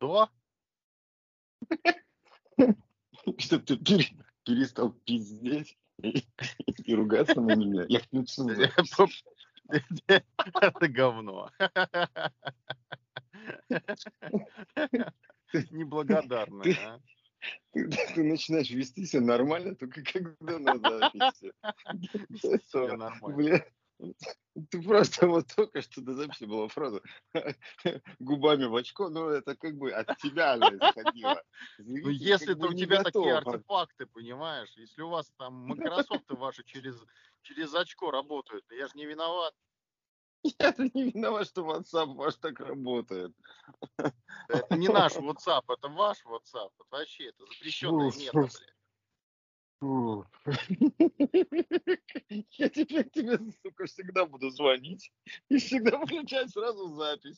Что? Чтоб ты перестал пиздеть и ругаться на меня. Я включу запись. Это говно. Неблагодарное, а. Ты начинаешь вести себя нормально, только когда на записи. Вести себя нормально. Бля, ты просто вот только что до записи была фраза губами в очко, ну это как бы от тебя она исходила. Ну, Зритель если как это бы у не тебя такие готов. артефакты, понимаешь, если у вас там Microsoft ваши через очко работают, я же не виноват. Я же не виноват, что WhatsApp ваш так работает. Это не наш WhatsApp, это ваш WhatsApp. Это вообще это запрещенная мета, блядь. Фу. Я теперь тебе, сука, всегда буду звонить и всегда включать сразу запись,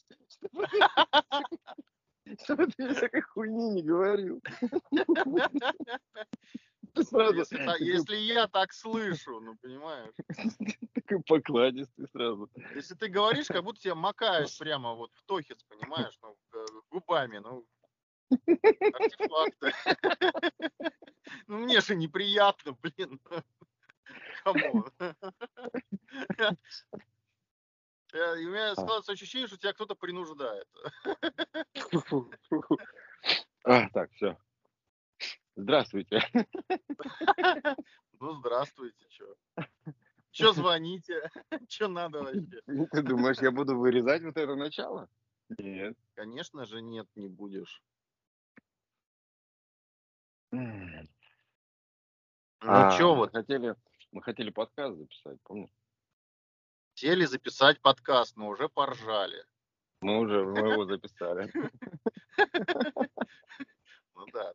чтобы ты всякой хуйни не говорил. Ты сразу Если я так слышу, ну понимаешь. такой покладистый сразу. Если ты говоришь, как будто тебя макают прямо вот в тохец, понимаешь, ну, губами, ну, артефакты. Ну, мне же неприятно, блин. Камон. И у меня складывается ощущение, что тебя кто-то принуждает. Так, все. Здравствуйте. Ну, здравствуйте, чё. Чё звоните? Чё надо вообще? Ты думаешь, я буду вырезать вот это начало? Нет. Конечно же, нет, не будешь. Ну, чё вот, Мы хотели подкаст записать, помнишь? сели записать подкаст, но уже поржали. Мы его записали. Ну да.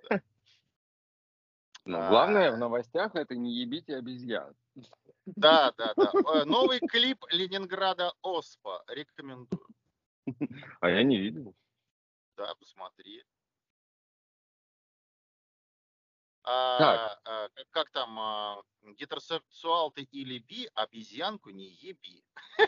Но главное в новостях это не ебите обезьян. Да. Новый клип Ленинграда Оспа. Рекомендую. А я не видел. Да, посмотри. Так. Как там, гетеросексуал ты или би, обезьянку не еби.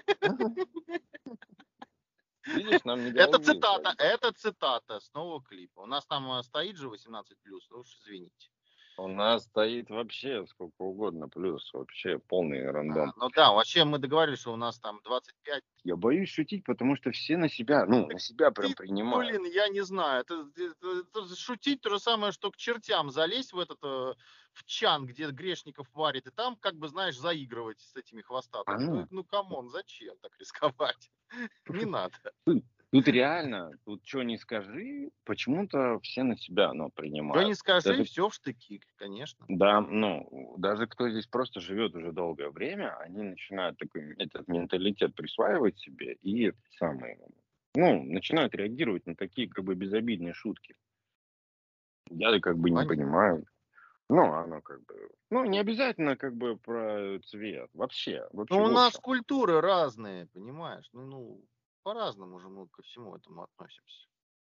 Видишь, нам не Это грозит. цитата с нового клипа. У нас там стоит же 18+, ну уж извините. У нас стоит вообще сколько угодно плюс, вообще полный рандом. Ну да, вообще мы договорились, что у нас там 25. Я боюсь шутить, потому что все на себя прям принимают. Блин, я не знаю. Это шутить то же самое, что к чертям залезть в этот в чан, где грешников варит, и там, как бы, знаешь, заигрывать с этими хвостатыми. Ну камон, зачем так рисковать? Не надо. Тут реально, тут что ни скажи, почему-то все на себя, Что принимают. не скажи, Даже, все в штыки, конечно. да, даже кто здесь просто живет уже долгое время, они начинают этот менталитет присваивать себе и начинают реагировать на такие как бы безобидные шутки. Я как бы не Понятно. понимаю. Оно как бы, не обязательно как бы про цвет, вообще. Ну, В у нас общем. культуры разные, понимаешь? Ну, по-разному же мы ко всему этому относимся.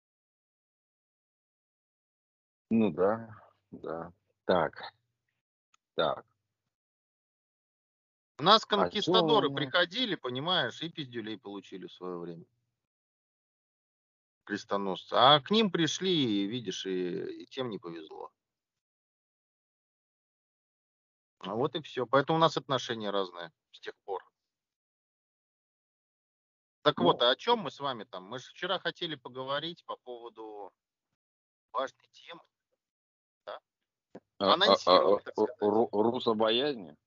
Ну да. Так. У нас А конкистадоры чё? приходили, понимаешь, и пиздюлей получили в свое время. Крестоносцы. А к ним пришли, и, видишь, и тем не повезло. А вот и все. Поэтому у нас отношения разные с тех пор. Так вот, а о чем мы с вами там? Мы же вчера хотели поговорить по поводу важной темы, да? Анонсировали, так сказать. Русобоязни?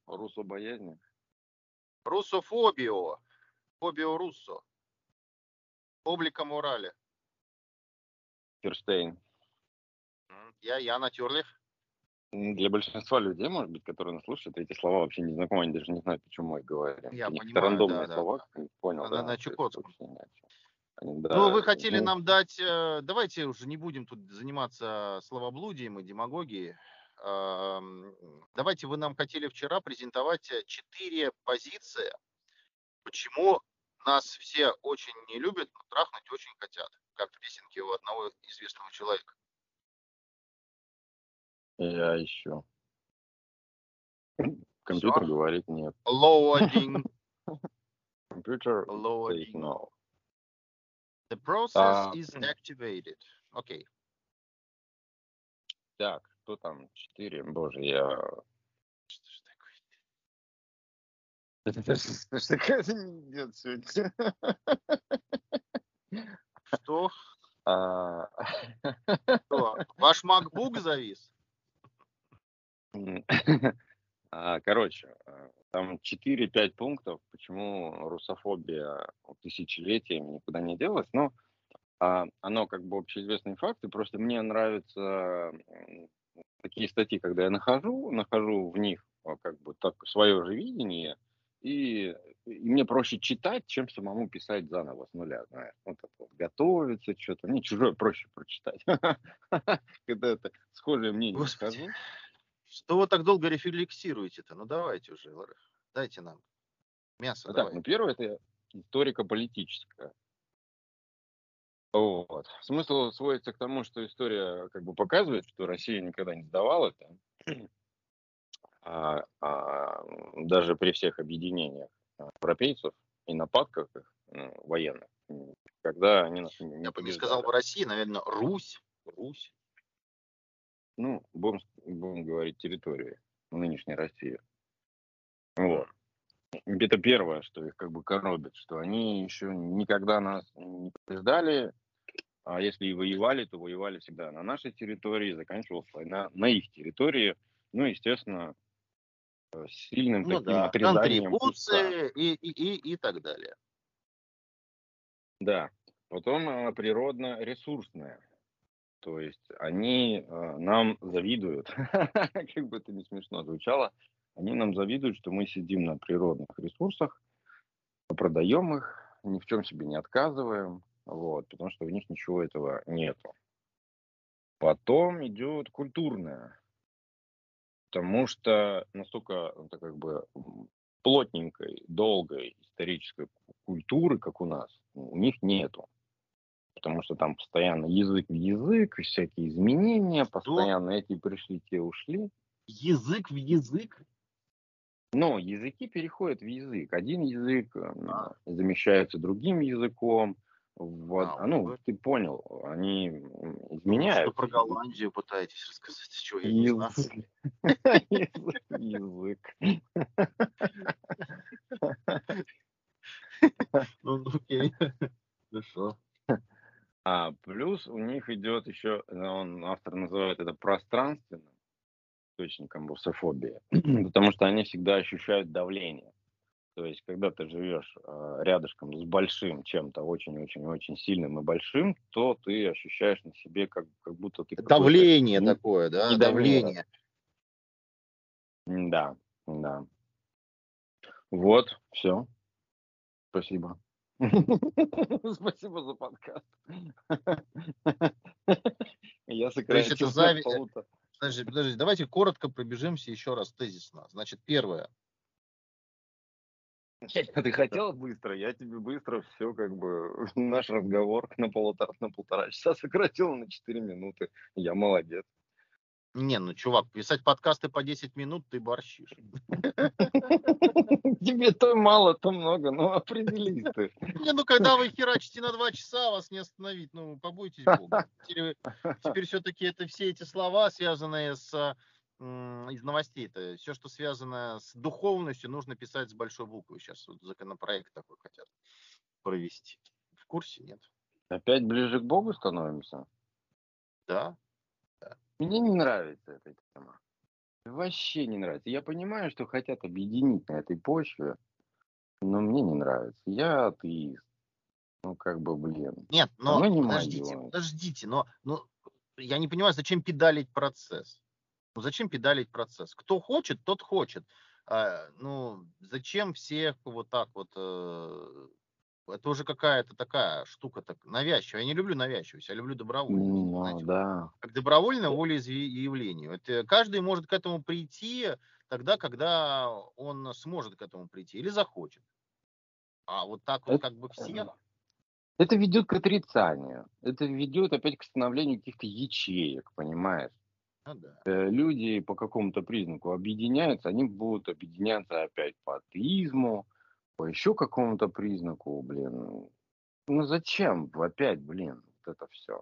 Русофобио. Фобио руссо. Облика морали. Ферштейн. Я натюрлих. Для большинства людей, может быть, которые нас слушают, эти слова вообще не знакомы, они даже не знают, почему мы их говорим. Я Это какие-то понимаю, рандомные да. слова, как я понял, На да. То есть чукотском. вообще ни о чем. Ну, вы хотели нам дать... Давайте уже не будем тут заниматься словоблудием и демагогией. Давайте вы нам хотели вчера презентовать 4 позиции, почему нас все очень не любят, но трахнуть очень хотят. Как в песенке у одного известного человека. Я еще. Компьютер говорит нет. Loading. Компьютер says Loading. no. The process is activated. Окей. Так, кто там? 4. Боже, я... Что ж такое? Что какая-то не идет сегодня. Что? А, Что? Ваш MacBook завис? Короче, там 4-5 пунктов, почему русофобия тысячелетиями никуда не делась. Но оно как бы общеизвестный факт, и просто мне нравятся такие статьи, когда я нахожу в них как бы так свое же видение, и мне проще читать, чем самому писать заново с нуля, знаешь. Вот это вот готовиться, что-то. Мне чужое проще прочитать. Когда это схожее мнение Господи, нахожу. что вы так долго рефлексируете-то? Ну давайте уже, дайте нам мясо, Так, давай. ну первое это историко-политическое. Вот. Смысл сводится к тому, что история как бы показывает, что Россия никогда не сдавалась, да, даже при всех объединениях европейцев и нападках их, военных, когда они нас не Я бы не сказал побеждали. бы Россия, наверное, Русь. Русь. Ну, будем говорить территории нынешней России. Мгм. Вот. Это первое, что их как бы коробит, что они еще никогда нас не побеждали, а если и воевали, то воевали всегда на нашей территории, заканчивалась война на их территории, ну, естественно, с сильным Ну таким да, отрезанием куска. контрибуции и так далее. Да. Потом природно-ресурсная. То есть они нам завидуют, как бы это не смешно звучало, они нам завидуют, что мы сидим на природных ресурсах, продаем их, ни в чем себе не отказываем, вот, потому что у них ничего этого нету. Потом идет культурная, потому что настолько это как бы плотненькой, долгой исторической культуры, как у нас, у них нету. Потому что там постоянно язык в язык, всякие изменения, Что? постоянно эти пришли, те ушли. Язык в язык? Но языки переходят в язык. Один язык А, замещается другим языком. Ну, вот. ты понял, они Ну, что изменяются. про Голландию пытаетесь рассказать? Чего я не знаю. Язык. Язык. Ну, окей. Хорошо. Плюс у них идет еще, автор называет это пространственным источником русофобии, потому что они всегда ощущают давление. То есть, когда ты живешь рядышком с большим чем-то очень-очень-очень сильным и большим, то ты ощущаешь на себе, как будто ты какой-то Давление такое, да, недомерок. давление. Да, да. Вот, все. Спасибо. Спасибо за подкаст. Я То есть это сократил до зависть. полутора. Подожди, давайте коротко пробежимся еще раз тезисно. Значит, первое. Ты хотел быстро, я тебе быстро все как бы наш разговор на полтора часа сократил на 4 минуты. Я молодец. Не, ну, чувак, писать подкасты по 10 минут ты борщишь. Тебе то мало, то много, ну определись ты. Не, ну, когда вы херачите на 2 часа, вас не остановить. Ну, побойтесь Бога. Теперь все-таки это все эти слова, связанные из новостей-то, все, что связано с духовностью, нужно писать с большой буквы. Сейчас вот законопроект такой хотят провести. В курсе? Нет? Опять ближе к Богу становимся? Да. Да. Мне не нравится эта тема. Вообще не нравится. Я понимаю, что хотят объединить на этой почве, но мне не нравится. Я атеист. Ну, как бы, блин. Нет, Оно но не подождите, мое. подождите, но я не понимаю, зачем педалить процесс? Ну, зачем педалить процесс? Кто хочет, тот хочет. Ну, зачем всех вот так вот? Это уже какая-то такая штука так навязчивая. Я не люблю навязчивость, я люблю добровольность. Ну, Знаете, вот да. как добровольное волеизъявление. Это каждый может к этому прийти тогда, когда он сможет к этому прийти или захочет. А вот так вот Это, как бы всех, это ведет к отрицанию. Это ведет опять к становлению каких-то ячеек, понимаешь? ну да. Люди по какому-то признаку объединяются, они будут объединяться опять по атеизму, по еще какому-то признаку, блин. Ну зачем опять, блин, вот это все?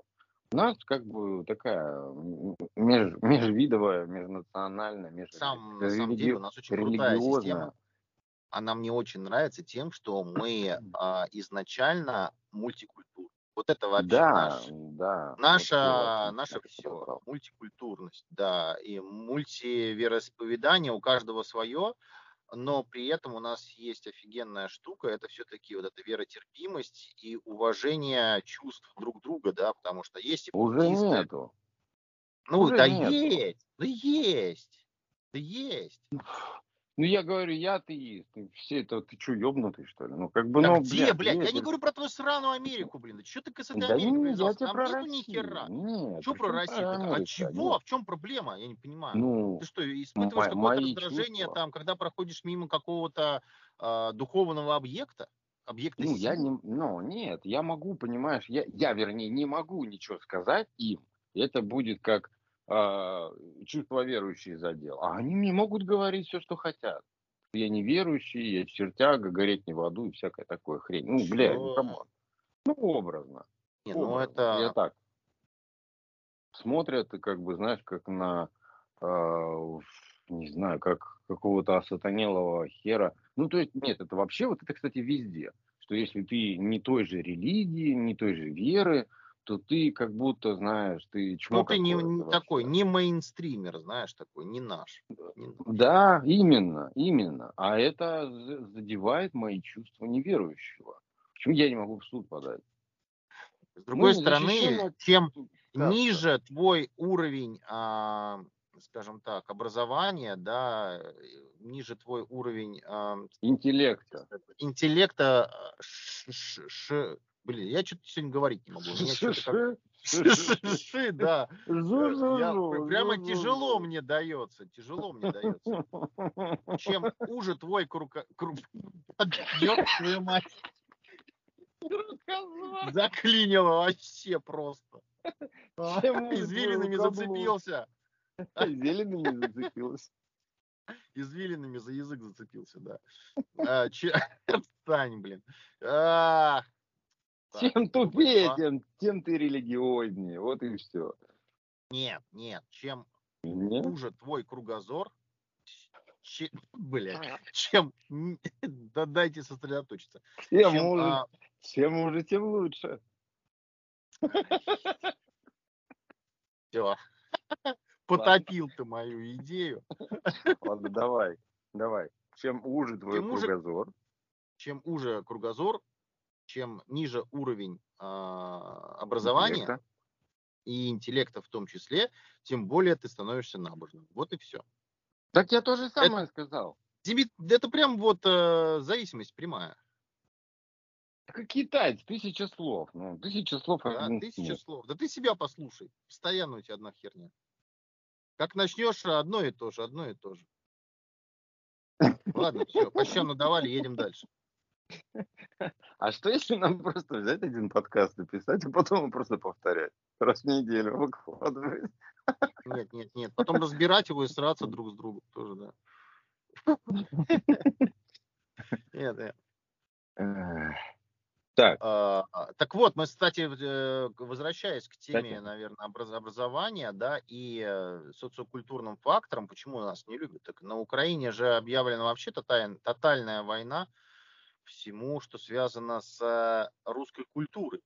У нас как бы такая межвидовая, межнациональная, На самом деле у нас очень крутая религиозная. система. Она мне очень нравится тем, что мы изначально мультикультурны. Вот это вообще Да, да, вообще наше это все. правда. Мультикультурность, да. И мультивероисповедание у каждого свое, но при этом у нас есть офигенная штука. Это все-таки вот эта веротерпимость и уважение чувств друг друга, да, потому что есть и Уже буддисты. нету. Ну, Уже нету. да есть, да есть. Ну, я говорю, я атеист. И все это, ты что, ёбнутый, что ли? Ну, как бы, Да ну, где, блядь, блядь? Я не ветер. говорю про твою сраную Америку, блин. Да что ты с этой Да Америкой не, я привязался? тебе Там про нету ни Россию. хера. Нет, Что при про чем Россию? про Так, а Америка? чего? Нет. В чем проблема? Я не понимаю. Ну, Ты что, испытываешь какое-то мои раздражение чувства. там, когда проходишь мимо какого-то духовного объекта? Объекта Ну, я силы? не, ну, нет, я могу, понимаешь, вернее, не могу ничего сказать им. Это будет как чувство верующие задел. А они мне могут говорить все, что хотят. Я неверующий, я чертяга, гореть не в аду и всякая такое хрень. Ну, блядь, ну, Чё? камон. Ну, образно. Не, ну Образно. Это я это... так. Смотрят, и как бы, знаешь, как на, в не знаю, как какого-то осатанелого хера. Ну, то есть, нет, это вообще, вот это, кстати, везде. Что если ты не той же религии, не той же веры, то ты как будто, знаешь, ты Ну чмо ты не, какое-то не такой, вообще. не мейнстример, знаешь, такой, не наш. Не наш. Да, именно, именно. А это задевает мои чувства неверующего. Почему я не могу в суд подать? С Мы другой стороны, незащищенная чем каста. ниже твой уровень, скажем так, образования, да, ниже твой уровень Интеллекта. интеллекта, блин, я что-то сегодня говорить не могу, у меня что-то как Ши-ши-ши. да, Жу-жу-жу, прямо жу-жу-жу. тяжело мне дается. Чем уже твой ёб твою мать, Коза. заклинило вообще просто. Чем уже твой Извилинами рукоблуд? зацепился. Зелеными зацепилась. Извилинами за язык зацепился, да. Отстань, блин. А, Так, Чем группа тупее, ИПА. тем ты религиознее. Вот и все. Нет. Чем Нет? уже твой кругозор, блядь, чем... Да дайте сосредоточиться. Чем Чем... уже, чем уже, тем лучше. Все, Ладно, потопил ты мою идею. ладно, давай. Чем уже твой Чем уже, кругозор, чем уже кругозор, чем ниже уровень образования интеллекта. и интеллекта в том числе, тем более ты становишься набожным. Вот и все. Так я то же Это, самое сказал. это прям вот зависимость прямая. Как китайц, 1000 слов. Ну, 1000 слов, Да, один 1000 смысл. слов. Да ты себя послушай. Постоянно у тебя одна херня. Как начнешь одно и то же, одно и то же. Ладно, все, по щам надавали, едем дальше. А что если нам просто взять один подкаст написать, а потом его просто повторять? Раз в неделю выкладывать. Нет. Потом разбирать его и сраться друг с другом тоже, да. Нет. Эх. Так, Так вот, мы, кстати, возвращаясь к теме, кстати, наверное, образования, да, и социокультурным факторам, почему нас не любят. Так на Украине же объявлена вообще тотальная война всему, что связано с русской культурой.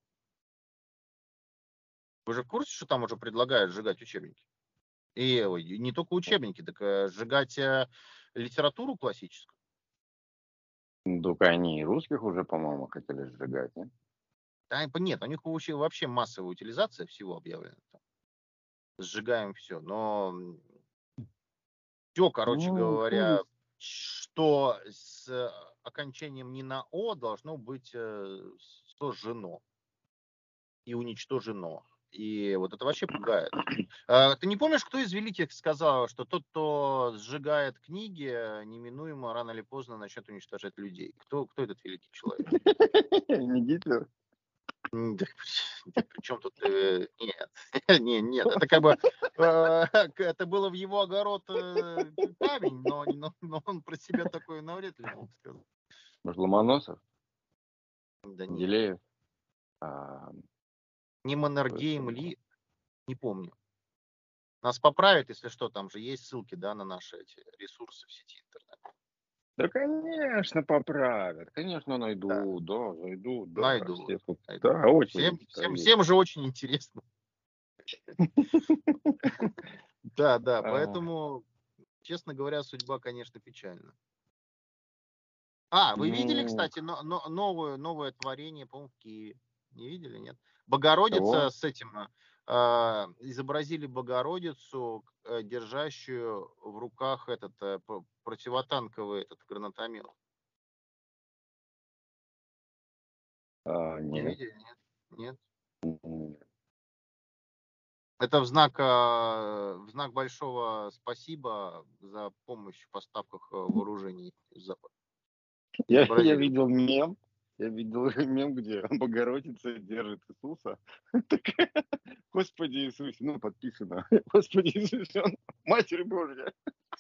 Вы же в курсе, что там уже предлагают сжигать учебники? И не только учебники, так сжигать литературу классическую. только они и русских уже, по-моему, хотели сжигать, нет? Нет, у них вообще массовая утилизация всего объявлена. Сжигаем все. Но все, короче Ну, говоря, что с окончанием не на О должно быть сожжено и уничтожено. И вот это вообще пугает. Ты не помнишь, кто из великих сказал, что тот, кто сжигает книги, неминуемо рано или поздно начнет уничтожать людей? Кто этот великий человек? не Гитлер. Да, при чем тут... Нет, нет, это как бы... Это было в его огород камень, но он про себя такое навряд ли мог сказать. Может, Ломоносов, Да нет. Менделеев. А, Не кто еще Маннергейм был? Ли. Не помню. Нас поправят, если что, там же есть ссылки, да, на наши эти ресурсы в сети интернет. Да, конечно, поправят, конечно, Да, найдут, да, зайдут, да, найду, все тут, найду. да, очередь стоит. Всем же очень интересно. Да, да, А, поэтому, честно говоря, судьба, конечно, печальна. Вы видели, Ну, кстати, новое творение, по-моему, в Киеве? Не видели, нет? кого? Богородица с этим, изобразили Богородицу, держащую в руках этот противотанковый этот гранатомет. Не Нет. видели, нет? Нет. М, Это в знак большого спасибо за помощь в поставках вооружений из Запада. Я Изобразили. видел мем, я видел мем, где Богородица держит Иисуса. Такая, Господи Иисусе, ну, подписано. Господи Иисусе, он Матерь Божья.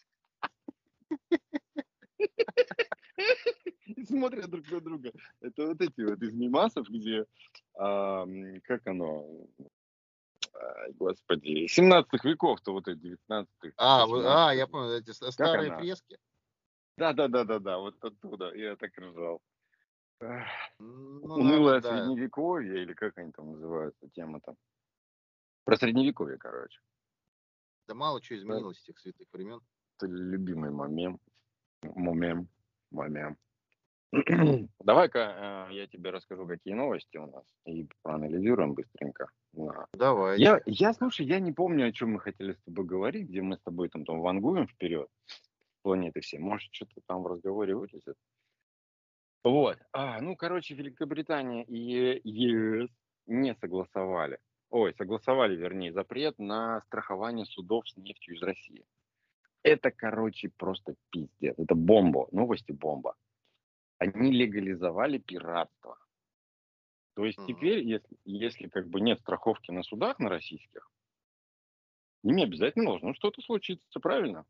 И смотрят друг на друга. Это вот эти вот из мемасов, где, как оно, господи, 17 веков-то вот эти, 19-х, Я 18-х. понял, эти Как старые она? фрески. Да, вот оттуда. Я так ржал. Эх, Ну, наверное, Унылое да. средневековье, или как они там называются, тема-то. Про средневековье, короче. Да мало чего Это изменилось с тех святых времен. любимый момент. Момент. Момент. Давай-ка я тебе расскажу, какие новости у нас, и проанализируем быстренько. Да. Давайте. Слушай, я не помню, о чем мы хотели с тобой говорить, где мы с тобой там вангуем вперед планеты все. Может, что-то там в разговоре вылезет. Вот. Ну, короче, Великобритания и ЕС не согласовали. Ой, согласовали, вернее, запрет на страхование судов с нефтью из России. Это, короче, просто пиздец. Это бомба. Новости бомба. Они легализовали пиратство. То есть Мгм. теперь, если как бы нет страховки на судах на российских, ими обязательно должно что-то случиться, правильно?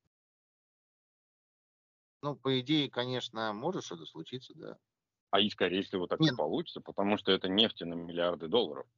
Ну, по идее, конечно, может что-то случиться, да. И, скорее всего, так и Нет, получится, потому что это нефть на миллиарды долларов.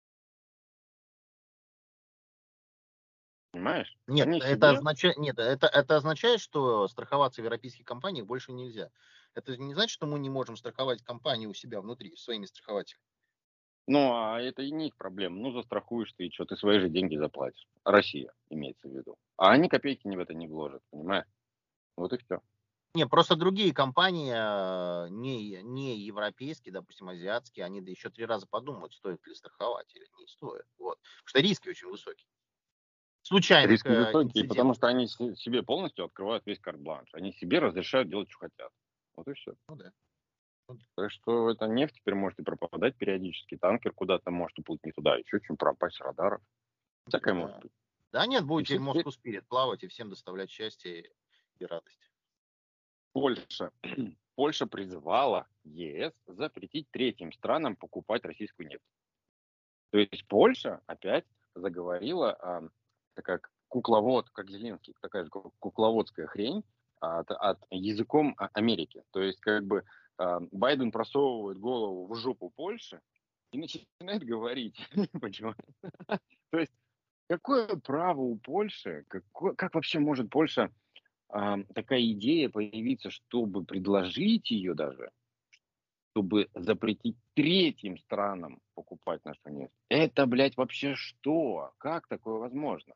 Понимаешь? нет, Они себе. это означает, что страховаться в европейских компаниях больше нельзя. Это не значит, что мы не можем страховать компании у себя внутри, своими страхователями. Ну, а это и не их проблема. Ну, застрахуешь ты, и что, ты свои же деньги заплатишь. Россия имеется в виду. А они копейки в это не вложат, понимаешь? Вот и все. Не, просто другие компании, не европейские, допустим, азиатские, они да еще 3 раза подумают, стоит ли страховать или не стоит. Вот. Потому что риски очень высокие. Случайных Риски высокие, потому инцидентов. что они себе полностью открывают весь карт-бланш. Они себе разрешают делать, что хотят. Вот и все. Ну да. Ну да. Так что эта нефть теперь может и пропадать периодически. Танкер куда-то может уплыть не туда. Еще чем пропасть с радаров. Всякое может Да. быть. Да нет, И будет все теперь теперь Moscow Spirit плавать и всем доставлять счастье и радость. Польша. Польша призвала ЕС запретить третьим странам покупать российскую нефть. То есть Польша опять заговорила, такая кукловод, как Зеленский, такая же кукловодская хрень от языком Америки. То есть как бы Байден просовывает голову в жопу Польши и начинает говорить. Понимаешь? То есть какое право у Польши, как вообще может Польша такая идея появиться, чтобы предложить ее даже, чтобы запретить третьим странам покупать нашу нефть. Это, блядь, вообще что? Как такое возможно?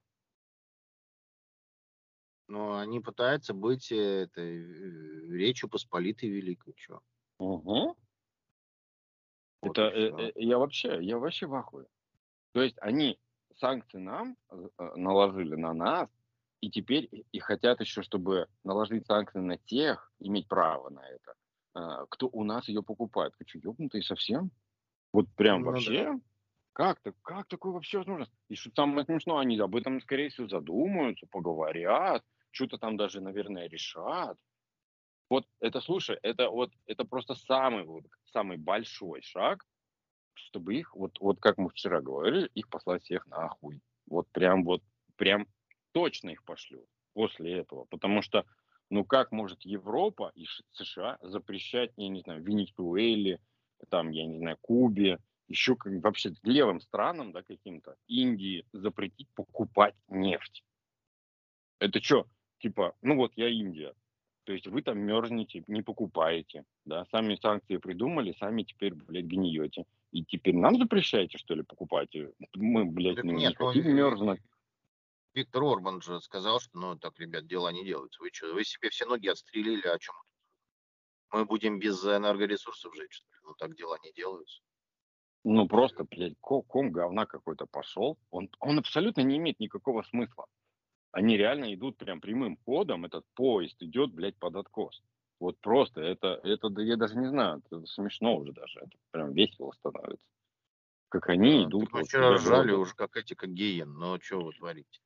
Но они пытаются быть Речью Посполитой Великой. Чё? Угу. Вот и все. Я вообще в ахуе. То есть они санкции нам наложили на нас, и теперь и хотят еще, чтобы наложить санкции на тех, иметь право на это, кто у нас ее покупает. Ты что, ёбнутый совсем? Вот прям Ну да. вообще? Как такое вообще возможно? И что самое смешное, они об этом, скорее всего, задумаются, поговорят, что-то там даже, наверное, решат. Вот это, слушай, это просто самый большой шаг, чтобы их, вот как мы вчера говорили, их послать всех нахуй. Вот прям точно их пошлют после этого. Потому что, ну как может Европа и США запрещать, я не знаю, Венесуэле, там, я не знаю, Кубе, еще как вообще левым странам, да, каким-то, Индии запретить покупать нефть. Это что? Типа, ну вот я Индия. То есть вы там мерзнете, не покупаете, да, сами санкции придумали, сами теперь, блядь, гниете. И теперь нам запрещаете, что ли, покупать? Мы, Ну, блядь, так не нет, но хотим мерзнуть. Виктор Орбан же сказал, что, ну, так, ребят, дела не делаются. Вы что, вы себе все ноги отстрелили, о чем мы будем без энергоресурсов жить, что ли? Ну, так дела не делаются. Ну просто, блядь, ком говна какой-то пошел. Он абсолютно не имеет никакого смысла. Они реально идут прям прямым ходом, этот поезд идет, блядь, под откос. Вот просто, да я даже не знаю, это смешно уже даже, это прям весело становится. Как они Да, так идут мы вот вчера себе ржали вроде. уже, как эти, как геен. Но что вы творите?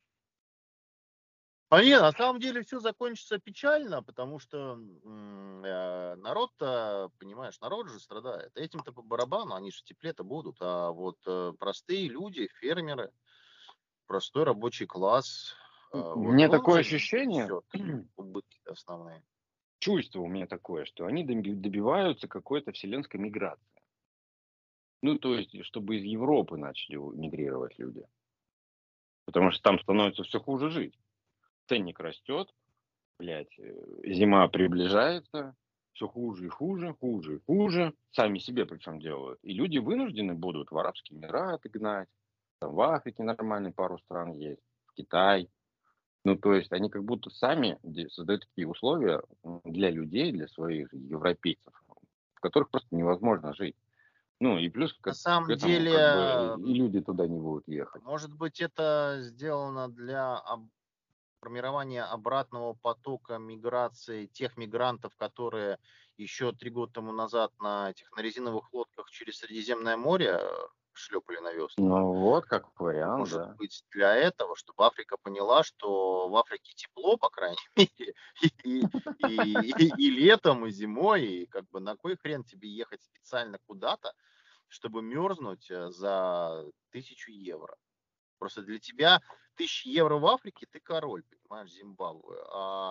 А нет, на самом деле все закончится печально, потому что народ-то, понимаешь, народ же страдает. Этим-то по барабану, они же в тепле-то будут. А вот простые люди, фермеры, простой рабочий класс, вот Мне он такое же ощущение, несет убытки основные. чувство у меня такое, что они добиваются какой-то вселенской миграции. Ну, то есть, чтобы из Европы начали мигрировать люди. Потому что там становится все хуже жить. Ценник растет, блядь, зима приближается, все хуже и хуже, хуже и хуже. Сами себе причем делают. И люди вынуждены будут в Арабские Эмираты гнать. Там в Африке нормальный пару стран есть. В Китай. Ну, то есть они как будто сами создают такие условия для людей, для своих европейцев, в которых просто невозможно жить. Ну, и плюс На к самом этому деле, как бы и люди туда не будут ехать. может быть, это сделано для формирования обратного потока миграции тех мигрантов, которые еще 3 года тому назад на этих на резиновых лодках через Средиземное море шлепали на веслах. Ну, вот как вариант, Может да. быть, для этого, чтобы Африка поняла, что в Африке тепло, по крайней мере, и летом, и зимой, и как бы на кой хрен тебе ехать специально куда-то, чтобы мерзнуть за 1000 евро. Просто для тебя 1000 евро в Африке, ты король, понимаешь, Зимбабве. А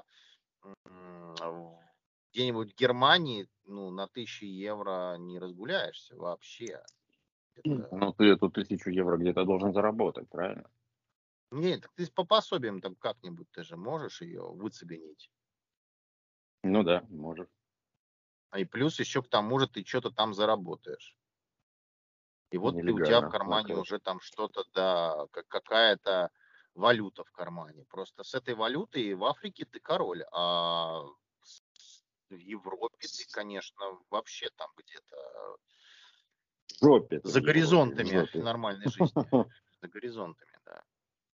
где-нибудь в Германии, ну, на 1000 евро не разгуляешься вообще. Это... Ну, ты эту 1000 евро где-то должен заработать, правильно? Нет, так ты по пособиям там как-нибудь, ты же можешь ее выцегонить. Ну да, может. А и плюс еще к тому же ты что-то там заработаешь. И вот ты, у тебя в Нелегально, кармане опять. уже там что-то, да, какая-то валюта в кармане. Просто с этой валютой в Африке ты король, а в Европе ты, конечно, вообще там где-то В жопе ты в за Европе, в горизонтами жопе. нормальной жизни. За горизонтами, да.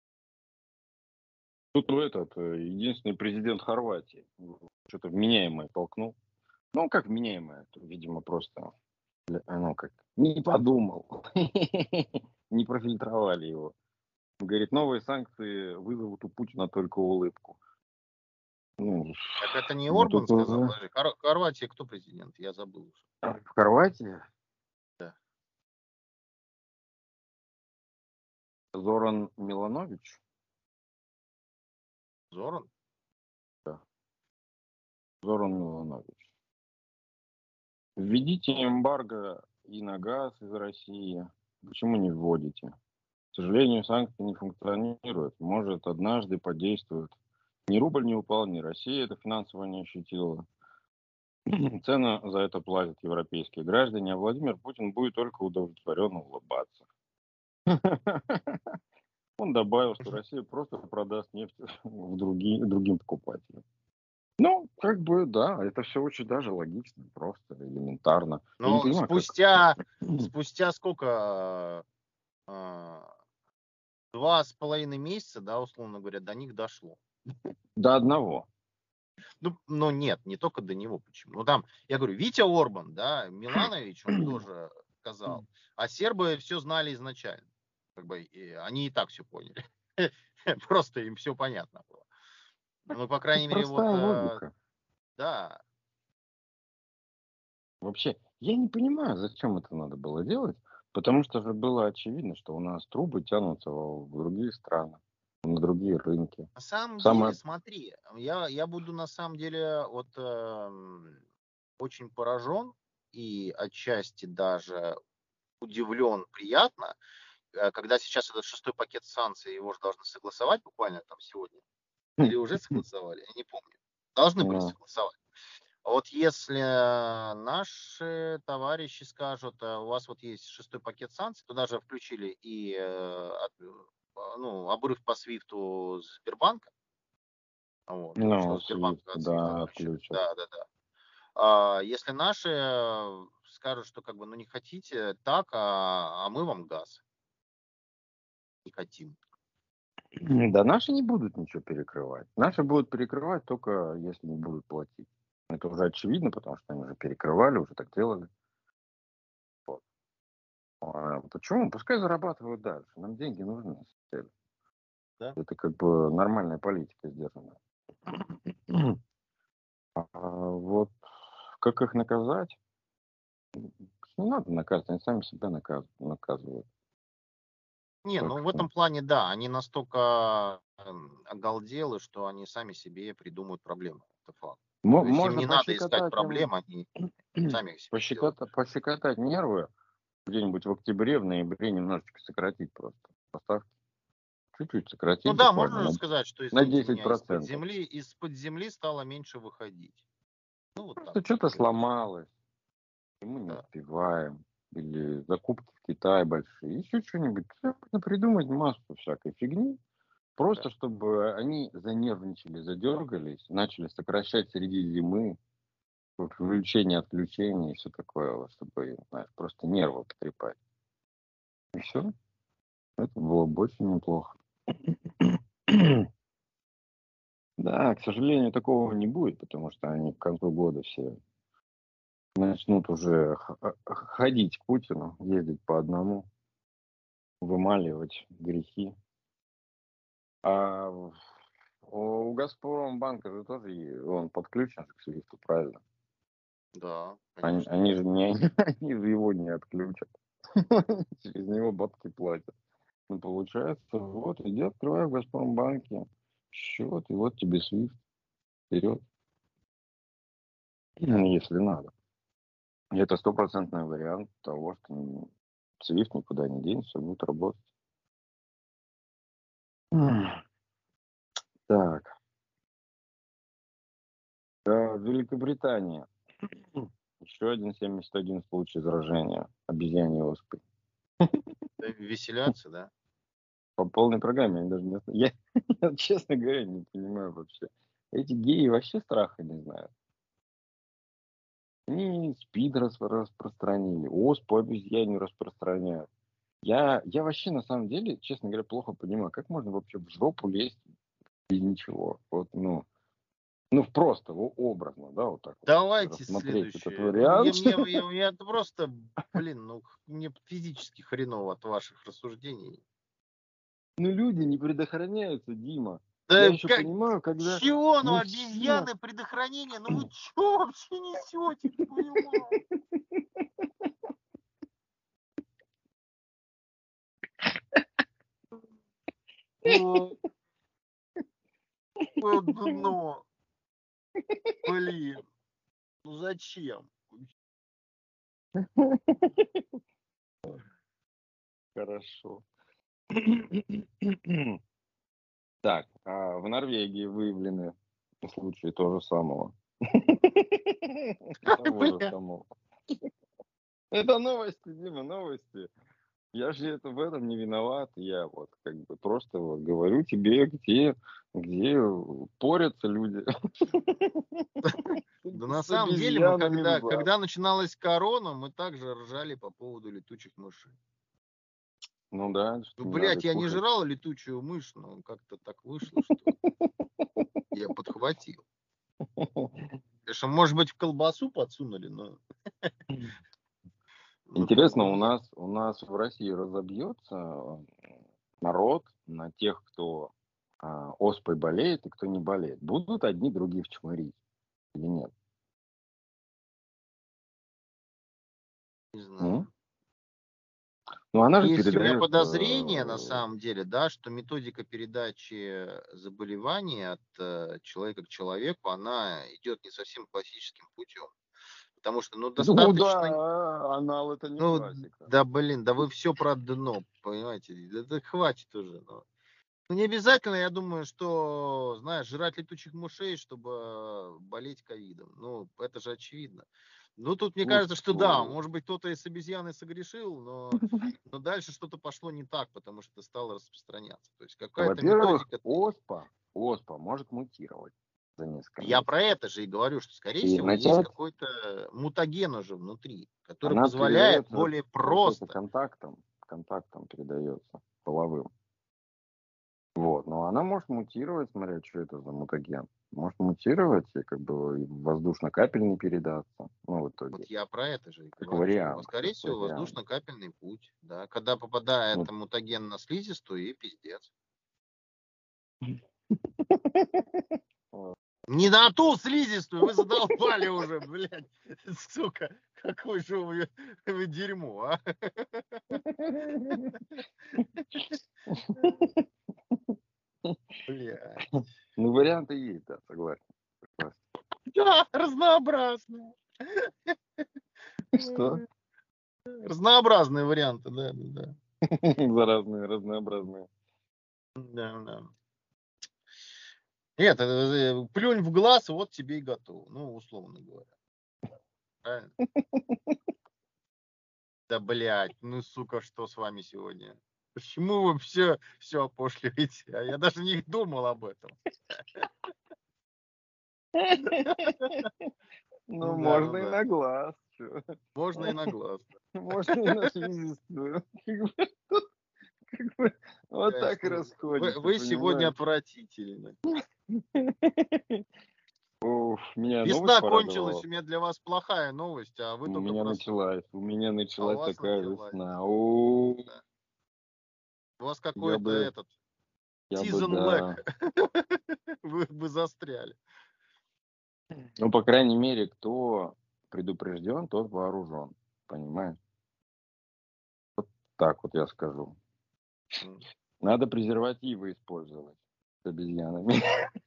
Тут этот единственный президент Хорватии что-то вменяемое толкнул. Ну, как вменяемое, видимо, просто, ну, как, не подумал, не профильтровали его. Говорит, новые санкции вызовут у Путина только улыбку. Ну, Так это не ну Орбан тут сказал? уже Подожди, Хорватия кто президент? Я забыл уже. в Хорватии Да. Зоран Миланович, Зоран? да, Зоран Миланович. Введите эмбарго и на газ из России. Почему не вводите? К сожалению, санкции не функционируют. Может, однажды подействуют. Ни рубль не упал, ни Россия это финансово не ощутила. Цену за это платят европейские граждане, а Владимир Путин будет только удовлетворенно улыбаться. Он добавил, что Россия просто продаст нефть другим покупателям. Ну, как бы, да, это все очень даже логично, просто элементарно. Я не Ну, понимаю, как спустя сколько, 2,5 месяца, да, условно говоря, до них дошло. до одного. Ну, но нет, не только до него. Почему? Ну, там, я говорю, Витя Орбан, да, Миланович, он тоже сказал. А сербы все знали изначально. Как бы, они и так все поняли. Просто им все понятно было. Ну, по Это крайней мере, вот, простая логика. да. Вообще, я не понимаю, зачем это надо было делать, потому что же было очевидно, что у нас трубы тянутся в другие страны, на другие рынки. На самом деле, Самое... смотри, я буду на самом деле вот очень поражен и отчасти даже удивлен приятно, когда сейчас этот 6-й пакет санкций, его же должны согласовать буквально там сегодня. Или уже согласовали, я не помню. Должны были Ну, согласовать. Вот если наши товарищи скажут, у вас вот есть 6-й пакет санкций, туда же включили и обрыв по свифту Сбербанка, вот, что Сбербанк Свифт, от свифта да, отключен. включат. Да, да, да. Если наши скажут, что как бы, ну не хотите так, а мы вам газ не хотим. Да, наши не будут ничего перекрывать. Наши будут перекрывать только если не будут платить. Это уже очевидно, потому что они уже перекрывали, уже так делали. Вот. Почему? Пускай зарабатывают дальше. Нам деньги нужны, на самом деле. Да? Это как бы нормальная политика сдержанная. Вот как их наказать? Не надо наказывать, они сами себя наказывают. Не, Так ну в что этом плане, да, они настолько оголделы, что они сами себе придумают проблемы. Это факт. То есть им можно не надо искать пощекотать им, проблем, они сами их себе делают. пощекотать нервы где-нибудь в октябре, в ноябре немножечко сократить просто поставки. Чуть-чуть Ну сократить да, буквально можно же сказать, что, на извините меня, 10%. из-под земли стало меньше выходить. Ну вот так Просто вот что-то сказать. сломалось, и мы не Да, успеваем. Или закупки в Китае большие. Еще что-нибудь. Можно придумать массу всякой фигни. да. Просто чтобы они занервничали, задергались, начали сокращать среди зимы, включение, отключение и все такое, вот, чтобы, знаешь, просто нервы потрепать. И все. Это было бы очень неплохо. Да, к сожалению, такого не будет, потому что они к концу года все начнут уже ходить к Путину, ездить по одному, вымаливать грехи. А у Газпромбанка же тоже он подключен к Свифту, правильно? Да, Они, конечно. они же не, они же его не отключат. Через него бабки платят. Ну, получается, вот, иди открывай в Газпромбанке счет, и вот тебе Свифт вперед, если надо. И это стопроцентный вариант того, что Свифт никуда не денется, будет работать. Так, Великобритания. Еще один 71 случай заражения обезьяньей оспой. Веселяться, да? По полной программе. Я даже не... я, честно говоря, не понимаю вообще. Эти геи вообще страха не знают. Они СПИД распространили, оспу обезьянью распространяют. Я вообще, на самом деле, честно говоря, плохо понимаю, как можно вообще в жопу лезть без ничего. Вот, просто образно, да, вот так вот, если Давайте рассмотреть этот следующее. Ну, вариант. я просто, блин, ну, мне физически хреново от ваших рассуждений. Ну, люди не предохраняются, Дима. Я Да еще как, понимаю, когда чего, ну, мужчина... обезьяны, предохранение, ну вы чё вообще несете, не понимаю. О, дно, блин, ну зачем? Хорошо. Так, в Норвегии выявлены случаи того же самого. Того же Бля, самого. Это новости, Дима, новости. Я же в этом не виноват. Я вот как бы просто вот говорю тебе, где порятся люди да на с самом деле мы обезьянами в ЗАГС. когда начиналась корона, мы также ржали по поводу летучих мышей. Ну да, Ну, что не надо блядь, я не кушать. жрал летучую мышь, но как-то так вышло, что я подхватил. Конечно, может быть, в колбасу подсунули, но как Интересно, бы у нет. нас, у нас в России разобьется народ на тех, кто оспой болеет и кто не болеет. Будут одни других чмырить или нет? Не М? знаю. Ну, она же Есть у меня передает... подозрение, на самом деле, да, что методика передачи заболевания от человека к человеку, она идет не совсем классическим путем. Потому что, ну, Ну достаточно... да, анал это не Ну, классика. да, блин, да вы все про дно, понимаете? Да хватит уже. Ну, не обязательно, я думаю, что, знаешь, жрать летучих мышей, чтобы болеть ковидом. Ну, это же очевидно. Ну, тут мне кажется, что да, Фу. может быть, кто-то и с обезьяной согрешил, но дальше что-то пошло не так, потому что стало распространяться. То есть какая-то Во-первых, методика... оспа может мутировать за несколько Я про месяцев. это же и говорю, что, скорее И всего, есть начать какой-то мутаген уже внутри, который она позволяет передается, более получается, просто... контактом передается половым. Вот, но она может мутировать, смотря что это за мутаген. Может мутировать и как бы и воздушно-капельный передаться. Ну, в Вот итоге. я про это же и Как говорю, что, вариант, скорее как всего, вариант. воздушно-капельный путь, да, когда попадает Ну, мутаген на слизистую и пиздец. Не на ту слизистую, вы задолбали уже, блядь, сука, какой же вы дерьмо, а? Блядь. ну, варианты есть, да, согласен. Да, разнообразные. Что? Разнообразные варианты, да, да, Заразные, разнообразные. да. Да. Нет, плюнь в глаз, и вот тебе и готово. Ну, условно говоря. Правильно? Да, блядь, ну, сука, что с вами сегодня? Почему вы все опошливаете? А я даже не думал об этом. Ну, Да, ну можно и да. на глаз. Чё. Можно и на глаз. Можно и на слизистую. Как бы вот так и Конечно. расходимся, Вы сегодня понимаешь? отвратительны. Уф, меня новость Весна кончилась, порадовала. у меня для вас плохая новость, а вы У только меня проснулись. А у началась вас такая началась. весна. Да. У вас Я какой-то бы, этот я бы, season lag. да. Вы бы застряли. Ну, по крайней мере, кто предупрежден, тот вооружен. Понимаешь? Так вот я скажу. Надо презервативы использовать с обезьянами.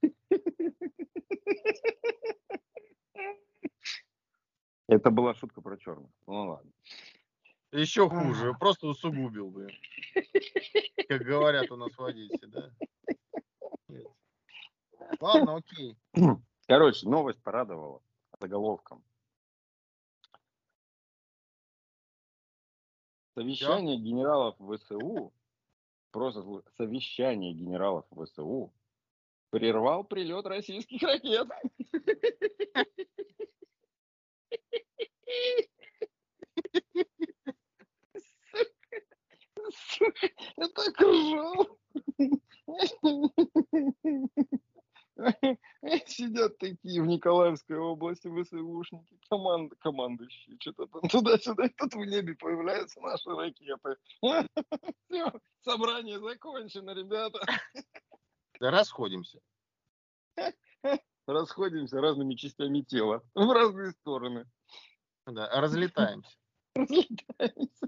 Это была шутка про черных. Ну ладно. Еще хуже, просто усугубил бы. Как говорят у нас в Одессе, да? Нет. Ладно, окей. Короче, новость порадовала заголовком. Все? Совещание генералов ВСУ, просто совещание генералов ВСУ прервал прилет российских ракет. Сука, я так ржал. Сидят такие в Николаевской области ВСУшники, командующие, что-то там туда-сюда, и тут в небе появляются наши ракеты. Все, собрание закончено, ребята. Да расходимся. Расходимся разными частями тела в разные стороны. Да, разлетаемся. Разлетаемся.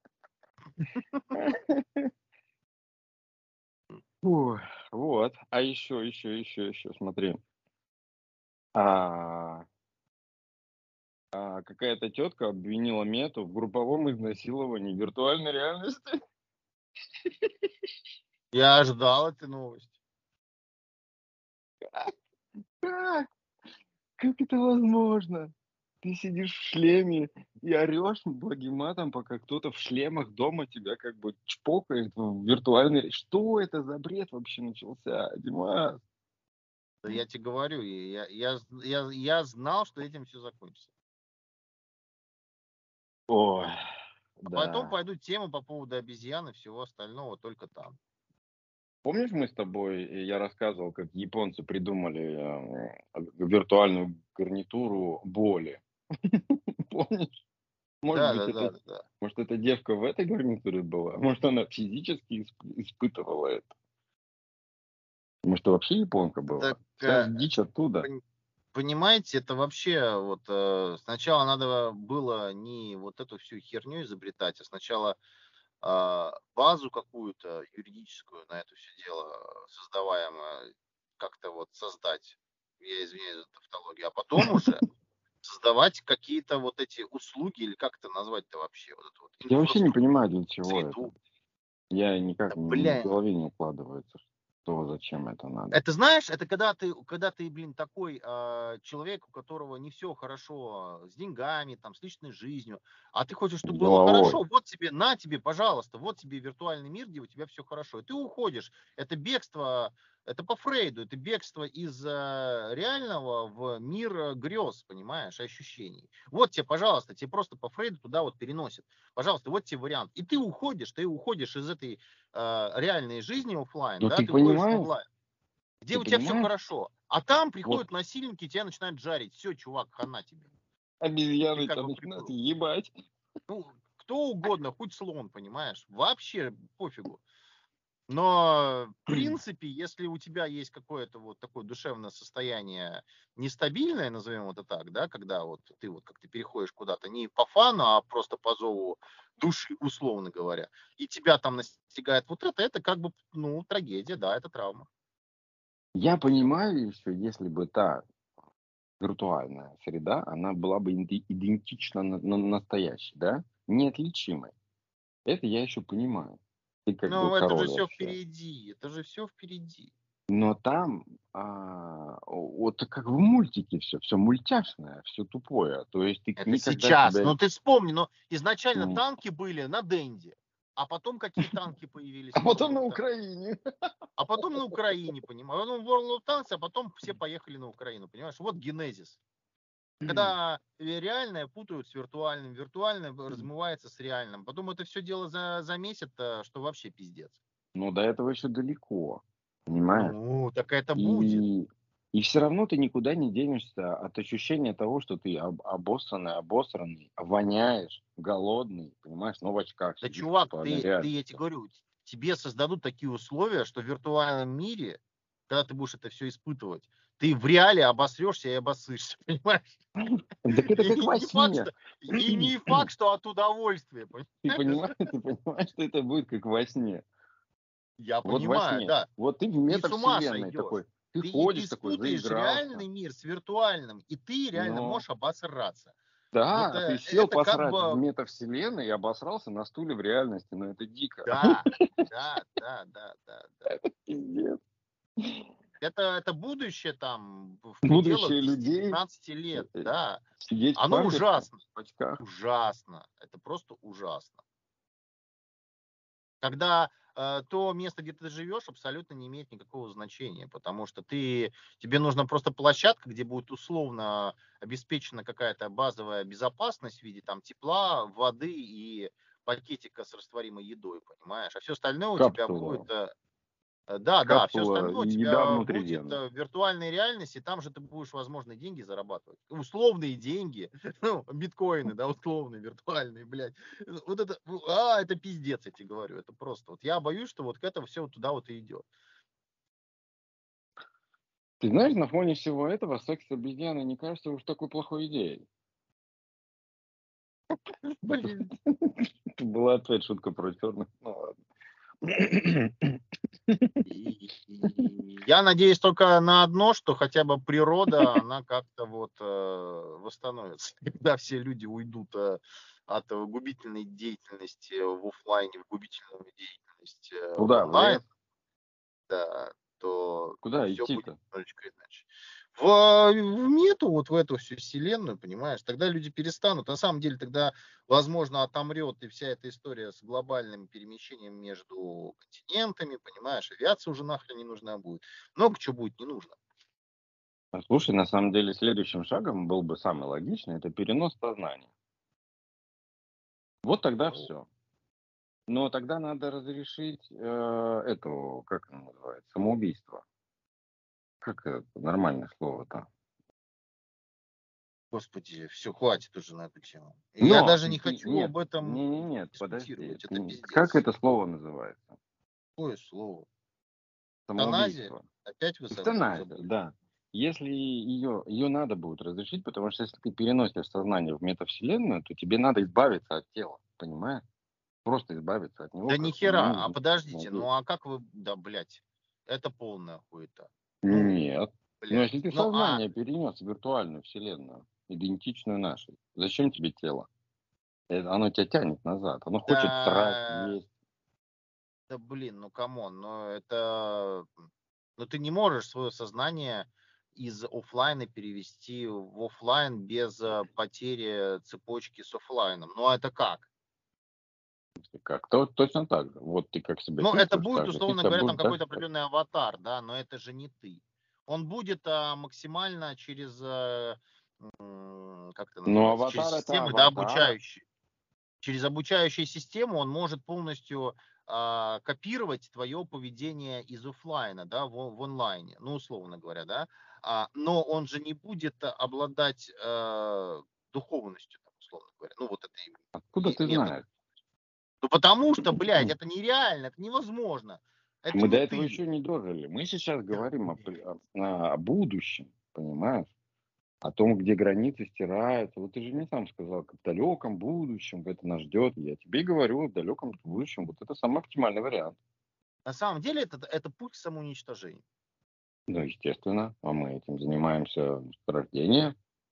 Фу, вот. А еще, смотри. А, какая-то тетка обвинила Мету в групповом изнасиловании виртуальной реальности. Я ждал этой новости. Как? Как это возможно? Ты сидишь в шлеме и орешь благим матом, пока кто-то в шлемах дома тебя как бы чпокает в виртуальной... Что это за бред вообще начался, Димас? Да я тебе говорю, я знал, что этим все закончится. Ой, А потом да. пойдут темы по поводу обезьян и всего остального только там. Помнишь, мы с тобой, я рассказывал, как японцы придумали виртуальную гарнитуру боли? Помнишь? Может Да, быть, да, да, да, да. может, эта девка в этой гарнитуре была? Может, она физически испытывала это? Может, это вообще японка была? Так, Вся дичь оттуда. понимаете, это вообще вот сначала надо было не вот эту всю херню изобретать, а сначала базу какую-то юридическую на это все дело создаваемое как-то вот создать. Я извиняюсь за тавтологию, а потом уже создавать какие-то вот эти услуги, или как это назвать-то вообще, вот эту вот Я вообще не инфраструктуру, понимаю, для чего это. среду. Я Да, никак в бля. голове не укладывается, что зачем это надо. Это знаешь, это когда ты, блин, такой человек, у которого не все хорошо с деньгами, там, с личной жизнью, а ты хочешь, С чтобы было головой. хорошо, вот тебе, на тебе, пожалуйста, вот тебе виртуальный мир, где у тебя все хорошо. И ты уходишь. Это бегство, это по Фрейду, это бегство из реального в мир грез, понимаешь, ощущений. Вот тебе, пожалуйста, тебе просто по Фрейду туда вот переносят. Пожалуйста, вот тебе вариант. И ты уходишь из этой реальной жизни оффлайн, Но да, ты ты уходишь в понимаешь, онлайн, где ты у тебя все понимаешь, хорошо. А там вот приходят насильники и тебя начинают жарить. Все, чувак, хана тебе. Ты обезьяны как тебя бы начинают приплыл. ебать. Ну, кто угодно, хоть слон, понимаешь? Вообще пофигу. Но, в принципе, если у тебя есть какое-то вот такое душевное состояние нестабильное, назовем это так, да, когда вот ты вот как-то переходишь куда-то не по фану, а просто по зову души, условно говоря, и тебя там настигает вот это как бы, ну, трагедия, да, это травма. Я понимаю еще, если бы та виртуальная среда, она была бы идентична настоящей, да, неотличимой. Это я еще понимаю. Ты как бы Ну, это же король все вообще. впереди, это же все впереди. Но там вот как в мультике все мультяшное, все тупое. То есть ты Это никогда сейчас. себя... Ну, ты вспомни, но изначально м, танки были на Денде, а потом какие танки появились А в World потом of на Tanks, Украине. а потом на Украине, понимаешь, ну, в World of Tanks, а потом все поехали на Украину, понимаешь, вот генезис. Когда реальное путают с виртуальным, виртуальное размывается с реальным, потом это все дело замесит, что вообще пиздец. Но до этого еще далеко, понимаешь? Ну, так это будет. И, и все равно ты никуда не денешься от ощущения того, что ты обосранный, воняешь, голодный, понимаешь, но в очках Да, сидишь в чувак, виртуальной я тебе реальности. говорю, тебе создадут такие условия, что в виртуальном мире, когда ты будешь это все испытывать, ты в реале обосрешься и обоссышься, понимаешь? Так это как И во не факт, сне. что, и не факт, что от удовольствия, Ты понимаешь? понимаешь, ты понимаешь, что это будет как во сне. Я Вот во понимаю, сне. да. Вот ты в Ты с ума метавселенной сойдешь. такой. Ты Ты ходишь такой, спутаешь заигрался. реальный мир с виртуальным, и ты реально Но можешь обосраться. Вот да, ты сел это как посрать в бы, метавселенной и обосрался на стуле в реальности. Но это дико. да, да, да, да, да, да. Пиздец. Это будущее там в пределах Будущее людей 10-15 лет, э, да. сидеть в Оно памперсах, ужасно, в очках. ужасно. Это просто ужасно. Когда то место, где ты живешь, абсолютно не имеет никакого значения, потому что тебе нужна просто площадка, где будет условно обеспечена какая-то базовая безопасность в виде там тепла, воды и пакетика с растворимой едой, понимаешь? А все остальное у тебя Капсула. будет да, да, все Капсула остальное у и еда тебя внутри будет вены. в виртуальной реальности, там же ты будешь, возможно, деньги зарабатывать. Условные деньги, ну, биткоины, да, условные, виртуальные, блядь. Вот это, это пиздец, я тебе говорю, это просто. Вот я боюсь, что вот к этому все вот туда вот и идет. Ты знаешь, на фоне всего этого секс с обезьяной не кажется уж такой плохой идеей. Блин. Это была опять шутка про черных. Ну ладно. И я надеюсь только на одно, что хотя бы природа, она как-то вот восстановится, когда все люди уйдут от губительной деятельности в оффлайне в губительную деятельность в Куда? В онлайн, лес? да, то Куда все будет идти-то? немножечко иначе. В мету, вот в эту всю вселенную, понимаешь, тогда люди перестанут. На самом деле тогда, возможно, отомрет и вся эта история с глобальным перемещением между континентами, понимаешь, авиация уже нахрен не нужна будет. Много чего будет не нужно. Слушай, на самом деле следующим шагом был бы самый логичный, это перенос сознания. Вот тогда Ну, все. Но тогда надо разрешить эту, как она называется, самоубийство. Как это нормальное слово-то? господи, все, хватит уже на эту тему. Я Но даже не хочу нет, об этом нет, подожди. дискутировать. Это Как пиздец. это слово называется? Какое слово? Эвтаназия? Самоубийство. Опять вы Эвтаназия, забыли? да. Если ее надо будет разрешить, потому что если ты переносишь сознание в метавселенную, то тебе надо избавиться от тела, понимаешь? Просто избавиться от него, Да как нихера, ну, а подождите, надеть. ну а как вы, да, блядь, это полная хуета. Ну, Нет. Но блядь, если ты ну сознание перенес в виртуальную вселенную, идентичную нашей. Зачем тебе тело? Оно тебя тянет назад. Оно хочет срать, Да, есть. да блин, ну камон, но это... Ну ты не можешь свое сознание из оффлайна перевести в оффлайн без потери цепочки с оффлайном. Ну а это как? Как? Точно так же. Вот ты как себя Ну, это чувствуешь, будет, так же ты условно себя говоря, там будешь дальше. какой-то определенный аватар, да, но это же не ты. Он будет максимально через, как это Но называется, через аватар это системы, да, аватар. обучающие. Через обучающую систему он может полностью копировать твое поведение из оффлайна, да, в онлайне, ну, условно говоря, да. Но он же не будет обладать духовностью, там, условно говоря. Ну, вот этой Откуда ты метод. знаешь? Ну, потому что, блядь, это нереально, это невозможно. Это Мы до не этого ты. еще не дожили. Мы сейчас Да, говорим блядь. о будущем, понимаешь? О том, где границы стираются. Вот ты же мне сам сказал, как в далеком будущем это нас ждет. Я тебе говорю, в далеком будущем вот это самый оптимальный вариант. На самом деле это путь к самоуничтожению. Ну, естественно, а мы этим занимаемся с рождения.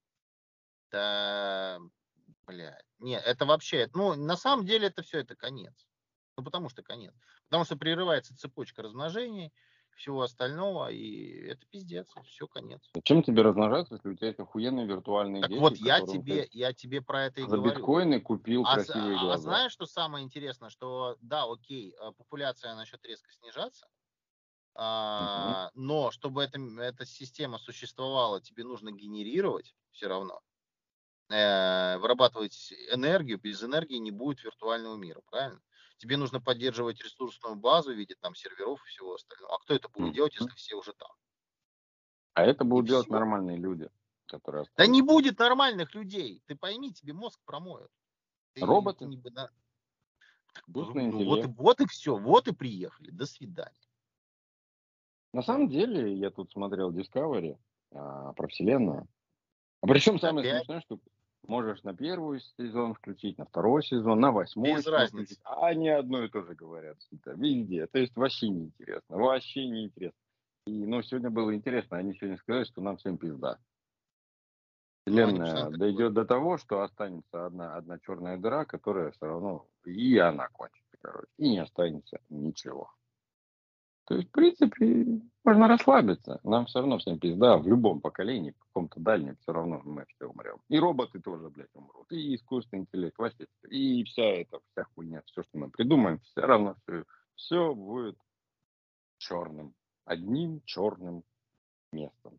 Да, блядь. Нет, это вообще, ну, на самом деле это все, это конец. Ну, потому что конец. Потому что прерывается цепочка размножений, всего остального, и это пиздец, все, конец. Зачем тебе размножаться, если у тебя есть охуенные виртуальные Так дети, вот, которым ты я тебе про это и за говорю. биткоины купил красивые А глаза? знаешь, что самое интересное, что да, окей, популяция начнет резко снижаться, Мгм. но чтобы эта система существовала, тебе нужно генерировать все равно, вырабатывать энергию. Без энергии не будет виртуального мира, правильно? Тебе нужно поддерживать ресурсную базу в виде там серверов и всего остального. А кто это будет делать, Мгм. если все уже там? А это И будут делать все. нормальные люди, которые Да не остаются. будет нормальных людей. Ты пойми, тебе мозг промоют. Ты Роботы, не, искусственный ну интеллект. вот и все, вот и приехали. До свидания. На самом деле, я тут смотрел Discovery про Вселенную. А причем самое Опять смешное, что можешь на первый сезон включить, на второй сезон, на восьмой без сезон включить, разницы. а они одно и то же говорят всегда, везде. То есть вообще неинтересно, вообще неинтересно. И, ну, сегодня было интересно, они сегодня сказали, что нам всем пизда. Но они постоянно Вселенная так дойдет говорят. до того, что останется одна черная дыра, которая все равно, и она кончится, короче, и не останется ничего. То есть, в принципе, можно расслабиться. Нам все равно всем пизда. В любом поколении, в каком-то дальнем, все равно мы все умрем. И роботы тоже, блядь, умрут. И искусственный интеллект, вообще. И вся хуйня, все, что мы придумаем, все равно все будет черным. Одним черным местом.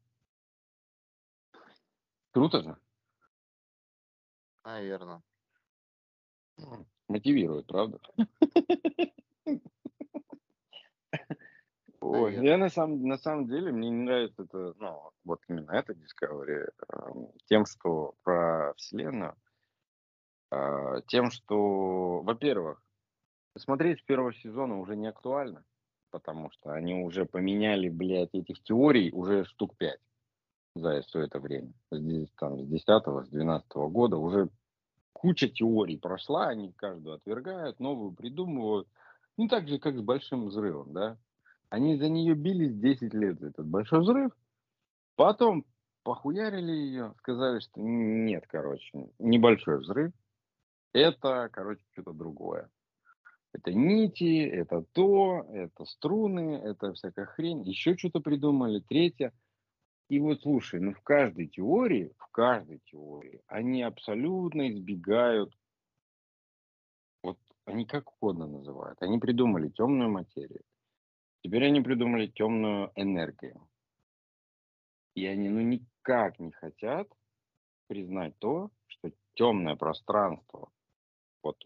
Круто же. Наверное. Мотивирует, правда? Ой, я Наверное. на самом деле, мне не нравится это, ну, вот именно это Discovery, тем, что про Вселенную, тем, что, во-первых, смотреть с первого сезона уже не актуально, потому что они уже поменяли, блядь, этих теорий уже штук 5 за все это время. С 10-го, с 12-го года уже куча теорий прошла, они каждую отвергают, новую придумывают. Ну, так же, как с Большим взрывом, да. Они за нее бились 10 лет, за этот Большой взрыв. Потом похуярили ее, сказали, что нет, короче, небольшой взрыв. Это, короче, что-то другое. Это нити, это то, это струны, это всякая хрень. Еще что-то придумали, третье. И вот слушай, ну в каждой теории они абсолютно избегают, вот они как угодно называют. Они придумали темную материю. Теперь они придумали темную энергию. И они ну никак не хотят признать то, что темное пространство, вот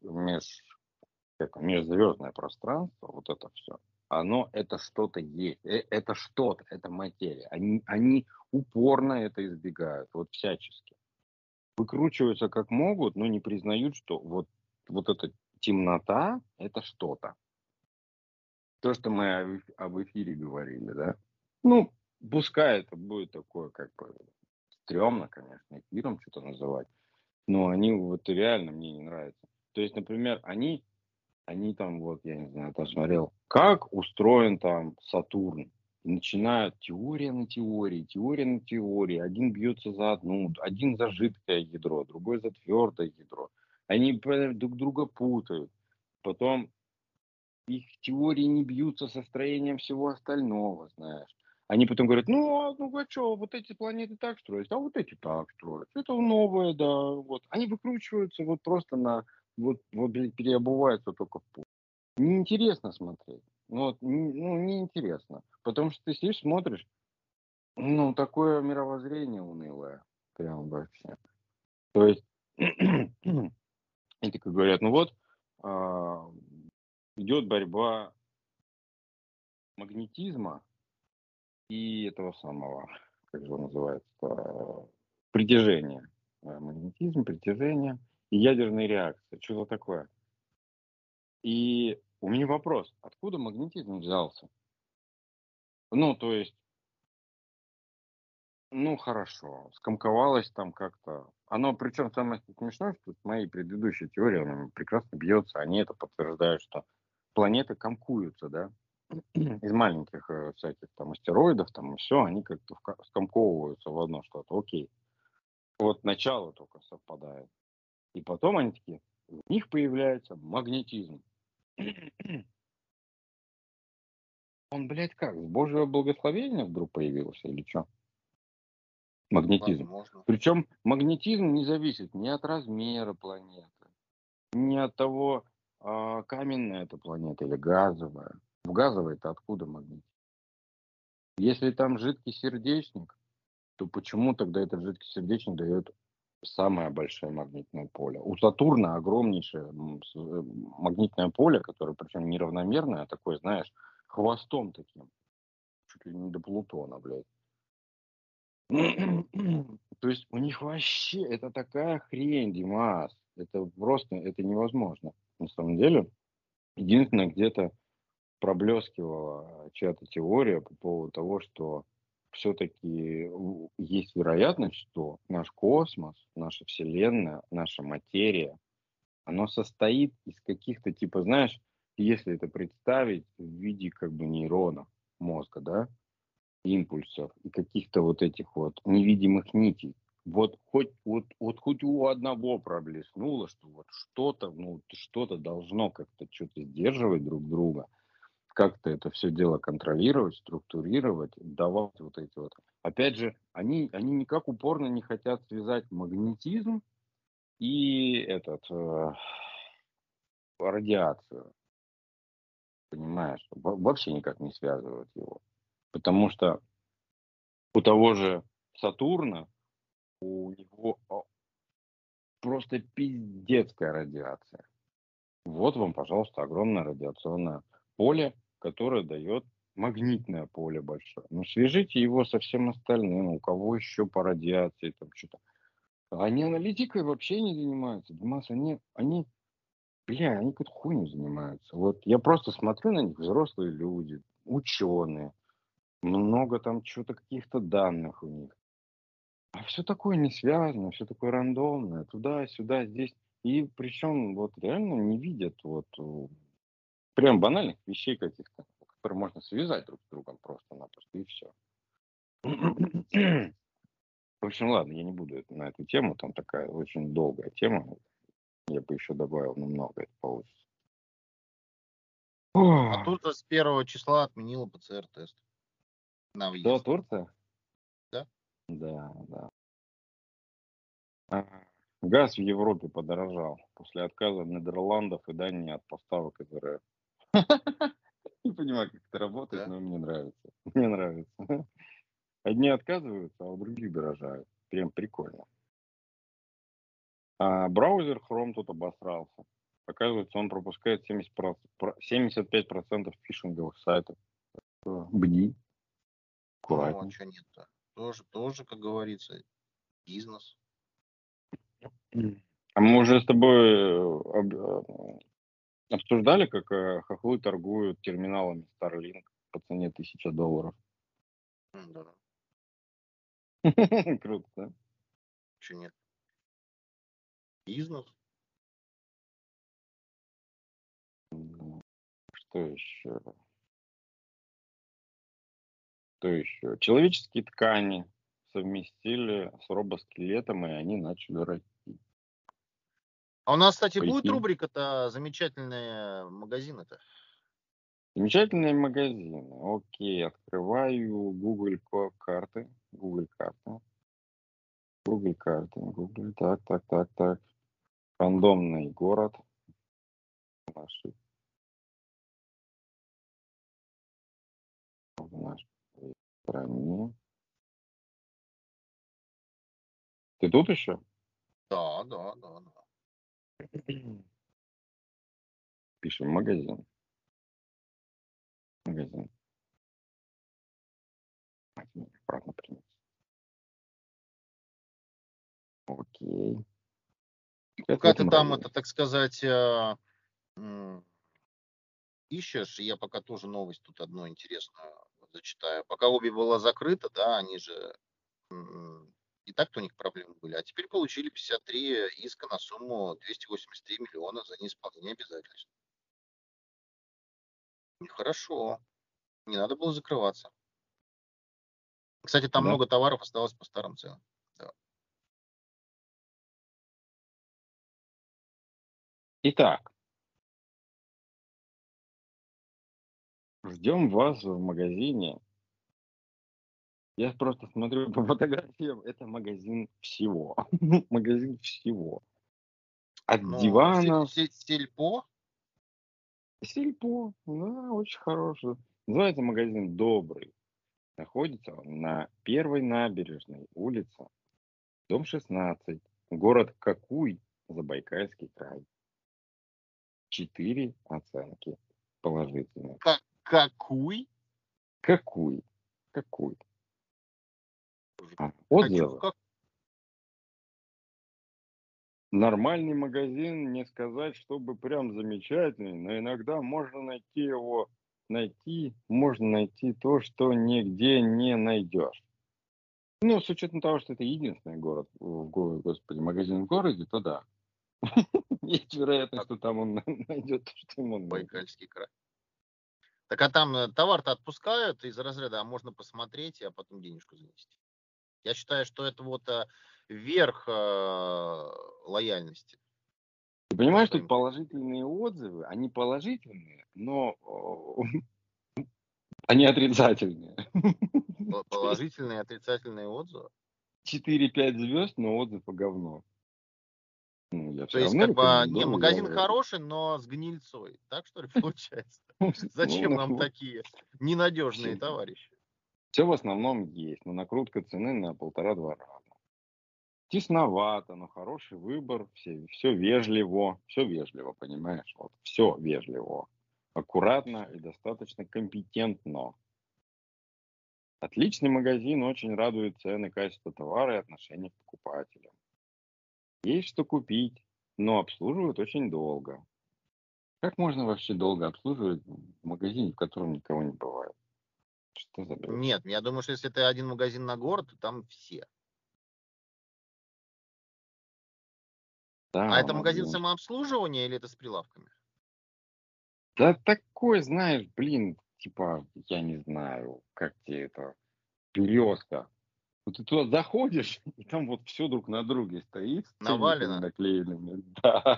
межзвездное пространство, вот это все, оно это что-то есть, это что-то, это материя. Они упорно это избегают, вот всячески. Выкручиваются как могут, но не признают, что вот эта темнота это что-то. То, что мы об эфире говорили, да? Ну, пускай это будет такое, как бы, стрёмно, конечно, эфиром что-то называть, но они вот реально мне не нравятся. То есть, например, они там, вот, я не знаю, там смотрел, как устроен там Сатурн. И начинают теория на теории. Один бьется за одну, один за жидкое ядро, другой за твердое ядро. Они друг друга путают. Потом их теории не бьются со строением всего остального, знаешь. Они потом говорят, а что, вот эти планеты так строятся, а вот эти так строятся. Это новое, да, вот. Они выкручиваются вот просто блин, переобуваются только в путь. Неинтересно смотреть. Неинтересно. Потому что ты сидишь, смотришь, такое мировоззрение унылое. Прям вообще. То есть, и так говорят, а, идет борьба магнетизма и этого самого, как же он называется, притяжения. Магнетизм, притяжение и ядерные реакции. Что за такое? И у меня вопрос, откуда магнетизм взялся? То есть, хорошо, скомковалось там как-то. Оно, причем самое смешное, что с моей предыдущей теорией оно прекрасно бьется. Они это подтверждают, что планеты комкуются, да, из маленьких всяких там астероидов, там и все, они как-то скомковываются в одно что-то. Окей. Вот начало только совпадает. И потом они такие, у них появляется магнетизм. Он, блядь, как, с Божьего благословения вдруг появился или что? Магнетизм. Возможно. Причем магнетизм не зависит ни от размера планеты, ни от того, каменная эта планета или газовая. В газовой-то откуда магнетизм? Если там жидкий сердечник, то почему тогда этот жидкий сердечник дает самое большое магнитное поле? У Сатурна огромнейшее магнитное поле, которое причем неравномерное, а такое, знаешь, хвостом таким, чуть ли не до Плутона, блядь. То есть у них вообще это такая хрень, Димас. Это просто, это невозможно. На самом деле, единственное, где-то проблескивала чья-то теория по поводу того, что все-таки есть вероятность, что наш космос, наша Вселенная, наша материя, оно состоит из каких-то, типа, знаешь, если это представить в виде как бы нейронов мозга, да, импульсов и каких-то вот этих вот невидимых нитей. Вот хоть у одного проблеснуло, что вот что-то, что-то должно как-то что-то сдерживать друг друга, как-то это все дело контролировать, структурировать, давать вот эти вот. Опять же, они никак упорно не хотят связать магнетизм и радиацию, понимаешь? Вообще никак не связывают его. Потому что у того же Сатурна, у него просто пиздецкая радиация. Вот вам, пожалуйста, огромное радиационное поле, которое дает магнитное поле большое. Свяжите его со всем остальным, у кого еще по радиации, там что-то. Они аналитикой вообще не занимаются. Димас, они какой-то хуйню занимаются. Вот я просто смотрю на них, взрослые люди, ученые, много там что-то, каких-то данных у них. А все такое не связано, все такое рандомное, туда-сюда, здесь. И причем вот реально не видят вот прям банальных вещей каких-то, которые можно связать друг с другом просто-напросто, и все. В общем, ладно, я не буду на эту тему, там такая очень долгая тема. Я бы еще добавил, но много это получится. А Турция с 1 числа отменила ПЦР-тест на Что, въезд. Турция? Да? Да, да. Газ в Европе подорожал после отказа Нидерландов и Дании от поставок из РФ. Не понимаю, как это работает, Да. но мне нравится. Мне нравится. Одни отказываются, а у других дорожают. Прям прикольно. А браузер Chrome тут обосрался. Оказывается, он пропускает 75% фишинговых сайтов. Бди, Ну, а аккуратней. что нет-то? Тоже, как говорится, бизнес. А мы уже с тобой обсуждали, как хохлы торгуют терминалами Starlink по цене $1000. Да. Круто, да? Что нет? Бизнес. Что еще? Что еще? Человеческие ткани совместили с робоскелетом, и они начали расти. А у нас, кстати, будет Прикинь. рубрика-то «Замечательные магазины»-то? Замечательные магазины. Окей, открываю Google карты. Google карты. Google карты. Google. Так. Рандомный город в нашей стране. Ты тут еще? Да. Пишем магазин. Магазин. Обратно принять. Окей. Пока ты там, это, так сказать, ищешь, я пока тоже новость тут одну интересную зачитаю. Пока обе была закрыта, да, они же и так-то у них проблемы были, а теперь получили 53 иска на сумму 283 миллиона за неисполнение обязательств. Хорошо, не надо было закрываться. Кстати, там Да? много товаров осталось по старым ценам. Да. Итак, ждем вас в магазине. Я просто смотрю по фотографиям, это магазин всего. Магазин всего. От Но диванов, сельпо, сельпо, да, очень хороший. Называется магазин «Добрый». Находится он на первой набережной улице, дом 16, город Какуй, Забайкальский край. 4 оценки положительные. какуй? Какуй? Какуй? Хочу Отзывы. как. Нормальный магазин, не сказать, чтобы прям замечательный, но иногда можно можно найти то, что нигде не найдешь. Ну, с учетом того, что это единственный магазин в городе, то да. Есть вероятность, что там он найдет то, что ему нужно. Байкальский край. Так а там товар-то отпускают из разряда, а можно посмотреть, а потом денежку занести. Я считаю, что это вот верх лояльности. Ты понимаешь, Своим тут положительные отзывы, они положительные, но они отрицательные. положительные и отрицательные отзывы. 4-5 звезд, но отзыв по говно. Ну, я То все есть, равно как бы, не, рекомендую. магазин хороший, но с гнильцой. Так что ли получается? Зачем нам такие ненадежные товарищи? Все в основном есть, но накрутка цены на 1,5-2 раза. Тесновато, но хороший выбор, все вежливо, понимаешь? Вот, все вежливо, аккуратно и достаточно компетентно. Отличный магазин, очень радует цены, качество товара и отношение к покупателям. Есть что купить, но обслуживают очень долго. Как можно вообще долго обслуживать в магазине, в котором никого не бывает? Что за бред? Нет, я думаю, что если это один магазин на город, то там все. А Да, это он магазин один. самообслуживания или это с прилавками? Да такой, знаешь, блин, типа, я не знаю, как тебе это, березка. Вот ты туда заходишь, и там вот все друг на друге стоит с ценниками Навалено? наклеенными. Да.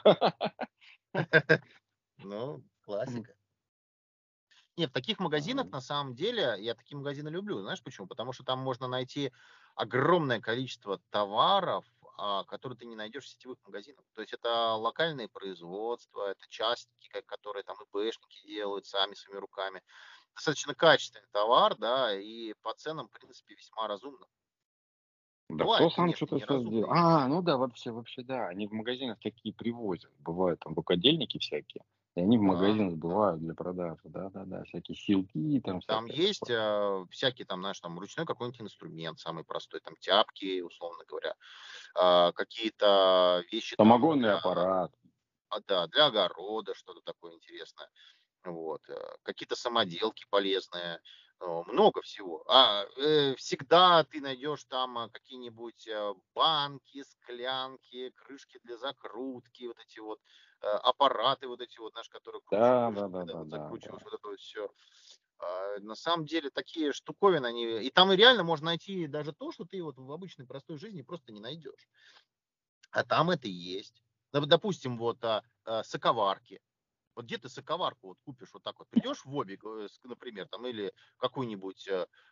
Ну, классика. Нет, в таких магазинах, Ага. на самом деле, я такие магазины люблю. Знаешь почему? Потому что там можно найти огромное количество товаров, которые ты не найдешь в сетевых магазинах. То есть это локальные производства, это частники, которые там ИПшники делают сами своими руками. Достаточно качественный товар, да, и по ценам, в принципе, весьма разумно. Да кто Бывает, сам конечно, что-то сделал? неразумные вещи. Ну да, вообще, да. Они в магазинах такие привозят. Бывают там рукодельники всякие. И они в Да, магазин да. сбывают для продажи. Да. Всякие силки, там Там всякое есть такое. всякие там, знаешь, там ручной какой-нибудь инструмент, самый простой, там тяпки, условно говоря, какие-то вещи там Самогонный для, аппарат. да, для огорода, что-то такое интересное. Вот. Какие-то самоделки полезные. Много всего. Всегда ты найдешь там какие-нибудь банки, склянки, крышки для закрутки, вот эти вот аппараты, вот эти вот, знаешь, которые Да, кружочки, да, да, когда да, вот да, да. закручиваешь, вот это вот все. На самом деле такие штуковины, они... И там и реально можно найти даже то, что ты вот в обычной простой жизни просто не найдешь. А там это и есть. Допустим, вот соковарки. Вот где ты соковарку вот купишь вот так вот, придешь в Обик, например, там, или какую-нибудь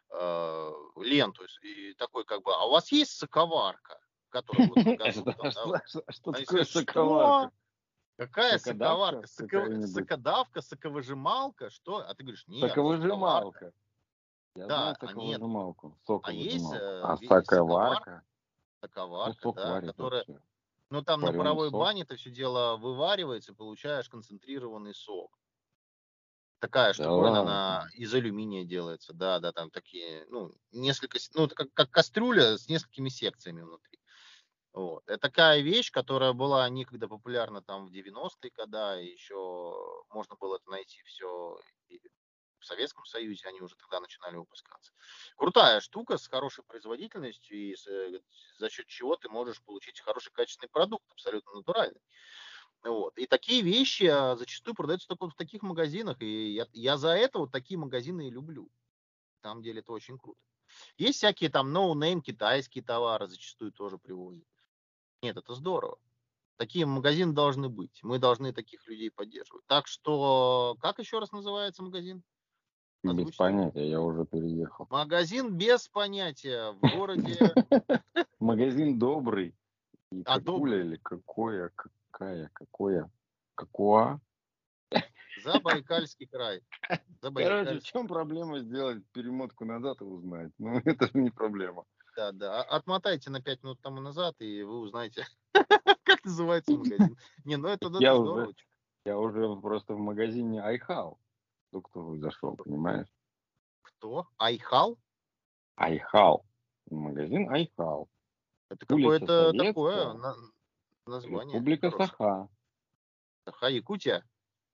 ленту, и такой как бы, а у вас есть соковарка, которая вот на газу там, да, вот. Что Они такое сказать, что? соковарка? Какая Сокодавка соковарка? какая-нибудь? Сокодавка, соковыжималка? Что? А ты говоришь, нет, соковарка. Соковыжималка. Я Да, знаю а нет. соковыжималку, А есть соковыжималку. А соковарка, соковарка? Кто соковарка, сок да, варит которая, вообще? ну там на Вареный паровой сок? бане это все дело вываривается, получаешь концентрированный сок. Такая Да штуковина, она ладно. из алюминия делается, да, да, там такие, ну, несколько, ну, это как кастрюля с несколькими секциями внутри. Вот. Это такая вещь, которая была некогда популярна там в 90-е годы, еще можно было это найти все в Советском Союзе, они уже тогда начинали выпускаться. Крутая штука с хорошей производительностью и за счет чего ты можешь получить хороший качественный продукт, абсолютно натуральный. Вот. И такие вещи зачастую продаются только вот в таких магазинах, и я за это вот такие магазины и люблю. На самом деле это очень круто. Есть всякие там ноунейм китайские товары, зачастую тоже привозят. Нет, это здорово. Такие магазины должны быть. Мы должны таких людей поддерживать. Так что, как еще раз называется магазин? Без Озвучьте его. понятия, я уже переехал. Магазин без понятия в городе Магазин добрый. И какуля Добрый. или какое, какое, какуа. Забайкальский край. Короче, в Забайкальский. чем проблема сделать перемотку назад и узнать? Ну, это же не проблема. Да, да. Отмотайте на 5 минут тому назад, и вы узнаете, как называется магазин. Не, ну это, Так ну это здорово. я уже просто в магазине Айхал. Только зашел, понимаешь? Кто? Айхал? Айхал. Магазин Айхал. Это Улица какое-то такое Советская, название Республика хорошее. Саха. Саха, Якутия?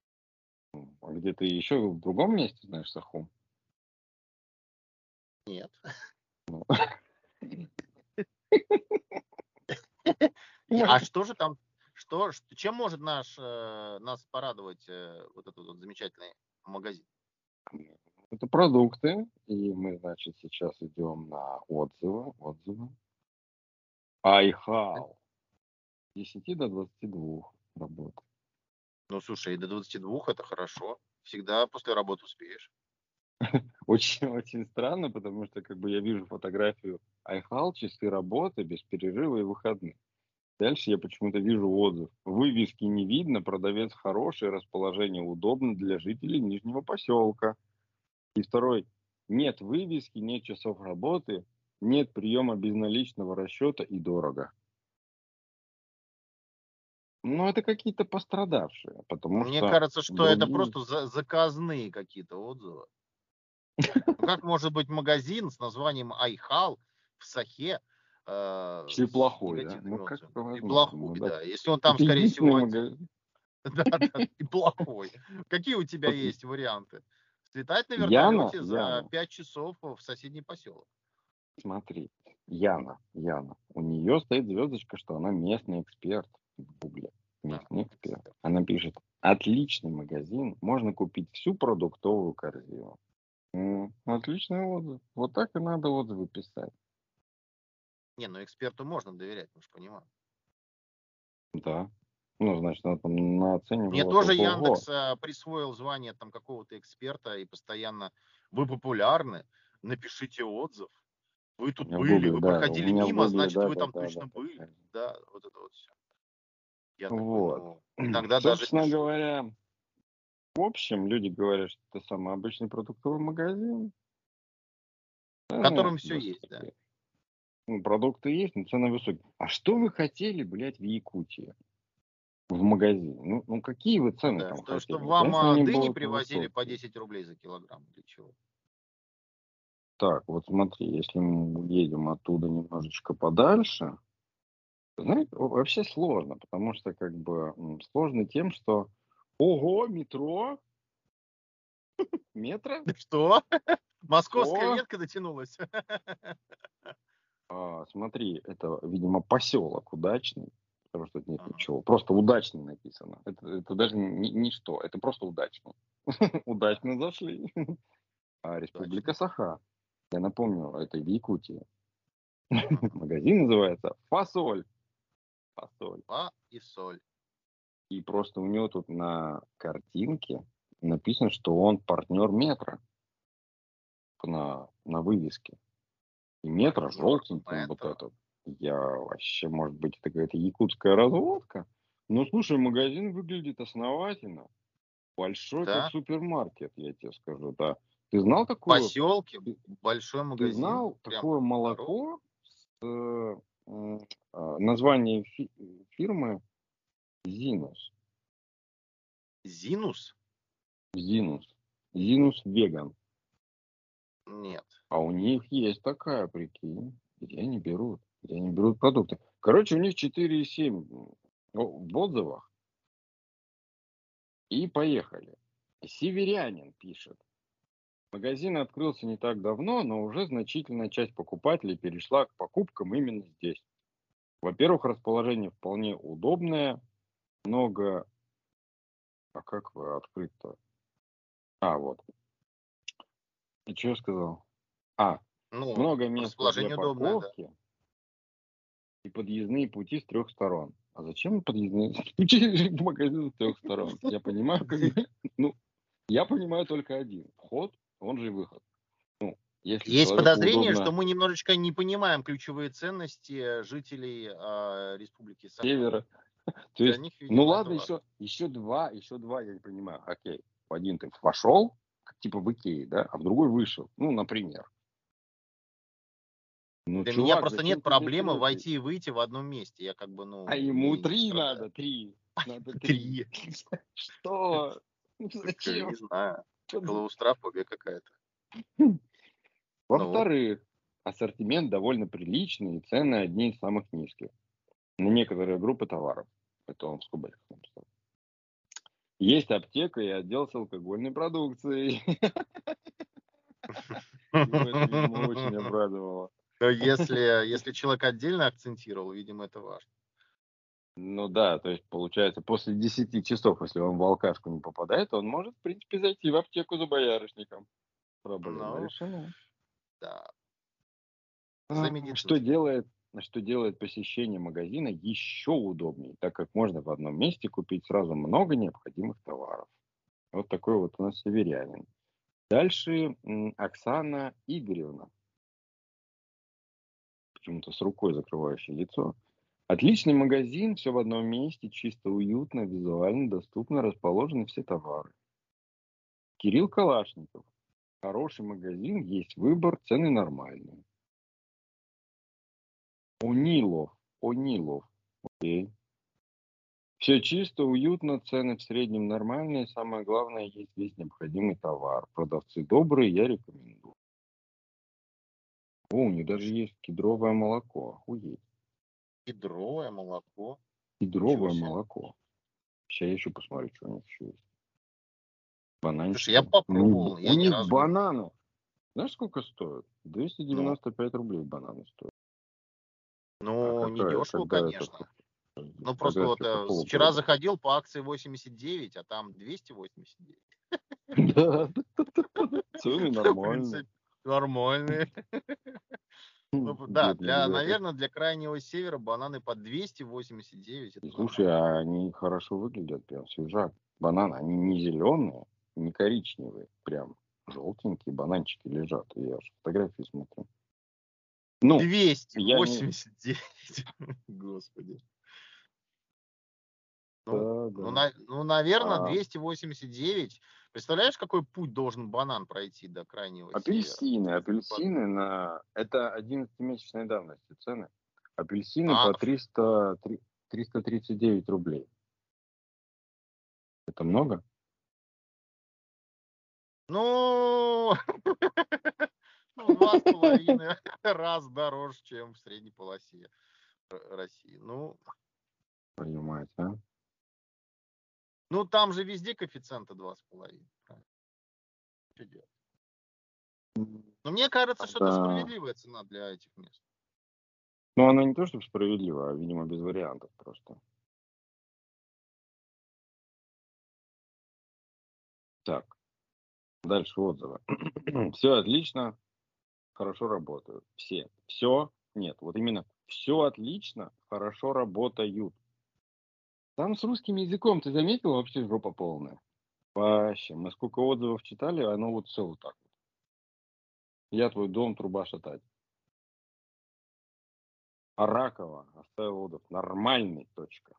А где ты еще в другом месте знаешь Саху? Нет. Ну, А что же там, чем может нас порадовать вот этот вот замечательный магазин? это продукты, и мы, значит, сейчас идем на отзывы. Айхал. С 10 до 22 работает. Ну, слушай, и до 22 это хорошо. Всегда после работы успеешь. Очень странно, потому что как бы я вижу фотографию Айхал, часы работы без перерыва и выходных. Дальше я почему-то вижу отзыв. Вывески не видно, продавец хороший, расположение удобно для жителей Нижнего поселка. И второй. Нет вывески, нет часов работы, нет приема безналичного расчета и дорого. Ну, это какие-то пострадавшие, потому Мне что кажется, что это другие... просто заказные какие-то отзывы. Ну, как может быть магазин с названием Айхал в Сахе Все с плохой, да? негативными Ну, как отзывами? это И возможно? Ну, плохой, да. да. Если он там, Это скорее единственный всего, один. магазин. Да, да, и плохой. Какие у тебя Вот есть варианты? Слетать на вертолете за Яна, 5 часов в соседний поселок. смотри, Яна. У нее стоит звездочка, что она местный эксперт в Гугле. А, Местный эксперт. эксперт. Она пишет, отличный магазин, можно купить всю продуктовую корзину. Отличный отзыв. Вот так и надо отзывы писать. Не, ну эксперту можно доверять, мы же понимаем. Да. Ну, значит, она там Мне наценивала тоже ого-го. Яндекс присвоил звание там какого-то эксперта и постоянно вы популярны, напишите отзыв. Вы У тут меня в были, Гугле, вы да, у проходили меня в мимо, Гугле, значит, да, вы да, там да, да, точно были. такая. Да, вот это вот все. Я такой, Вот. ну, иногда даже Собственно пишу. говоря, в общем, люди говорят, что это самый обычный продуктовый магазин. В Да, ну, котором все есть, да. господи. Ну, продукты есть, но цены высокие. А что вы хотели, блядь, в Якутии? В магазине? Ну, какие вы Ну цены да, там чтобы хотели? вам Конечно, они дыни будут привозили по высокие. 10 рублей за килограмм. Для чего? Так, вот смотри, если мы едем оттуда немножечко подальше, знаете, вообще сложно, потому что как бы сложно тем, что ого, метро, Что? Московская о, ветка дотянулась. смотри, это, видимо, поселок удачный, потому что тут нет Ага. ничего, просто удачный написано. Это даже не что, это просто удачный. Удачно зашли. Республика Саха. Я напомню, это в Якутии. Мгм. Магазин называется «Фасоль». Фасоль. Фа и соль. И просто у него тут на картинке написано, что он партнер Метро на вывеске. И Метро Партнер желтеньким вот Метро. этот. Я вообще, может быть, это какая-то якутская разводка. Ну, слушай, магазин выглядит основательно. Большой, как Да. супермаркет, я тебе скажу, да. Ты знал В такое? поселке Ты, большой ты магазин. знал Прям такое здоровый. молоко с названием фирмы Зинус? Зинус? Зинус. Зинус Веган. Нет. А у них есть такая, прикинь, где они берут продукты. Короче, у них 4,7 в отзывах. И поехали. Северянин пишет. Магазин открылся не так давно, но уже значительная часть покупателей перешла к покупкам именно здесь. Во-первых, расположение вполне удобное, много... А как вы открыть-то? Вот. И что я сказал? Ну, Много места для расположение удобное, да. парковки и подъездные пути с 3 сторон. А зачем подъездные пути к магазину с 3 сторон? Я понимаю, я понимаю только один. Вход, он же и выход. Если Есть человеку подозрение, удобно что мы немножечко не понимаем ключевые ценности жителей Республики Саха. севера, то Для есть, них, ну видимо, это ладно, важно. еще два я не понимаю. Окей, в один ты вошел, как типа в Икее, да, а в другой вышел. Ну, например. Ну, Для меня чувак, просто нет зачем тебе проблемы третий? войти и выйти в одном месте. Я как бы, А ему не три страдаю. надо, три. Надо три. 3. Что? Ну, Не зачем? знаю. Клаустрофобия какая-то. Ну, Во-вторых, ассортимент довольно приличный и цены одни из самых низких. На некоторые группы товаров. Это он в скобочках написал. Есть аптека и отдел с алкогольной продукцией. Его это, видимо, очень обрадовало. но если человек отдельно акцентировал, видимо, это важно. Ну да, то есть получается, после 10 часов, если он в алкашку не попадает, он может, в принципе, зайти в аптеку за боярышником. Проблема Ну, решена. да. За Что медицинским. делает посещение магазина еще удобнее, так как можно в одном месте купить сразу много необходимых товаров. Вот такой вот у нас северянин. Дальше Оксана Игоревна, почему-то с рукой закрывающей лицо. Отличный магазин, все в одном месте, чисто, уютно, визуально доступно, расположены все товары. Кирилл Калашников. Хороший магазин, есть выбор, цены нормальные. Онилов. Окей. Все чисто, уютно, цены в среднем нормальные. Самое главное, есть весь необходимый товар. Продавцы добрые, я рекомендую. У них даже есть кедровое молоко. Охуеть. Кедровое молоко. Ничего Кедровое себе. молоко. Сейчас я еще посмотрю, что у них еще есть. Слушай, я Бананчики. попробовал, У я ни них разу не... бананы. Знаешь, сколько стоят? Ну, 295 рублей бананы стоят. А не дешево, конечно. Ну, просто когда вот это какого вчера года? заходил по акции 89, а там 289. Да, цены В нормальные. принципе, нормальные. Ну, да, Бедные ребята. наверное, для крайнего севера бананы по 289 это И слушай, нормально. а они хорошо выглядят, прям свежак. Бананы, они не зеленые, не коричневые, прям желтенькие бананчики лежат. Я аж фотографии смотрю. Ну, я не... 289. Господи. Да, да. Наверное, А, 289. Представляешь, какой путь должен банан пройти до крайнего севера? Это 11-месячной давности цены. Апельсины А, по 339 рублей. Это много? ну, в 2,5 раз дороже, чем в средней полосе России. Понимаете, а? Там же везде коэффициенты 2,5. Правильно. Что делать? Но мне кажется, что это Да. справедливая цена для этих мест. Ну, она не то, чтобы справедлива, а, видимо, без вариантов просто. Так. Дальше отзывы. Все отлично, хорошо работают. Все. Все. Нет, вот именно все отлично, хорошо работают. Там с русским языком, ты заметил, вообще жопа полная. Вообще, мы сколько отзывов читали, оно вот все вот так вот. Я твой дом, труба шатать. Аракова оставил отзыв. Нормальный, точка.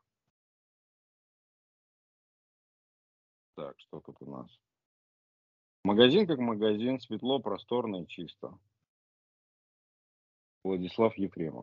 Так, что тут у нас? Магазин как магазин, светло, просторно и чисто. Владислав Ефремов.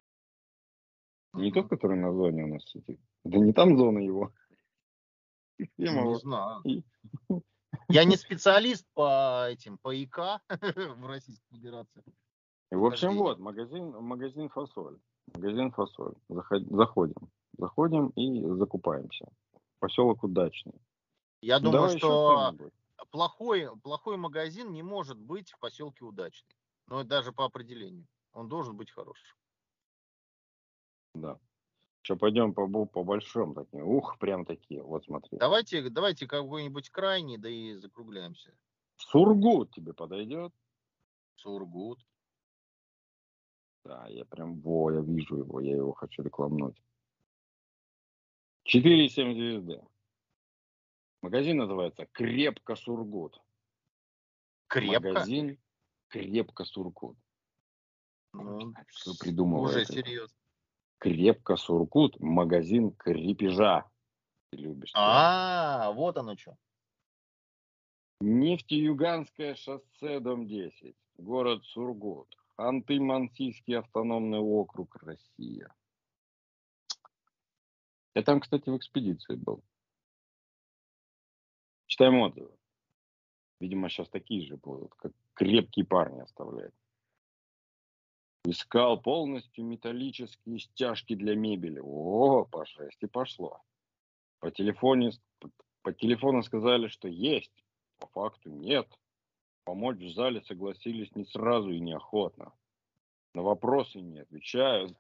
Не тот, который на зоне у нас сидит. Да не там зона его. Не Ефремова. знаю. И- Я не специалист по ИК в Российской Федерации. В общем, вот, магазин фасоль. Магазин фасоль. Заходим и закупаемся. Поселок Удачный. Я Ну, думаю, давай еще что что-нибудь. плохой магазин не может быть в поселке Удачный. Но даже по определению. Он должен быть хороший. Да. Что, пойдем по большим таким. Ух, прям такие. Вот смотри. Давайте какой-нибудь крайний, да и закругляемся. Сургут тебе подойдет? Сургут. Да, я вижу его, я его хочу рекламнуть. 4,7 звезды. Магазин называется Крепко Сургут. Крепко? Магазин Крепко Сургут. Ну, Кто придумывает уже это? серьезно. Крепко Сургут, магазин крепежа. Ты любишь. Вот оно что. Нефтеюганское шоссе, дом 10. Город Сургут. Ханты-Мансийский автономный округ, Россия. Я там, кстати, в экспедиции был. Читаем отзывы. Видимо, сейчас такие же будут, как крепкие парни оставляют. Искал полностью металлические стяжки для мебели. О, по жести пошло. По телефону сказали, что есть. По факту нет. Помочь в зале согласились не сразу и неохотно. На вопросы не отвечают.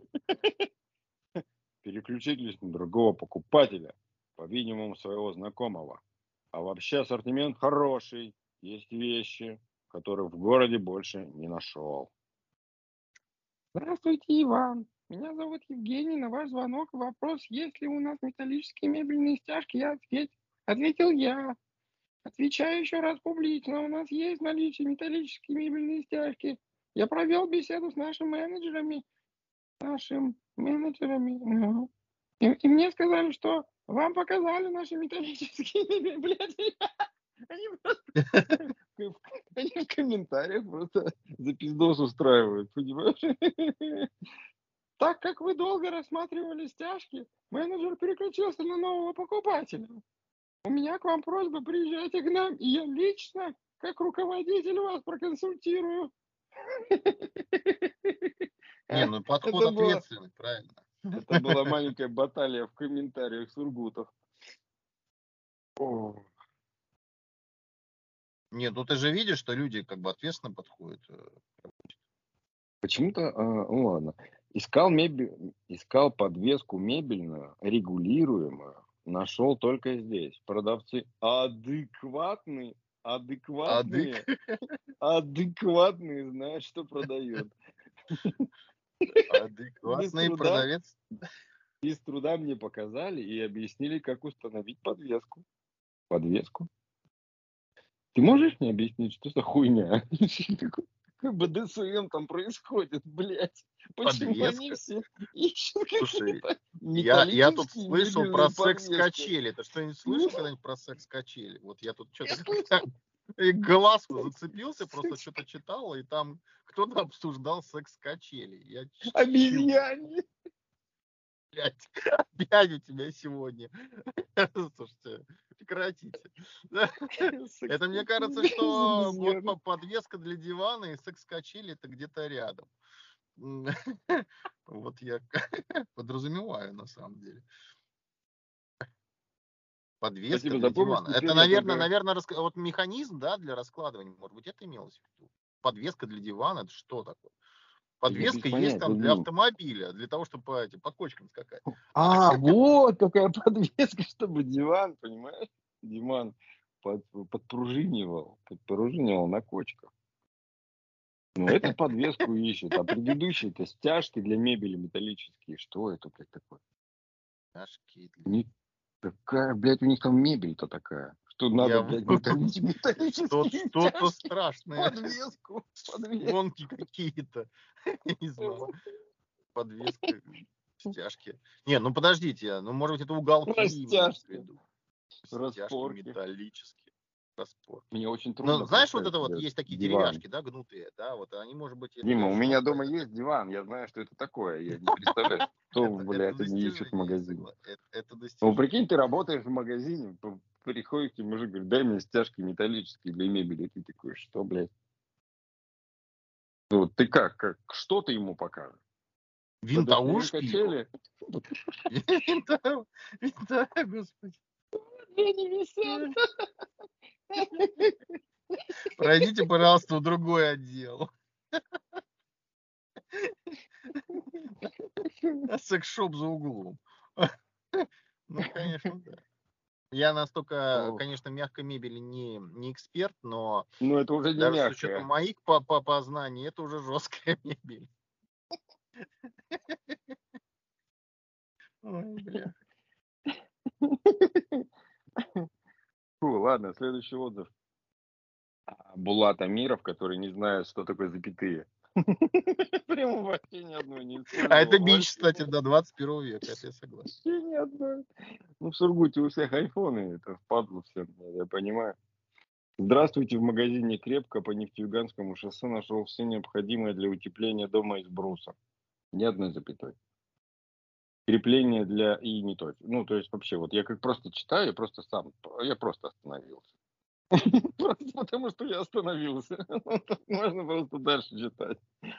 Переключились на другого покупателя, по-видимому, своего знакомого. А вообще ассортимент хороший. Есть вещи, которых в городе больше не нашел. Здравствуйте, Иван. Меня зовут Евгений. На ваш звонок вопрос, есть ли у нас металлические мебельные стяжки, ответил я. Отвечаю еще раз публично. У нас есть в наличии металлические мебельные стяжки. Я провел беседу с нашими менеджерами. Ага. И мне сказали, что вам показали наши металлические мебельные, блядь. Они в комментариях просто за пиздос устраивают, понимаешь? Так как вы долго рассматривали стяжки, менеджер переключился на нового покупателя. У меня к вам просьба, приезжайте к нам, и я лично, как руководитель, вас проконсультирую. Не, ну подход ответственный, правильно. Это была маленькая баталия в комментариях Сургутов. Нет, ну ты же видишь, что люди как бы ответственно подходят. Почему-то, ну ладно, искал подвеску мебельную, регулируемую, нашел только здесь. Продавцы адекватные, знают, что продают. Адекватный продавец. Без труда мне показали и объяснили, как установить подвеску. Ты можешь мне объяснить, что за хуйня? Как БДСМ там происходит, блядь? Почему Подвеска. они все ищут какие-то Я тут металлические слышал про мебельные подвески? секс-качели. Ты что-нибудь слышал когда-нибудь про секс-качели? Вот я тут что-то глазку зацепился, просто что-то читал, и там кто-то обсуждал секс-качели. Обезьяне. Блядь, опять у тебя сегодня. Слушайте, прекратите. Это мне кажется, что вот подвеска для дивана и секс-качели это где-то рядом. Вот я подразумеваю на самом деле. Подвеска для дивана. Это, наверное, вот механизм, да, для раскладывания. Может быть, это имелось в виду. Подвеска для дивана, это что такое? Подвеска есть там для автомобиля, для того, чтобы по кочкам скакать. Вот какая подвеска, чтобы диван, понимаешь? Диван. подпружинивал на кочках. Ну, это подвеску ищет, а предыдущие-то стяжки для мебели металлические. Что это, блядь, такое? Стяжки Какая, блядь, у них там мебель-то такая? Что надо, блядь, металлические Что-то стяжки, страшное. подвеску. Гонки какие-то. Я не знаю. Подвеска, стяжки. Не, ну подождите, ну может быть это уголки имеется в виду. Стяжки металлические. Распорки. Мне очень трудно. Ну, знаешь, вот это вот есть такие деревяшки, да, гнутые, да, вот они, может быть, это Дима, я у жжён, меня дома да, есть диван, я знаю, что это такое, я не представляю, что, блядь, они ищут в магазине. Это Ну, достижение. прикинь, ты работаешь в магазине, приходит тебе мужик, говорит, дай мне стяжки металлические для мебели, ты такой, что, блядь? Ну, ты как, что ты ему покажешь? Винтовушки? Качели? Винта, господи. Они висят. Пройдите, пожалуйста, в другой отдел. А секс-шоп за углом. Ну, конечно, да. Я настолько, конечно, мягкой мебели не эксперт, но ну, это уже не даже мягкая. с учетом моих познаний, это уже жесткая мебель. Ой, бля. Фу, ладно, следующий отзыв. Булат Амиров, который не знает, что такое запятые. Прямо вообще ни одной не использовал. А это бич, кстати, до 21 века, это я согласен. Вообще ни одной. Ну, в Сургуте у всех айфоны, это впадло всем, я понимаю. Здравствуйте, в магазине «Крепко» по Нефтеюганскому шоссе нашел все необходимое для утепления дома из бруса. Ни одной запятой. Крепление для и не точно. Ну, то есть вообще, вот я как просто читаю, я просто остановился. Просто потому, что я остановился. Можно просто дальше читать.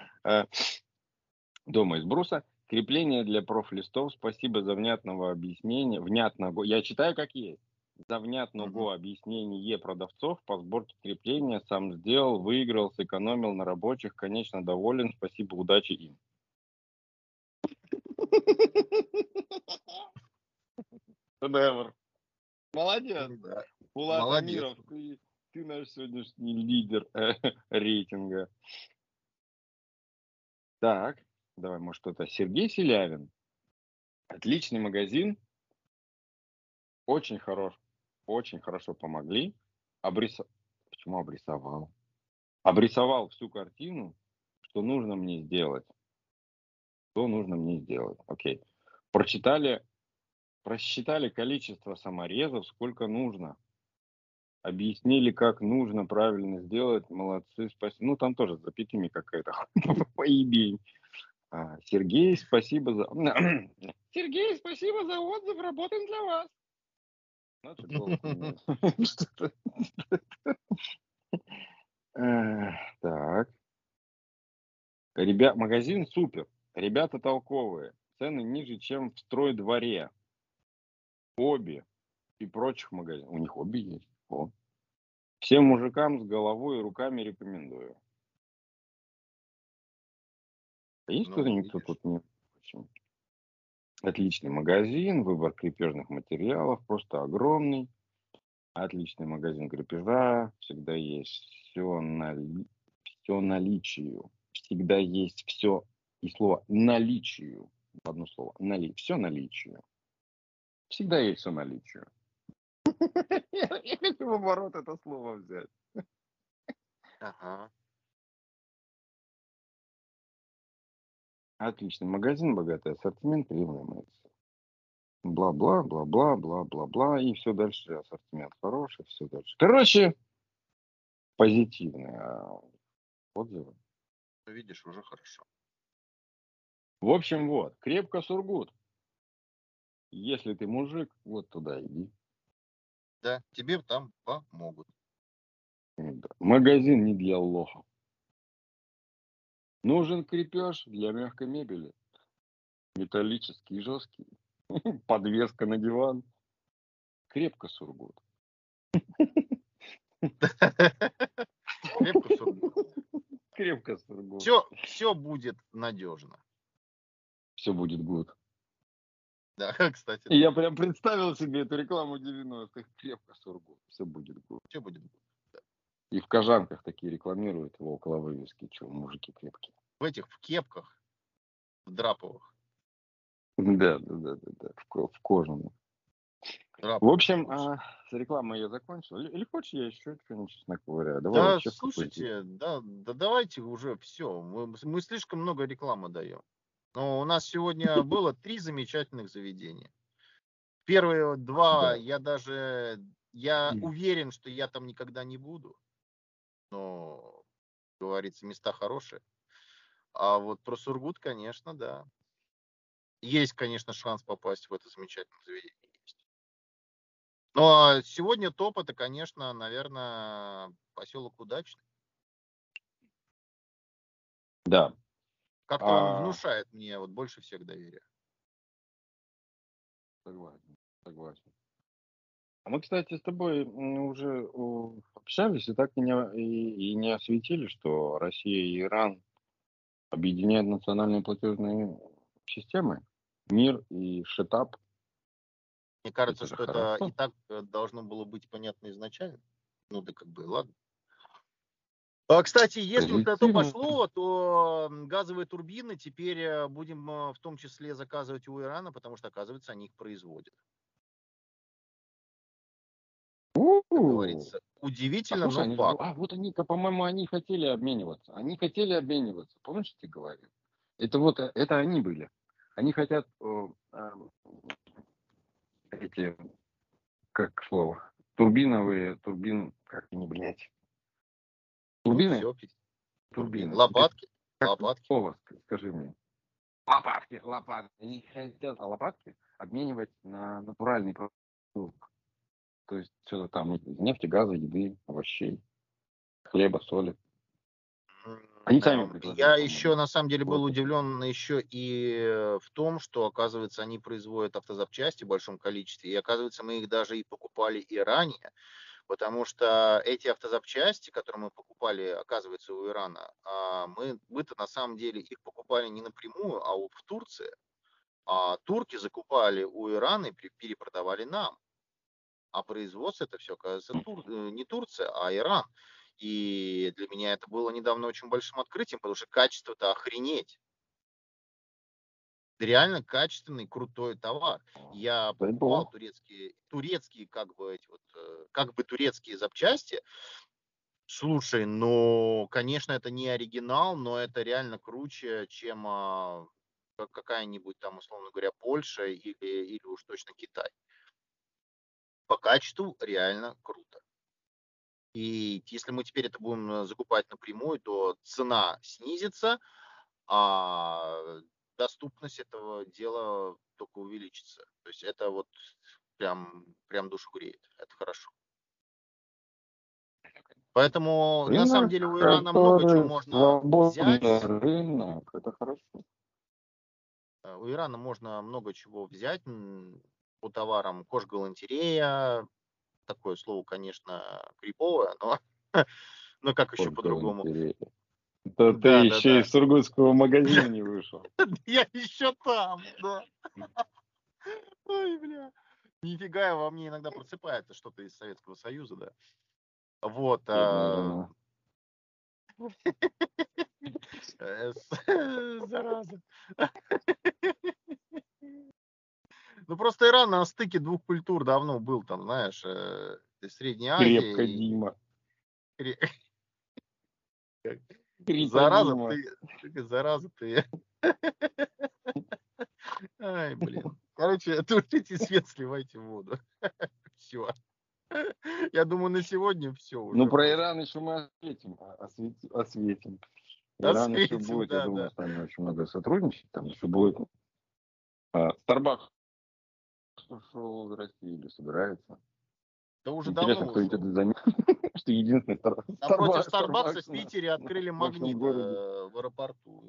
Дома из бруса. Крепление для профлистов. Спасибо за внятного объяснения. Я читаю как есть. За внятного объяснение продавцов по сборке крепления. Сам сделал, выиграл, сэкономил на рабочих. Конечно, доволен. Спасибо, удачи им. Шедевр. Молодец. Булат Амиров, ты наш сегодняшний лидер рейтинга. Так, давай, может, кто-то. Сергей Селявин. Отличный магазин. Очень хорош. Очень хорошо помогли. Почему обрисовал? Обрисовал всю картину, что нужно мне сделать. Что нужно мне сделать. Окей. Просчитали количество саморезов, сколько нужно. Объяснили, как нужно правильно сделать. Молодцы, спасибо. Ну, там тоже с запятыми какая-то поебень. Сергей, спасибо за... Сергей, спасибо за отзыв. Работаем для вас. Значит, голос так. Магазин супер. Ребята толковые. Цены ниже, чем в Стройдворе. Обе и прочих магазинов. У них обе есть. О. Всем мужикам с головой и руками рекомендую. Есть кто-то, никто тут не... Отличный магазин, выбор крепежных материалов просто огромный. Отличный магазин крепежа. Всегда есть все наличию. Всегда есть все. И слово наличию. Одно слово. Все наличию. Всегда есть все наличию. Я хочу в оборот это слово взять. Ага. Отличный магазин, богатый ассортимент, приемлемый. Бла-бла, бла-бла, бла-бла-бла. И все дальше. Ассортимент хороший, все дальше. Короче, позитивные отзывы. Видишь, уже хорошо. В общем, вот. Крепко, Сургут. Если ты мужик, вот туда иди. Да, тебе там помогут. Да. Магазин не для лохов. Нужен крепеж для мягкой мебели. Металлический, жесткий. Подвеска на диван. Крепко, Сургут. Крепко, Сургут. Крепко, Сургут. Все будет надежно. Все будет good. Да, кстати, И да. я прям представил себе эту рекламу 90-х. Крепко Сургут. Все будет гуд. Все будет. Да. И в кожанках такие рекламируют его около вывески. Че, мужики крепкие. В этих, в кепках, в драповых. Да. В кожаном. В Драповых общем, лучше. с рекламой я закончил. Или хочешь я еще что-нибудь, честно говоря? Давай Да, вообще в какой-то... слушайте, да давайте уже все. Мы слишком много рекламы даем. Но у нас сегодня было 3 замечательных заведения. Первые 2 Да. я уверен, что я там никогда не буду. Но, как говорится, места хорошие. А вот про Сургут, конечно, да. Есть, конечно, шанс попасть в это замечательное заведение. Есть. Но сегодня топ это, конечно, наверное, поселок Удачный. Да. Как-то он А, внушает мне вот больше всех доверия. согласен. А мы, кстати, с тобой уже общались и так и не осветили, что Россия и Иран объединяют национальные платежные системы. МИР и ШИТАП. Мне Это кажется, же что это и хорошо. так должно было быть понятно изначально. Ну да как бы, ладно. Кстати, если уж на то Позитивно. пошло, то газовые турбины теперь будем в том числе заказывать у Ирана, потому что, оказывается, они их производят. Как У-у-у. говорится, А удивительно, слушай, но факт. вот они-ка, по-моему, они хотели обмениваться. Они хотели обмениваться. Помнишь, я тебе говорил? Это вот, это они были. Они хотят эти, как слово, как они, блядь, Ну турбины? все, турбины. Турбины. Лопатки. Как Лопатки. слово, скажи мне. Лопатки. Они хотят лопатки обменивать на натуральный продукт. То есть что-то там нефти, газа, еды, овощей, хлеба, соли. Они сами предложили, Я по-моему. еще на самом деле был Вот. удивлен еще и в том, что, оказывается, они производят автозапчасти в большом количестве, и, оказывается, мы их даже и покупали и ранее, потому что эти автозапчасти, которые мы покупали, оказывается, у Ирана, мы-то на самом деле их покупали не напрямую, а в Турции, а турки закупали у Ирана и перепродавали нам. А производство это все, оказывается, не Турция, а Иран. И для меня это было недавно очень большим открытием, потому что качество-то охренеть. Это реально качественный, крутой товар. Я Дай покупал бог. турецкие как бы эти вот, как бы турецкие запчасти. Слушай, ну, конечно, это не оригинал, но это реально круче, чем какая-нибудь там, условно говоря, Польша или уж точно Китай. По качеству реально круто. И если мы теперь это будем закупать напрямую, то цена снизится, а доступность этого дела только увеличится. То есть это вот прям душу греет. Это хорошо. Поэтому на самом Рынок, деле у Ирана много чего который можно свободный взять. рынок, это хорошо. У Ирана можно много чего взять по товарам кожгалантерея. Такое слово, конечно, криповое, но, но как еще по-другому. Интересно. Это ты Да, да, еще да. из сургутского магазина не вышел. Я еще там, да. Ой, бля. Нифига, во мне иногда просыпается что-то из Советского Союза, да. Вот. Бедная жена. Зараза. Ну, просто Иран на стыке двух культур давно был, там, знаешь, Средней Крепко, Азии и... Дима. Крепко, Зараза Дима. ты, зараза ты. Ай, блин. Короче, тушите свет, сливайте воду. Все. Я думаю, на сегодня все Ну, уже про просто. Иран еще мы осветим. Иран еще Осветим, будет, я да, думаю, да. с нами очень много сотрудничать. Там еще будет Starbucks ушел из России или собирается. Да уже Интересно, давно кто-нибудь ушел. это заметил, что единственный Напротив Старбакса Starbucks в Питере открыли во всем магнит городе. в аэропорту.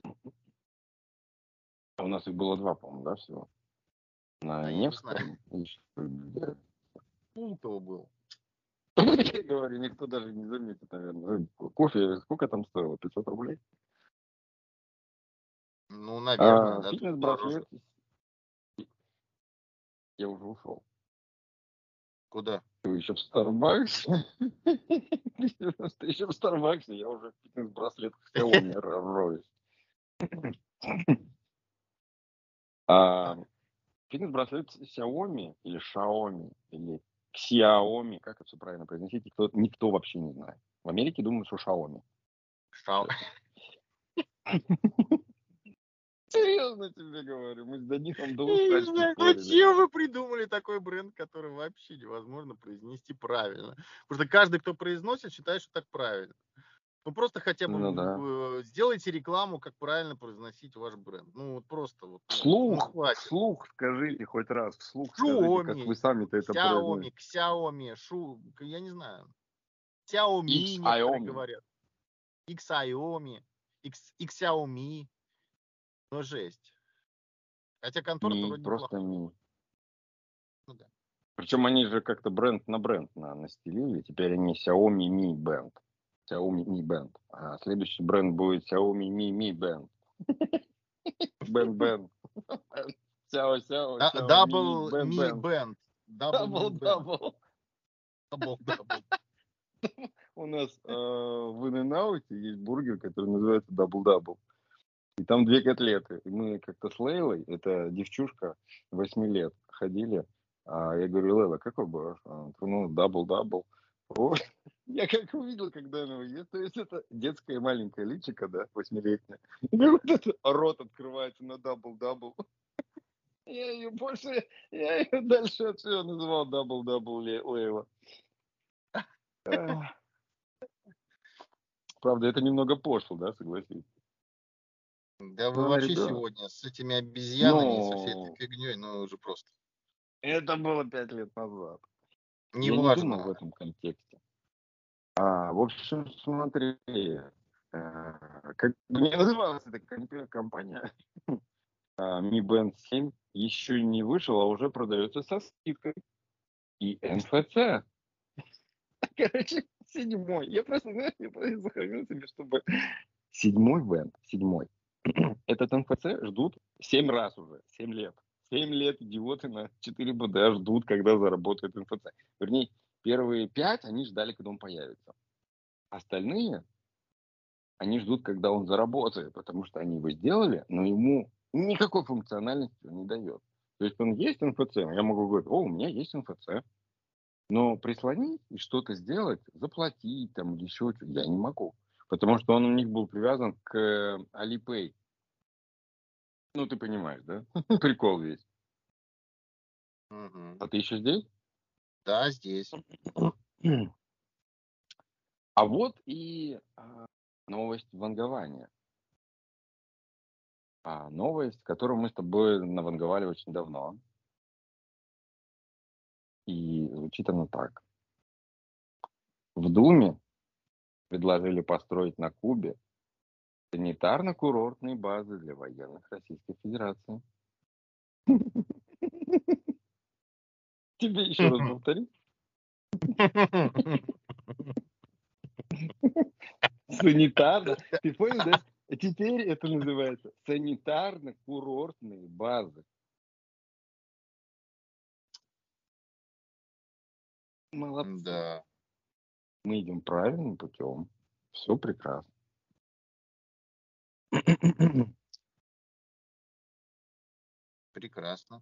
А у нас их было два, по-моему, да, всего? На А я не знаю, Невском. Пулково был. Я говорю, никто даже не заметит, наверное. Кофе сколько там стоило? 500 рублей? Ну, наверное, да, тут дороже. Фитнес-браслет Я уже ушел. Куда? Ты еще в Старбаксе? Ты еще в Старбаксе, я уже в фитнес-браслетах Xiaomi роюсь. А фитнес-браслет Xiaomi или Xiaomi или Xiaomi, как это все правильно произносить, никто вообще не знает. В Америке думают, что Xiaomi. Шау. Серьезно тебе говорю, мы с Данисом до Я не усрачки знаю, спорили. зачем вы придумали такой бренд, который вообще невозможно произнести правильно. Потому что каждый, кто произносит, считает, что так правильно. Ну просто хотя бы Ну да. сделайте рекламу, как правильно произносить ваш бренд. Ну вот просто вот, ну хватит. Вслух скажите хоть раз, вслух скажите, как Xiaomi, вы сами-то это произносите. Xiaomi, я не знаю. Xiaomi некоторые Xiaomi. говорят. Xiaomi, Xiaomi. Ну жесть. Хотя контора-то вроде Просто неплохая. Ми. Ну да. Причем они же как-то бренд на бренд настелили. Теперь они Xiaomi Mi Band. Xiaomi Mi Band. А следующий бренд будет Xiaomi Mi Band. Band. Xiaomi Double Mi Band. Band. Double Mi Band. Double. У нас в In-N-Out есть бургер, который называется Double. И там 2 котлеты. И мы как-то с Лейлой, это девчушка 8 лет, ходили. Я говорю, Лейла, какой будешь? Она говорит, дабл. Я как увидел, когда она ест, то есть это детское маленькое личико, да, 8-летнее. И вот это рот открывается на дабл. Я ее дальше от всего называл дабл Лейла. Правда, это немного пошло, да, согласись? Да вы Ну, вообще ребят, сегодня с этими обезьянами и со всей этой ну, фигней, ну уже просто. это было 5 лет назад. Я не думал в Неважно. этом контексте. В общем, смотри, как бы не называлась эта компания, Mi Band 7 еще не вышел, а уже продается со скидкой. И НФЦ. Короче, 7-й. Я просто, знаешь, сохранил себе, чтобы... 7-й Band, 7-й. Этот НФЦ ждут 7 раз уже, 7 лет. 7 лет идиоты на 4 БД ждут, когда заработает НФЦ. Вернее, первые 5 они ждали, когда он появится. Остальные, они ждут, когда он заработает, потому что они его сделали, но ему никакой функциональности он не дает. То есть он есть НФЦ, я могу говорить, у меня есть НФЦ. Но прислонить и что-то сделать, заплатить там или еще что-то, я не могу. Потому что он у них был привязан к Alipay. Ну, ты понимаешь, да? Прикол весь. Мгм. А ты еще здесь? Да, здесь. А вот и новость вангования. Новость, которую мы с тобой наванговали очень давно. И звучит она так. В Думе предложили построить на Кубе санитарно-курортные базы для военных Российской Федерации. Тебе еще раз повторить? Санитарно. Ты понял, да? Теперь это называется санитарно-курортные базы. Молодцы. Да. Мы идем правильным путем. Все прекрасно. Прекрасно.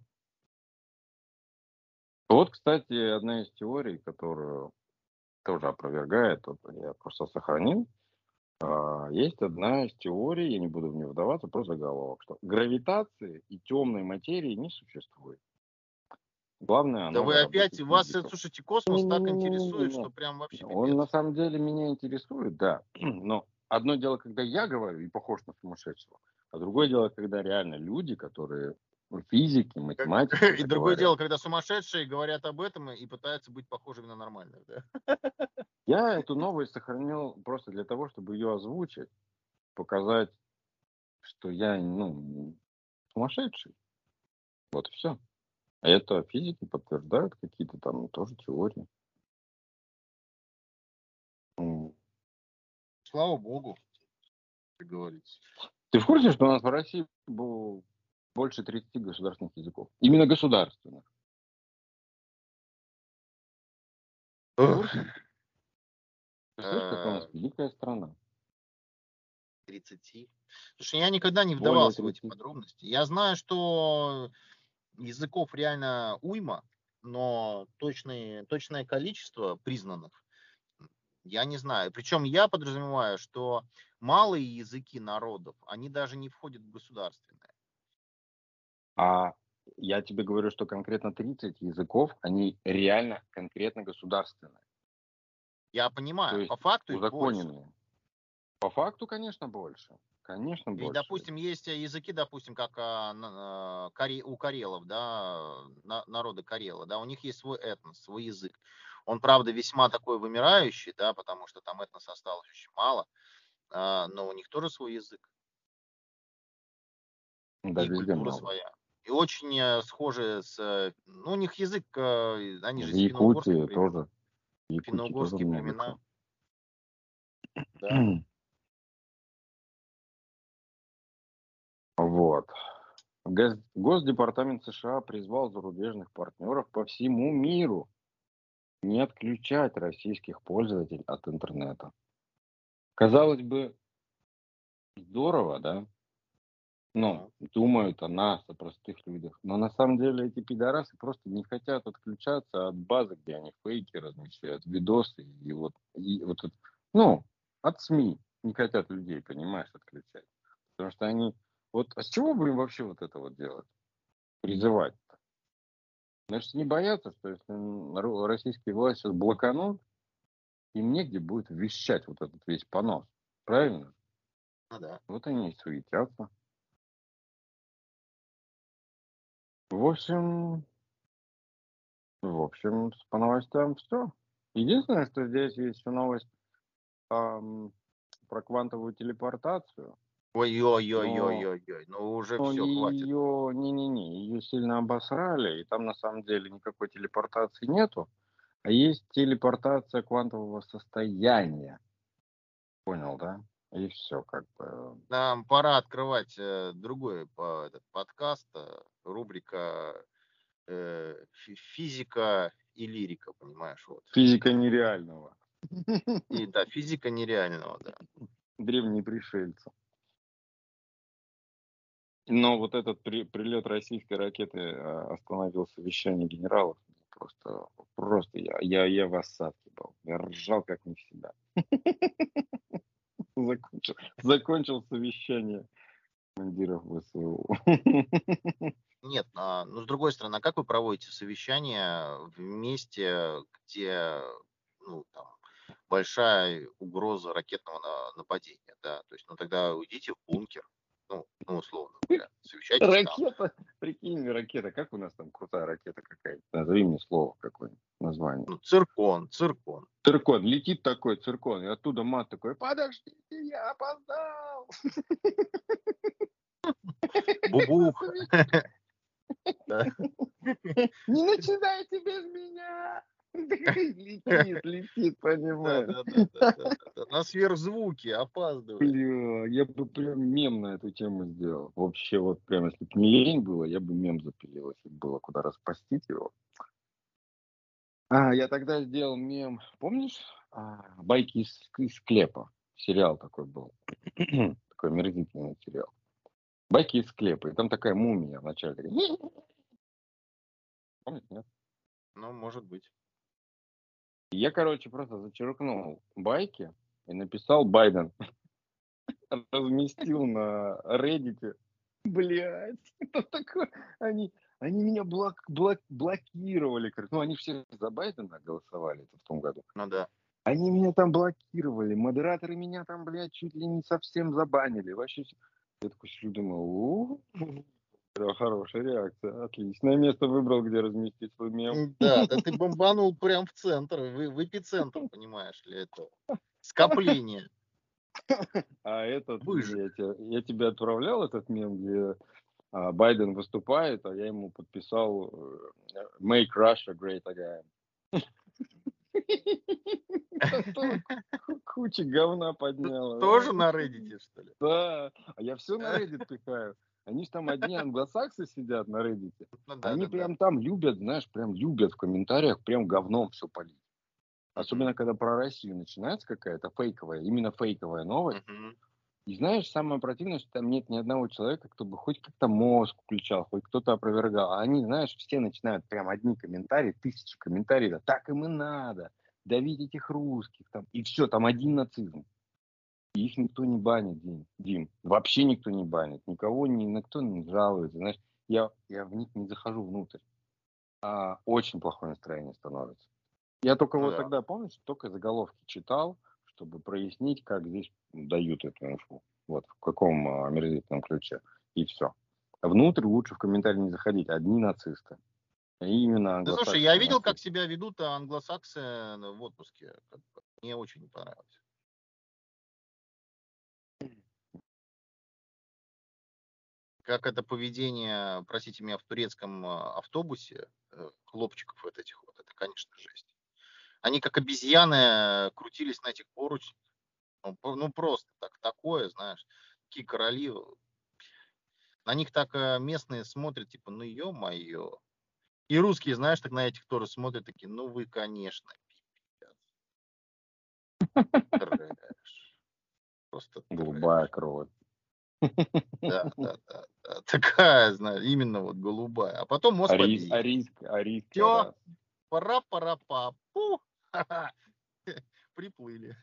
Вот, кстати, одна из теорий, которую тоже опровергает, вот я просто сохранил. Есть одна из теорий, я не буду в нее вдаваться, про заголовок, что гравитации и темной материи не существует. Главное, Да вы новая работа опять, вас, физиков. слушайте, космос так интересует, Не-не-не-не-не. что прям вообще Он на пипец. самом деле меня интересует, да. Но одно дело, когда я говорю и похож на сумасшедшего, а другое дело, когда реально люди, которые физики, математики, И это другое говорят. дело, когда сумасшедшие говорят об этом и пытаются быть похожими на нормальных, да? Я эту новость сохранил просто для того, чтобы ее озвучить, показать, что я, сумасшедший. Вот и все. А это физики подтверждают какие-то там тоже теории. М. Слава богу, как говорится. Ты в курсе, что у нас в России было больше 30 государственных языков? Именно государственных. Курс? Эх, Ты слышишь, какая у нас э, великая страна? 30. Слушай, я никогда не Более вдавался в эти 30. подробности. Я знаю, что языков реально уйма, но точное количество признанных я не знаю. Причем я подразумеваю, что малые языки народов, они даже не входят в государственные. А я тебе говорю, что конкретно 30 языков, они реально конкретно государственные. Я То понимаю, есть по факту их больше. узаконенные. По факту, конечно, больше. Конечно, Ведь, больше. допустим, есть языки, допустим, как у карелов, да, народа Карела, да, у них есть свой этнос, свой язык. Он, правда, весьма такой вымирающий, да, потому что там этноса осталось очень мало, но у них тоже свой язык Да, и везде культура много. своя. И очень схожи ну, у них язык, они же В из финно-угорских Якутии племен, тоже. В Якутии тоже финно-угорские много племена, чего. да. Вот. Госдепартамент США призвал зарубежных партнеров по всему миру не отключать российских пользователей от интернета. Казалось бы, здорово, да? Ну, Ну, думают о нас, о простых людях. Но на самом деле эти пидорасы просто не хотят отключаться от базы, где они фейки размещают, видосы и вот ну, от СМИ не хотят людей, понимаешь, отключать. Потому что они, вот, а с чего бы им вообще вот это вот делать? Призывать? Значит, не боятся, что если российские власти сейчас блоканут, им негде будет вещать вот этот весь понос. Правильно? ну да. Вот они и суетятся. В общем, по новостям все. Единственное, что здесь есть еще новость про квантовую телепортацию, но, Ой-ой-ой-ой-ой-ой, ну уже но все, хватит. ее, не-не-не, ее сильно обосрали, и там на самом деле никакой телепортации нету, а есть телепортация квантового состояния. Понял, да? И все, как бы. Нам пора открывать другой этот подкаст, рубрика физика и лирика, понимаешь, вот. Физика нереального. И да, физика нереального, да. Древние пришельцы. Но вот этот прилет российской ракеты остановил совещание генералов. Просто я в осадке был. Я ржал как не в себя. Закончил совещание командиров ВСУ. Нет, ну с другой стороны, а как вы проводите совещание в месте, где ну, там, большая угроза ракетного нападения, да? То есть, ну тогда уйдите в бункер, ну условно говоря, совещайтесь там. Ракета, прикинь, ракета. Как у нас там крутая ракета какая-то? Назови мне слово какое-нибудь, название. Ну, циркон. Циркон, летит такой циркон, и оттуда мат такой: подождите, я опоздал. Бубух. Да. Не начинайте без меня. Летит, Да, понимаешь. да, да, да, да, да, да. На сверхзвуки опаздывает. Бля, я бы прям мем на эту тему сделал. Вообще, вот прям, если бы не лень было, я бы мем запилил, если бы было куда распостить его. Я тогда сделал мем, помнишь, «Байки из склепа»? Сериал такой был. Такой омерзительный сериал. «Байки из склепа». И там такая мумия вначале такая. Помнишь, нет? Ну, может быть. Я, короче, просто зачеркнул байки и написал Байден. Разместил на Reddit. Блять, это такое. Они меня блокировали. Ну, они все за Байдена голосовали в том году. Ну да. Они меня там блокировали. Модераторы меня там, блядь, чуть ли не совсем забанили. Вообще, я такой сижу, думаю, да, хорошая реакция. Отличное место выбрал, где разместить свой мем. Да, да ты бомбанул прям в центр, в эпицентр, понимаешь ли, это скопление. А этот, Выжиг. я тебе отправлял этот мем, где Байден выступает, а я ему подписал «Make Russia Great Again». Там тоже куча говна подняла. Тоже на Reddit, что ли? Да, а я все на Reddit пихаю. Они ж там одни англосаксы сидят на Reddit. Ну да, Они да, да. прям там любят, знаешь, прям любят в комментариях прям говном все полить. Особенно, когда про Россию начинается какая-то фейковая, именно фейковая новость. Мгм. И знаешь, самое противное, что там нет ни одного человека, кто бы хоть как-то мозг включал, хоть кто-то опровергал. А они, знаешь, все начинают прям одни комментарии, тысячи комментариев, да, так им и надо, давить этих русских, там, и все, там один нацизм. И их никто не банит, Дим. Вообще никто не банит, никого, никто не жалуется, знаешь. Я в них не захожу внутрь. А очень плохое настроение становится. Я только Ну вот да. тогда, помнишь, только заголовки читал, чтобы прояснить, как здесь дают эту инфу. Вот, в каком омерзительном ключе. И все. Внутрь лучше в комментарии не заходить. Одни нацисты. И именно Да слушай, я англосаксские видел, как нацисты. себя ведут англосаксы в отпуске. Как бы. Мне очень не понравилось. Как это поведение, простите меня, в турецком автобусе, хлопчиков вот этих вот, это, конечно, жесть. Они как обезьяны крутились на этих поручнях. Ну, просто так, такое, знаешь, такие короли. На них так местные смотрят, типа, ну ё-моё. И русские, знаешь, так на этих тоже смотрят, такие, ну вы, конечно, пипец, трэш. Просто Голубая трэш. кровь. Да, да, да, да. Такая, знаешь, именно вот голубая. А потом мост победы. Арийская Все, раса. пора-пора-па. Приплыли.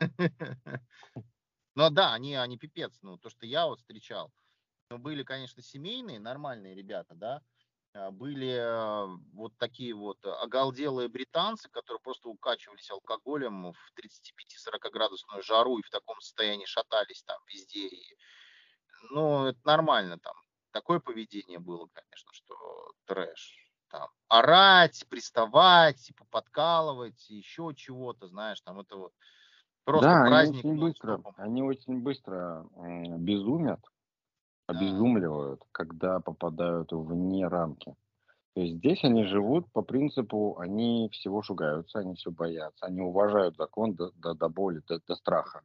Ну да, они пипец. Ну, то, что я вот встречал. Ну, были, конечно, семейные, нормальные ребята, да. Были вот такие вот оголделые британцы, которые просто укачивались алкоголем в 35-40 градусную жару и в таком состоянии шатались там везде. И, ну, это нормально там. Такое поведение было, конечно, что трэш. Там орать, приставать, типа подкалывать, еще чего-то, знаешь, там это вот просто Да, праздник нон-стопом. они очень быстро безумят, Да, обезумливают, когда попадают вне рамки. То есть здесь они да, да. живут по принципу, они всего шугаются, они все боятся, они уважают закон до боли, до страха.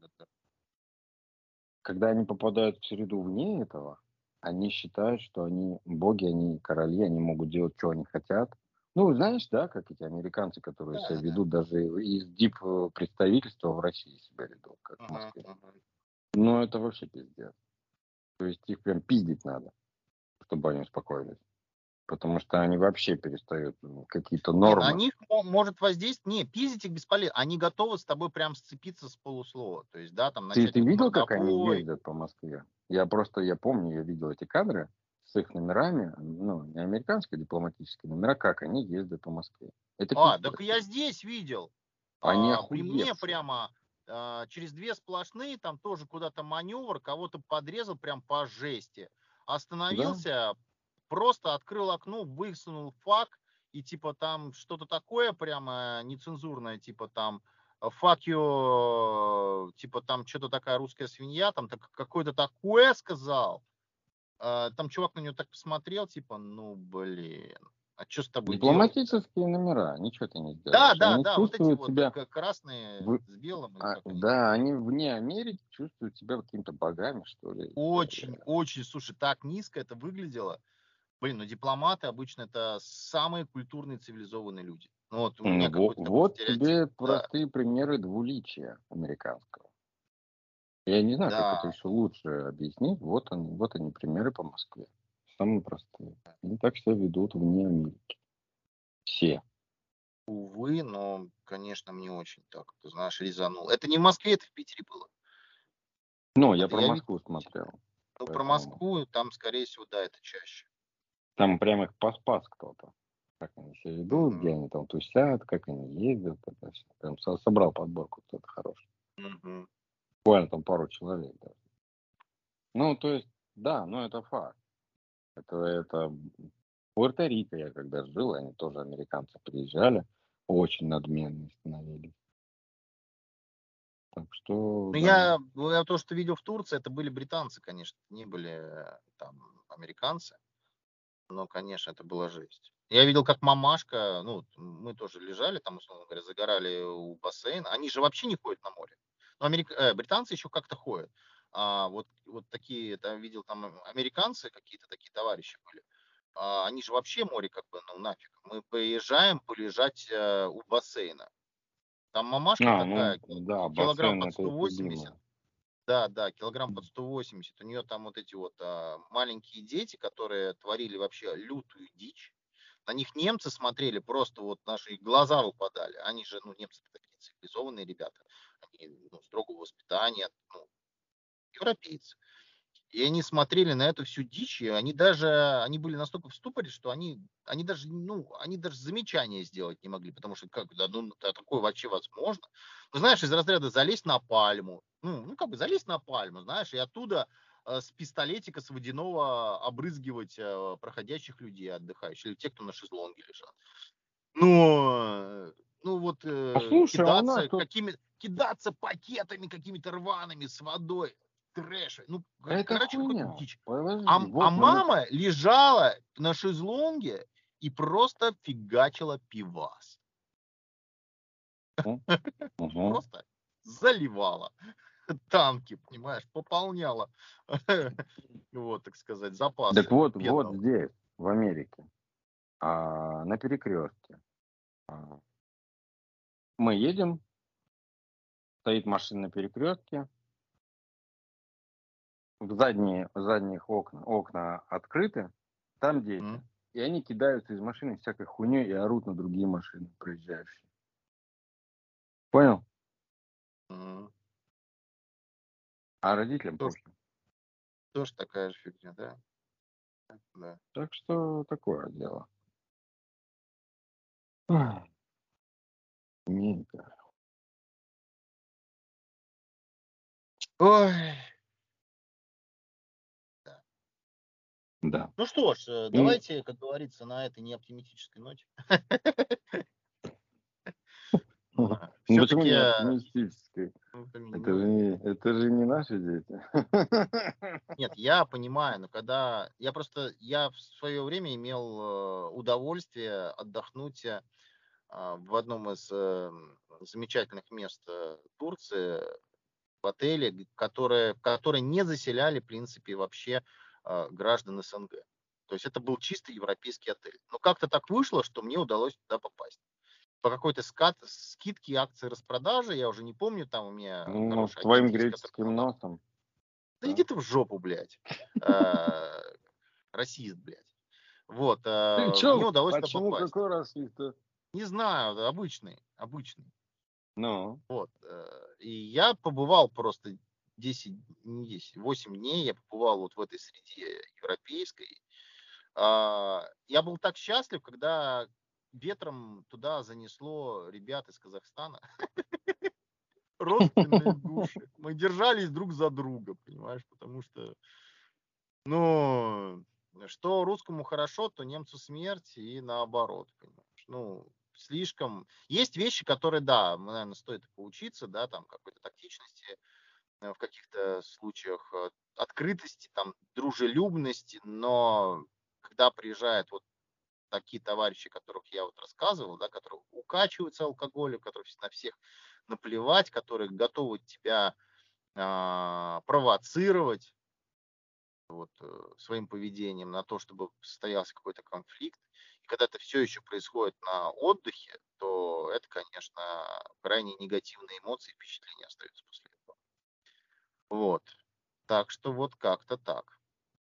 Когда они попадают в среду вне этого, они считают, что они боги, они короли, они могут делать, что они хотят. Ну, знаешь, да, как эти американцы, которые себя Да, да. ведут, даже из дип представительства в России себя ведут, как в Мгм, Москве. мгм. Но это вообще пиздец. То есть их прям пиздить надо, чтобы они успокоились. Потому что они вообще перестают какие-то Не, на нормы. них может воздействовать. Не, пиздить их бесполезно. Они готовы с тобой прям сцепиться с полуслова. То есть, да, там начать Ты какой-то видел, как они мордобой. ездят по Москве? Я помню, я видел эти кадры с их номерами, ну, не американские дипломатические номера, как они ездят по Москве. Это Так пиздец. я здесь видел. Они При мне охуевшие. прямо через две сплошные, там тоже куда-то маневр, кого-то подрезал прям по жести. Да, Остановился, просто открыл окно, высунул фак, и типа там что-то такое прямо нецензурное, типа там fuck you, типа там что-то такая русская свинья, там так, какое-то такое сказал. Там чувак на него так посмотрел, типа, ну блин, а что с тобой делать-то? дипломатические номера, ничего ты не Да, сделаешь. да, Они да, вот эти чувствуют вот себя, красные в- с белым, или как они там. да, они вне Америки чувствуют себя какими-то богами, что ли. Очень, очень, слушай, так низко это выглядело. Блин, ну дипломаты обычно это самые культурные, цивилизованные люди. Ну вот у Ну, меня какой-то такой вот стереотип. тебе Да, простые примеры двуличия американского. Я не знаю, как это да, еще лучше объяснить. Вот они примеры по Москве. Самые простые. Они так себя ведут вне Америки. Все. увы, но, конечно, мне очень так, ты знаешь, резанул. Это не в Москве, это в Питере было. Но я Это про я видел Москву в Питере. смотрел. Ну, про Поэтому Москву, там, скорее всего, да, это чаще. там прям их поспас кто-то. Как они себя ведут, где Мгм, они там тусят, как они ездят. Это всё. Прям собрал подборку кто-то хороший. мгм. Буквально там пару человек даже. Ну, то есть, да, но это факт. Это в Пуэрто-Рико я когда жил, они тоже американцы приезжали, очень надменные становились. Так что, Ну, да. я то, что видел в Турции, это были британцы, конечно, не были там американцы, но, конечно, это была жесть. Я видел, как мамашка, ну, вот мы тоже лежали там, условно говоря, загорали у бассейна. Они же вообще не ходят на море. Но британцы еще как-то ходят. Вот такие, там видел, там американцы какие-то такие товарищи были. Они же вообще море как бы, ну, нафиг. Мы поезжаем полежать у бассейна. Там мамашка Ну, такая, да, килограмм бассейн под это их 180. любимое. Да, килограмм под 180. У нее там вот эти вот маленькие дети, которые творили вообще лютую дичь. На них немцы смотрели, просто вот наши глаза выпадали. Они же, ну, немцы такие цивилизованные ребята. Они, ну, строгого воспитания, ну, европейцы. И они смотрели на эту всю дичь, и они были настолько в ступоре, что они даже замечания сделать не могли, потому что как, да, такое вообще возможно. Ну, знаешь, из разряда залезть на пальму, как бы залезть на пальму, знаешь, и оттуда с пистолетика с водяного обрызгивать проходящих людей отдыхающих, или тех, кто на шезлонге лежат. Ну, ну вот Слушай, а у нас тут кидаться пакетами какими-то рваными с водой, трэш. Ну, это короче, какой-то хуйня. дичь. Подожди, А вот мама лежала на шезлонге и просто фигачила пивас. Мгм. Просто заливала танки, понимаешь, пополняла, вот, так сказать, Так запасы вот бедного. здесь, в Америке, на перекрестке. Мы едем, стоит машина на перекрестке, задних окна открыты, там дети. М, И они кидаются из машины всякой хуйней и орут на другие машины проезжающие. Понял? м. А родителям Тоже, похер. тоже такая же фигня, да? Да. Так что такое дело. Ах, Америка. Ой. Да. Да. Ну что ж, И, давайте, как говорится, на этой неоптимистической ноте. ну почему Все-таки не оптимистической? Это же не наши дети. нет, я понимаю, но когда я в свое время имел удовольствие отдохнуть в одном из замечательных мест Турции, в отеле, которые не заселяли, в принципе, вообще граждан СНГ. То есть это был чисто европейский отель. Но как-то так вышло, что мне удалось туда попасть. По какой-то скидке, акции, распродажи, я уже не помню, там у меня Ну, хороший твоим агент есть, который греческим помогал. носом. Да Да. иди ты в жопу, блядь. Э, Расист, блядь. Вот, Ты мне чё? удалось туда Почему попасть. какой расист-то? Не знаю, да, обычный. Ну, Вот. И я побывал просто 10, не 10, 8 дней, я побывал вот в этой среде европейской. Я был так счастлив, когда ветром туда занесло ребят из Казахстана, родственные души. Мы держались друг за друга, понимаешь, потому что, ну, что русскому хорошо, то немцу смерть и наоборот, понимаешь. Ну, слишком... Есть вещи, которые, да, наверное, стоит поучиться, да, там какой-то тактичности, в каких-то случаях открытости, там, дружелюбности, но когда приезжают вот такие товарищи, которых я вот рассказывал, да, которые укачиваются алкоголем, которые на всех наплевать, которые готовы тебя провоцировать вот, своим поведением на то, чтобы состоялся какой-то конфликт. И когда это все еще происходит на отдыхе, то это, конечно, крайне негативные эмоции и впечатления остаются после этого. Вот. Так что вот как-то так.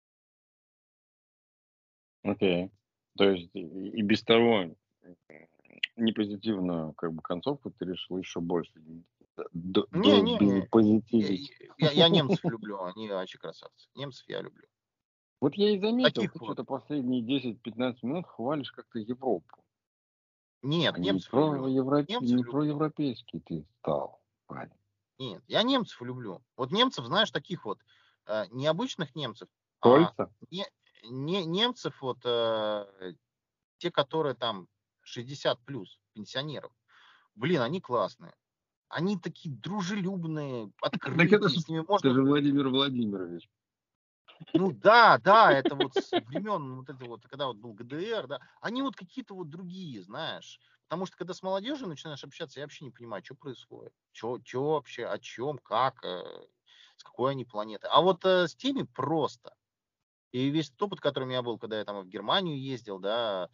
окей. То есть и без того непозитивную как бы концовку ты решил еще больше Не-не, позитивить. я немцев люблю, они вообще красавцы. Немцев я люблю. Вот я и заметил, Таких ты вот. что-то последние 10-15 минут хвалишь как-то Европу. Нет, А немцев люблю. Немцев не про люблю. европейский ты стал, парень. Нет, я немцев люблю. Вот немцев, знаешь, таких вот необычных немцев, а Кольца? не, немцев вот те, которые там 60 плюс, пенсионеров. Блин, они классные. Они такие дружелюбные, Так это открытые, же, с ними это можно... же Владимир Владимирович. Ну да, это вот с времен вот это вот, когда вот был ГДР, да, они вот какие-то вот другие, знаешь. Потому что когда с молодежью начинаешь общаться, я вообще не понимаю, что происходит, что вообще, о чем, как, с какой они планеты. А вот с теми просто. И весь тот опыт, которым я был, когда я там в Германию ездил, да,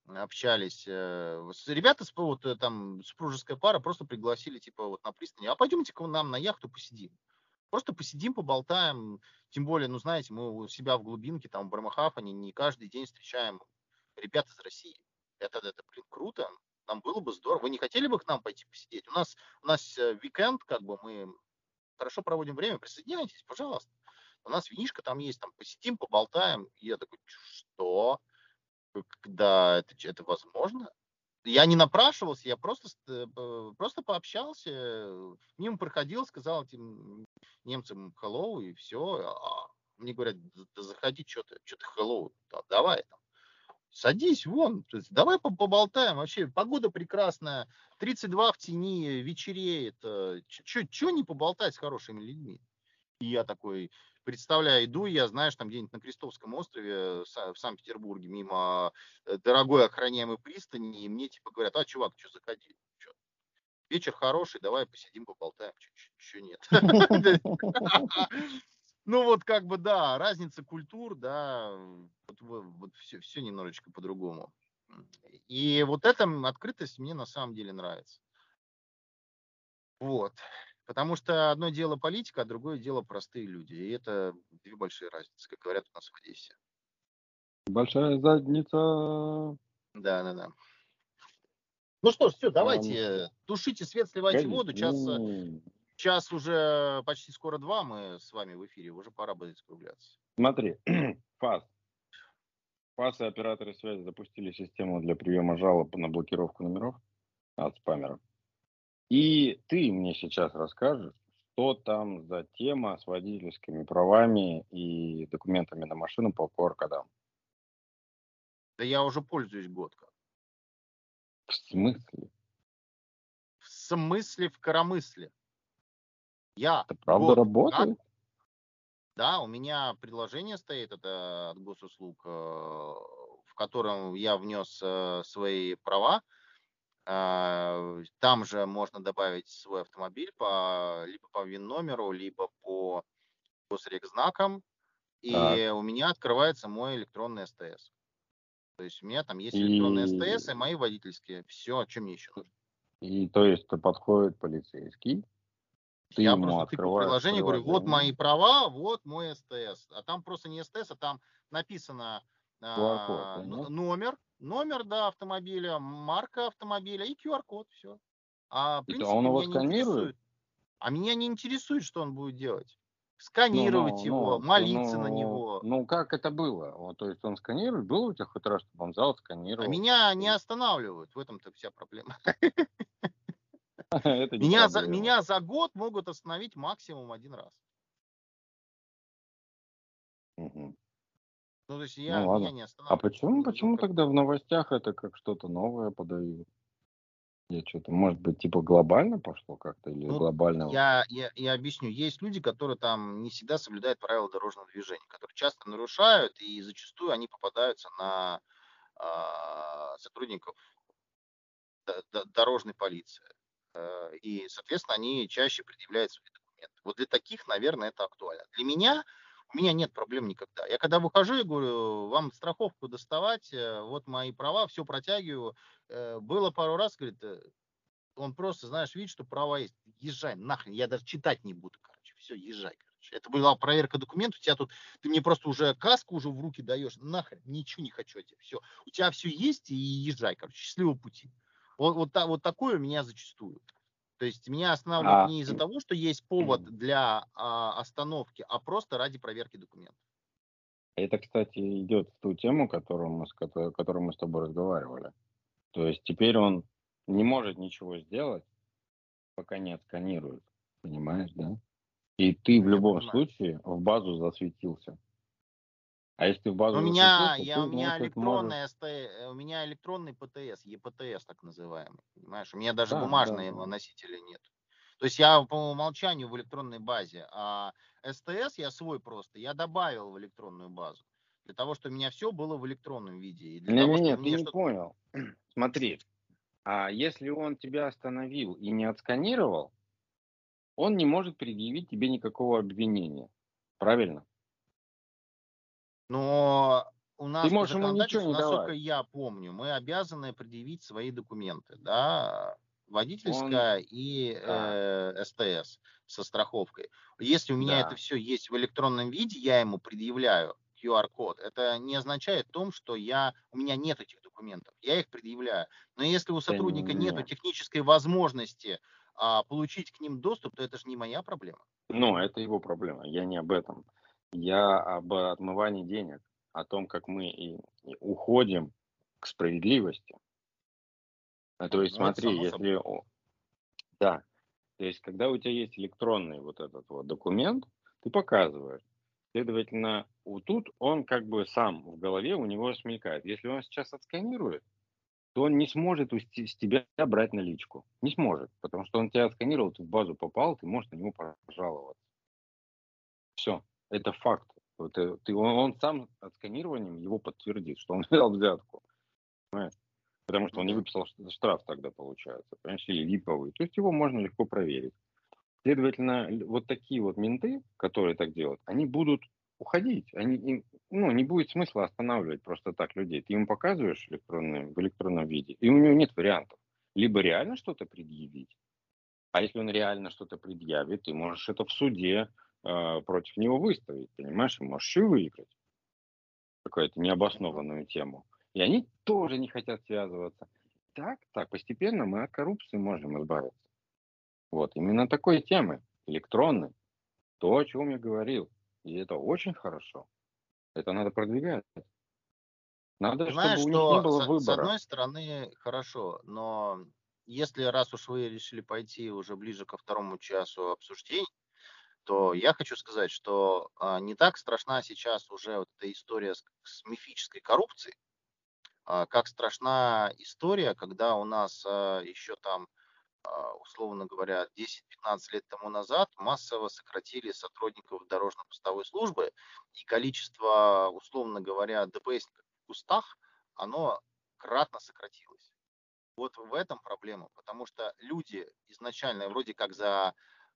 общались. Ребята, там супружеская пара просто пригласили, типа, вот на пристани. А пойдемте-ка вы нам на яхту посидим. Просто посидим, поболтаем. Тем более, ну, знаете, мы у себя в глубинке, там, в Брамахафане, не каждый день встречаем ребят из России. Это, блин, круто. Нам было бы здорово. Вы не хотели бы к нам пойти посидеть? У нас уикенд, как бы, мы хорошо проводим время. Присоединяйтесь, пожалуйста. У нас винишко там есть, там посидим, поболтаем. И я такой, что? Когда это возможно? Я не напрашивался, я просто пообщался, мимо проходил, сказал этим немцам hello и все. Мне говорят, да заходи, что ты hello, давай там. Садись, вон, то есть давай поболтаем. Вообще, погода прекрасная, 32 в тени, вечереет. Че не поболтать с хорошими людьми? И я такой, представляю, иду я, знаешь, там где-нибудь на Крестовском острове в Санкт-Петербурге мимо дорогой охраняемой пристани, и мне типа говорят, чувак, что заходи? Чё? Вечер хороший, давай посидим, поболтаем. Че нет? Ну вот как бы да, разница культур, да, вот все немножечко по-другому. И вот эта открытость мне на самом деле нравится. Вот. Потому что одно дело политика, а другое дело простые люди. И это две большие разницы, как говорят у нас в Одессе. Большая задница. Да. Ну что ж, все, Ам, давайте тушите свет, сливайте Погоди. воду. Час уже почти скоро 2, мы с вами в эфире, уже пора будет закругляться. Смотри, ФАС. ФАС и операторы связи запустили систему для приема жалоб на блокировку номеров от спамеров. И ты мне сейчас расскажешь, что там за тема с водительскими правами и документами на машину по QR-кодам. Да я уже пользуюсь год как. В смысле? В смысле, в коромысле. Я Это правда год как. работает? Да, у меня предложение стоит, это от госуслуг, в котором я внес свои права. Там же можно добавить свой автомобиль либо по ВИН-номеру, либо по госрегзнакам. Так. И у меня открывается мой электронный СТС. То есть у меня там есть электронный И, СТС и мои водительские. Все, что мне еще нужно. и то есть подходит полицейский, ты Я ему просто тыкаю открываешь приложение, говорю, вот мои приложение, права, вот мой СТС. А там просто не СТС, а там написано QR-код, нет? номер, да, автомобиля, марка автомобиля и QR-код, все. А в А он принципе его меня не сканирует? интересует. А меня не интересует, что он будет делать. Ну, Сканировать ну, его, ну, молиться на ну, него. ну, как это было? Вот, то есть он сканирует, было у тебя хоть раз, чтобы он взял, А сканировал? меня не останавливают. В этом-то вся проблема. Это не Меня за, проблема. меня за год могут остановить максимум один раз. Мгм. Ну, то есть Ну меня ладно. не А останавливают. почему, Ну, почему как тогда в новостях это как что-то новое подают? Я что-то, может быть, типа глобально пошло как-то или Ну, глобально? я объясню. Есть люди, которые там не всегда соблюдают правила дорожного движения, которые часто нарушают, и зачастую они попадаются на сотрудников дорожной полиции. И, соответственно, они чаще предъявляют свои документы. Вот для таких, наверное, это актуально. Для меня, у меня нет проблем никогда. Я когда выхожу, я говорю, вам страховку доставать, вот мои права, все протягиваю. Было пару раз, говорит, он просто, знаешь, видит, что права есть. Езжай нахрен, я даже читать не буду, короче. Все, езжай, короче. Это была проверка документов. У тебя тут, ты мне просто уже каску уже в руки даешь. Нахрен, ничего не хочу от тебя. Все. У тебя все есть и езжай, короче. Счастливого пути. Вот такое у меня зачастую. То есть меня останавливают А не из-за того, что есть повод для остановки, а просто ради проверки документов. это, кстати, идет в ту тему, которую мы с тобой разговаривали. То есть теперь он не может ничего сделать, пока не отсканирует. Понимаешь, да? И ты в Ну, я любом понимаю. случае в базу засветился. А если ты в Но базу засветился, у ты, меня значит, можешь... у меня электронный ПТС, ЕПТС так называемый, понимаешь? У меня даже Да, да, бумажного да. носителя нет. То есть я по умолчанию в электронной базе, а СТС я свой просто, я добавил в электронную базу. Для того, чтобы у меня все было в электронном виде. И для того, Не-не-не, чтобы ты мне не что-то... понял. Смотри, а если он тебя остановил и не отсканировал, он не может предъявить тебе никакого обвинения. Правильно? Но у Ты нас по можешь ему ничего законодательству, не насколько давать. я помню, мы обязаны предъявить свои документы, да, Он, водительское и да, СТС со страховкой. Если у меня это да, все есть в электронном виде, я ему предъявляю QR-код. Это не означает в том, что у меня нет этих документов. Я их предъявляю. Но если у да сотрудника нет не. технической возможности получить к ним доступ, то это же не моя проблема. Ну, это его проблема. Я не об этом. Я об отмывании денег, о том, как мы и уходим к справедливости. То есть, Ну, это смотри, само собой. если да, то есть, когда у тебя есть электронный вот этот вот документ, ты показываешь. Следовательно, вот тут он как бы сам в голове у него смелькает. Если он сейчас отсканирует, то он не сможет с тебя брать наличку. Не сможет, потому что он тебя отсканировал, ты в базу попал, ты можешь на него пожаловаться. Все, это факт. Вот, он сам отсканированием его подтвердит, что он взял взятку, понимаешь? Потому что он не Мгм. выписал штраф тогда, получается, понимаешь, или липовый. То есть его можно легко проверить. Следовательно, вот такие вот менты, которые так делают, они будут уходить. Ну, не будет смысла останавливать просто так людей. Ты ему показываешь в электронном виде, и у него нет вариантов. Либо реально что-то предъявить, а если он реально что-то предъявит, ты можешь это в суде против него выставить, понимаешь, и можешь еще выиграть какую-то Мгм. необоснованную тему. И они тоже не хотят связываться. Так, постепенно мы от коррупции можем избавиться. Вот, именно такой темы, электронной. То, о чем я говорил. И это очень хорошо. Это надо продвигать. Надо, чтобы Знаешь, у них не что было с выбора. одной стороны хорошо, но если раз уж вы решили пойти уже ближе ко второму часу обсуждений, то я хочу сказать, что не так страшна сейчас уже вот эта история с мифической коррупцией, как страшна история, когда у нас еще там, условно говоря, 10-15 лет тому назад массово сократили сотрудников дорожно-постовой службы, и количество, условно говоря, DPS-ников в кустах, оно кратно сократилось. Вот в этом проблема, потому что люди изначально вроде как за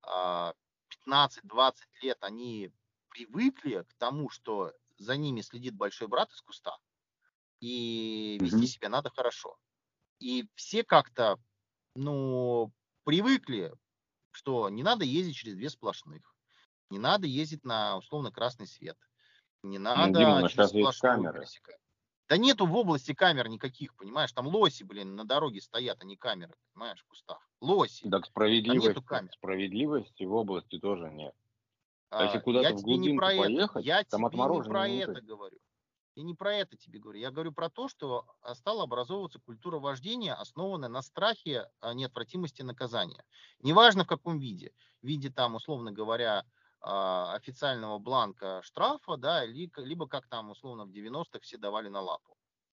15-20 лет они привыкли к тому, что за ними следит большой брат из куста, и вести Мгм. себя надо хорошо. И все как-то, ну, привыкли, что не надо ездить через две сплошных, не надо ездить на условно красный свет, не Ну, Дима, надо но через сейчас есть сплошную камеры. пересекать. Да нету в области камер никаких, понимаешь? Там лоси, блин, на дороге стоят, а не камеры, понимаешь, в кустах. Лоси. Так Там нету справедливости, камер. справедливости в области тоже нет. А если Я куда-то в тебе не про глубинку это. поехать, Я там тебе не отмороженные про менты. это говорю. Я не про это тебе говорю. Я говорю про то, что стала образовываться культура вождения, основанная на страхе неотвратимости наказания. Неважно в каком виде. В виде там, условно говоря, официального бланка штрафа, да, либо как там, условно, в 90-х все давали на лапу.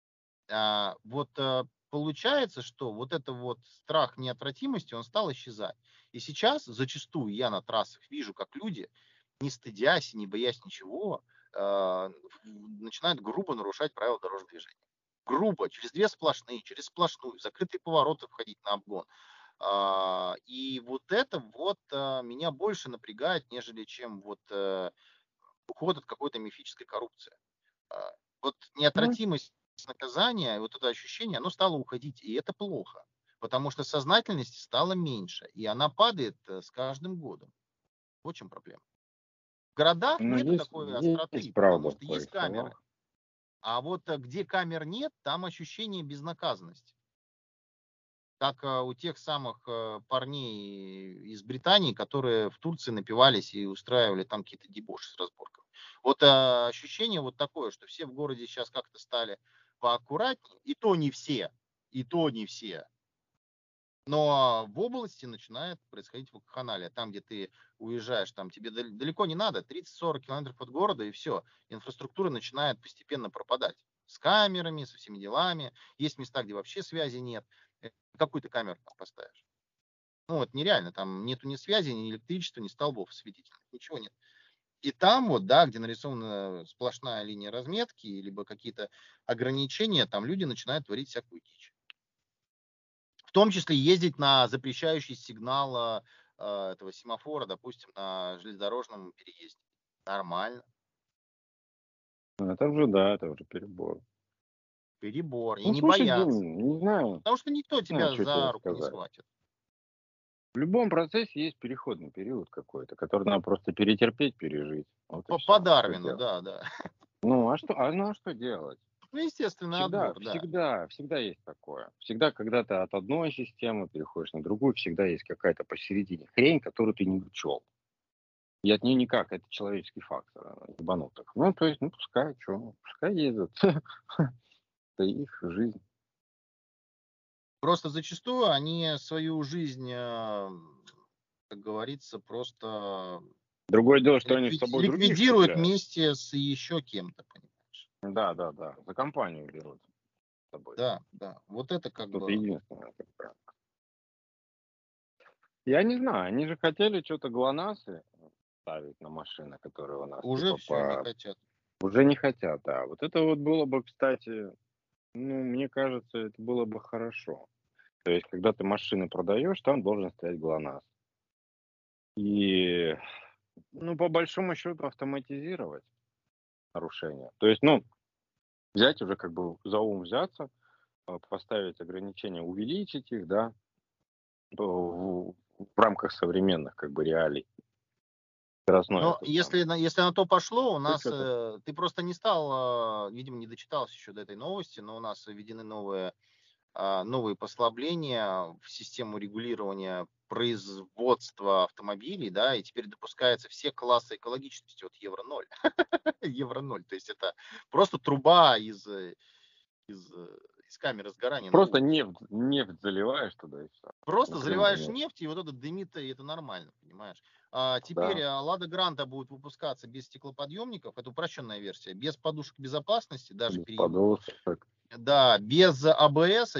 Получается, что вот это вот страх неотвратимости, он стал исчезать. И сейчас зачастую я на трассах вижу, как люди, не стыдясь, не боясь ничего, начинают грубо нарушать правила дорожного движения. Грубо, через две сплошные, через сплошную, в закрытые повороты входить на обгон. И вот это вот меня больше напрягает, нежели чем вот уход от какой-то мифической коррупции. А, Вот Ну, неотвратимость наказания, вот это ощущение, оно стало уходить, и это плохо, потому что сознательности стало меньше, и она падает с каждым годом. Вот в чем проблема. В городах ну, нету есть, такой есть остроты, потому правда в что есть твоих камеры. словах. А вот где камер нет, там ощущение безнаказанности. Как у тех самых парней из Британии, которые в Турции напивались и устраивали там какие-то дебоши с разборками. Вот ощущение вот такое, что все в городе сейчас как-то стали поаккуратнее, и то не все, и то не все. Но в области начинает происходить вакханалия. Там, где ты уезжаешь, там тебе далеко не надо, 30-40 километров от города, и все. Инфраструктура начинает постепенно пропадать. С камерами, со всеми делами. Есть места, где вообще связи нет. Какую ты камеру там поставишь? Ну, это нереально. Там нету ни связи, ни электричества, ни столбов осветительных. Ничего нет. И там вот, да, где нарисована сплошная линия разметки, либо какие-то ограничения, там люди начинают творить всякую дичь. В том числе ездить на запрещающий сигнал этого семафора, допустим, на железнодорожном переезде. Нормально. Ну, это уже, да, это уже перебор. Перебор. И Ну, не слушай, бояться. Дим, не знаю, Потому что никто не знаю, тебя что тебе за руку не сказать. схватит. В любом процессе есть переходный период какой-то, который надо просто перетерпеть, пережить. Вот и По все. Что Дарвину, делать? да, да. Ну, а что, ну, а что делать? Ну, естественный Всегда, отбор, да. всегда, всегда есть такое. Всегда, когда ты от одной системы переходишь на другую, всегда есть какая-то посередине хрень, которую ты не учел. И от нее никак, это человеческий фактор, ебанутых. Ну, то есть, ну, пускай, что, пускай ездят. Это их жизнь. Просто зачастую они свою жизнь, как говорится, просто Другое дело, что они с собой других ликвидируют цепляют. вместе с еще кем-то, понимаешь? Да, да, да. За компанию берут с собой. Да, да. Вот это как Что-то бы единственное. Я не знаю, они же хотели что-то ГЛОНАССы ставить на машины, которые у нас уже типа все не хотят. уже не хотят, да. Вот это вот было бы, кстати, ну, мне кажется, это было бы хорошо. То есть, когда ты машины продаешь, там должен стоять ГЛОНАСС. И, ну, по большому счету, автоматизировать нарушения. То есть, ну, взять уже как бы за ум взяться, поставить ограничения, увеличить их, да, в рамках современных как бы реалий. Скоростной Но этот самый. если на то пошло, у Пусть нас, это ты просто не стал, видимо, не дочитался еще до этой новости, но у нас введены новые послабления в систему регулирования производства автомобилей, да, и теперь допускаются все классы экологичности от Евро-0. Евро-0, то есть это просто труба из, э, из камеры сгорания на просто улице. нефть заливаешь туда и все. Ни Просто хрена заливаешь нет. нефть, и вот это дымит, и это нормально, понимаешь? Теперь Да, Лада Гранта будет выпускаться без стеклоподъемников, это упрощенная версия, без подушек безопасности, даже без передних, подушек. да, без АБС,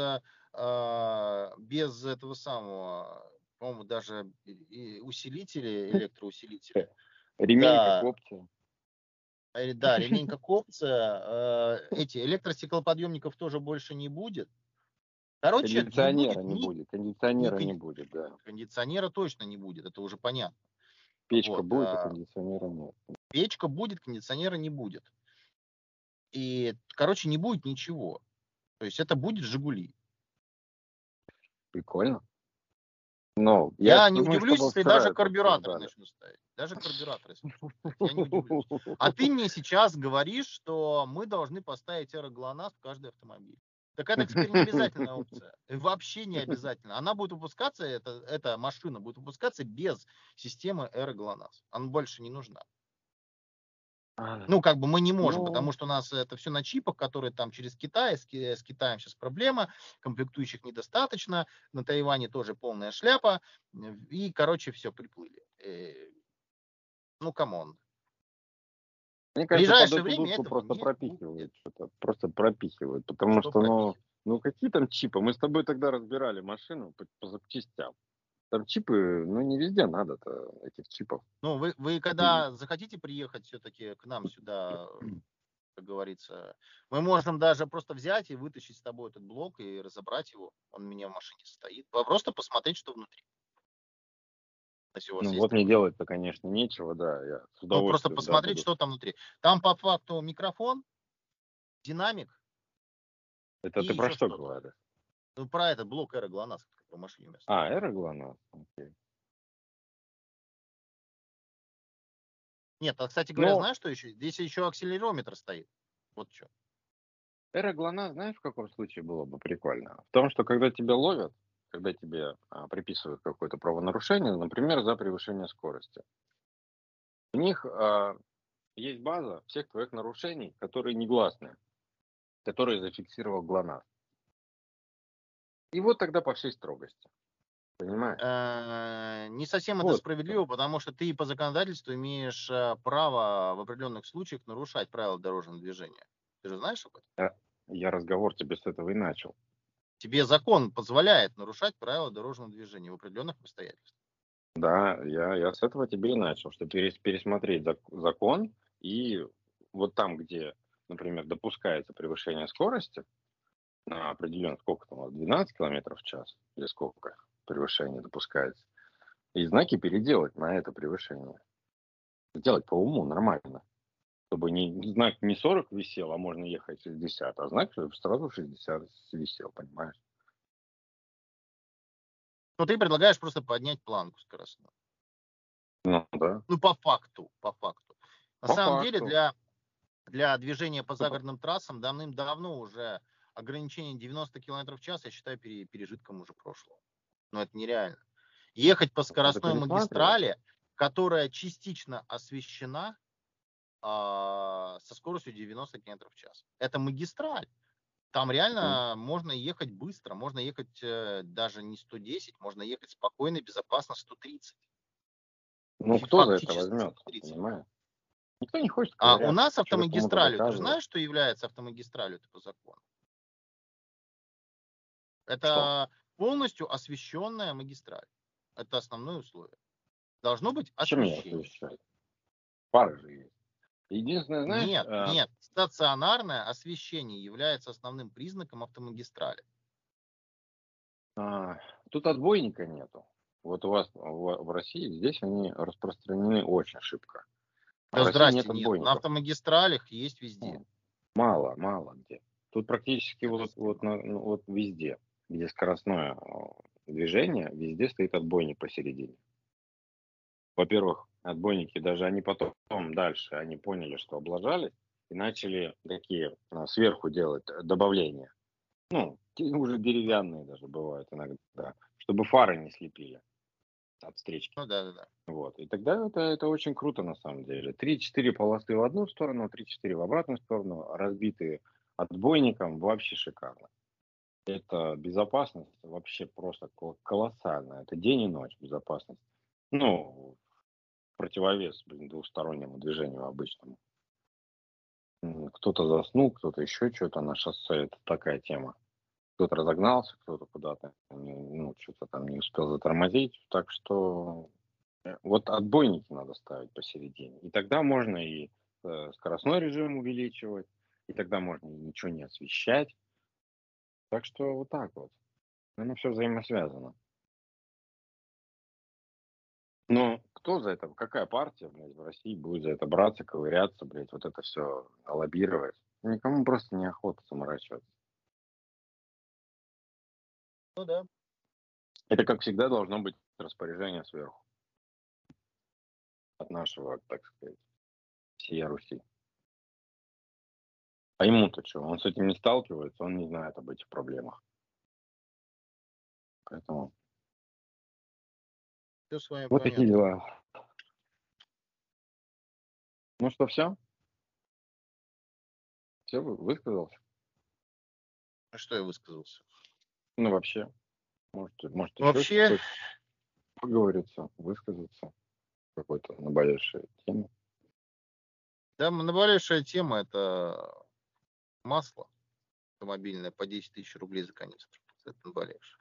без этого самого, по-моему, даже и усилители, электроусилители. Ремень как Да, опция. да, ремень как опция. Эти электростеклоподъемников тоже больше не будет. Короче, не будет Кондиционера не ни, будет. ни Кондиционера не будет, да. кондиционера точно не будет, это уже понятно. Печка Вот. будет, а кондиционера нет. Печка будет, кондиционера не будет. И, короче, не будет ничего. То есть это будет «Жигули». Прикольно. Ну, я Я не мы с удивлюсь, тобой если вчера даже это карбюраторы обсуждали. начнут ставить. Даже карбюраторы если начнут ставить. Я не удивлюсь. А ты мне сейчас говоришь, что мы должны поставить аэроглонасс в каждый автомобиль. Так это теперь не обязательная опция. Вообще не обязательно. Она будет выпускаться, эта машина будет выпускаться без системы аэроглонасс. Она больше не нужна. Ну, как бы мы не можем, потому Ну, что у нас это все на чипах, которые там через Китай, с Китаем сейчас проблема, комплектующих недостаточно, на Тайване тоже полная шляпа, и, короче, все, приплыли. Ну, камон. мне В кажется, под ближайшее эту время дудку этого просто не будет. пропихивают что-то. Просто пропихивают. Потому Что что, ну, пропихивать? ну какие там чипы? Мы с тобой тогда разбирали машину по запчастям. Там чипы, ну, не везде надо-то этих чипов. Ну, вы И когда захотите приехать все-таки к нам сюда, как говорится, мы можем даже просто взять и вытащить с тобой этот блок и разобрать его. Он у меня в машине стоит. Просто посмотреть, что внутри. Если у вас ну, есть вот мне такое желание. делать-то, конечно, нечего, да. Я с Ну, просто удовольствием, да, посмотреть, буду. что там внутри. Там по факту микрофон, динамик Это и ты про еще что что-то. говоришь? Ну, про этот блок Эра ГЛОНАСС, который в машине у меня стоит. А, Эроглонасс. Окей. Нет, а, кстати говоря, Но знаешь, что еще? Здесь еще акселерометр стоит. Вот что. Эроглонасс, знаешь, в каком случае было бы прикольно? В том, что когда тебя ловят, когда тебе приписывают какое-то правонарушение, например, за превышение скорости, у них есть база всех твоих нарушений, которые негласные, которые зафиксировал ГЛОНАСС. И вот тогда по всей строгости. Понимаешь? Не совсем это Вот. справедливо, потому что ты по законодательству имеешь право в определенных случаях нарушать правила дорожного движения. Ты же знаешь об этом? Я разговор тебе с этого и начал. Тебе закон позволяет нарушать правила дорожного движения в определенных обстоятельствах. Да, я с этого тебе и начал, что пересмотреть закон и вот там, где, например, допускается превышение скорости на определенный, сколько там, у вас, 12 километров в час или сколько превышение допускается, и знаки переделать на это превышение. Сделать по уму нормально. Чтобы знак не 40 висел, а можно ехать 60, а знак сразу 60 висел, понимаешь? Но ты предлагаешь просто поднять планку скоростную. Ну да, Ну, по факту, по факту. На по самом деле факту. для движения по Чтобы- загородным трассам давным-давно уже ограничение 90 км в час, я считаю, пережитком уже прошлого. Но это нереально. Ехать по Надо скоростной пересматривать. магистрали, которая частично освещена со скоростью 90 км в час. Это магистраль. Там Мгм. реально можно ехать быстро, можно ехать даже не 110, можно ехать спокойно, безопасно 130. Ну, кто за это Фактически возьмется, 130. понимаешь? Никто не хочет А у ковыряться, нас что-то кому-то автомагистралью, ты же доказывать. знаешь, что является автомагистралью по закону? Что? Это полностью освещенная магистраль. Это основное условие. Должно быть Чем меня освещение. освещать? Пары же есть. Единственное, знаешь, Нет, нет, стационарное освещение является основным признаком автомагистрали. а, тут отбойника нету. Вот у вас в России, здесь они распространены очень шибко. А в Да России здрасте, нет нет. На отбойников. автомагистралях есть везде. Ну, мало, мало где. Тут практически Это вот везде, где скоростное движение, везде стоит отбойник посередине. Во-первых, отбойники даже они потом дальше, они поняли, что облажались, и начали такие сверху делать добавления. Ну, уже деревянные даже бывают иногда, чтобы фары не слепили от встречки. ну да, да, да. Вот. И тогда это очень круто на самом деле. 3-4 полосы в одну сторону, 3-4 в обратную сторону, разбитые отбойником, вообще шикарно. Это безопасность вообще просто колоссальная. Это день и ночь безопасность. Ну, противовес, блин, двустороннему движению обычному. Кто-то заснул, кто-то еще что-то на шоссе. Это такая тема. Кто-то разогнался, кто-то куда-то, ну, что-то там не успел затормозить. Так что вот отбойники надо ставить посередине. И тогда можно и скоростной режим увеличивать, и тогда можно и ничего не освещать. Так что вот так вот. Оно все взаимосвязано. Но кто за это, какая партия, блядь, в России будет за это браться, ковыряться, блядь, вот это все лоббировать? Никому просто неохота заморачиваться. Ну да. Это, как всегда, должно быть распоряжение сверху. От нашего, так сказать, всей Руси. А ему-то что? Он с этим не сталкивается, он не знает об этих проблемах. Поэтому Все с вами вот такие понятно. дела. Ну что, все? Все, высказался? А что я высказался? Ну, вообще, может еще Вообще, хочешь поговориться, высказаться какой-то наболевшей теме. да, наболевшая тема — это масло автомобильное по 10 тысяч рублей за канистру. Это наболевшее.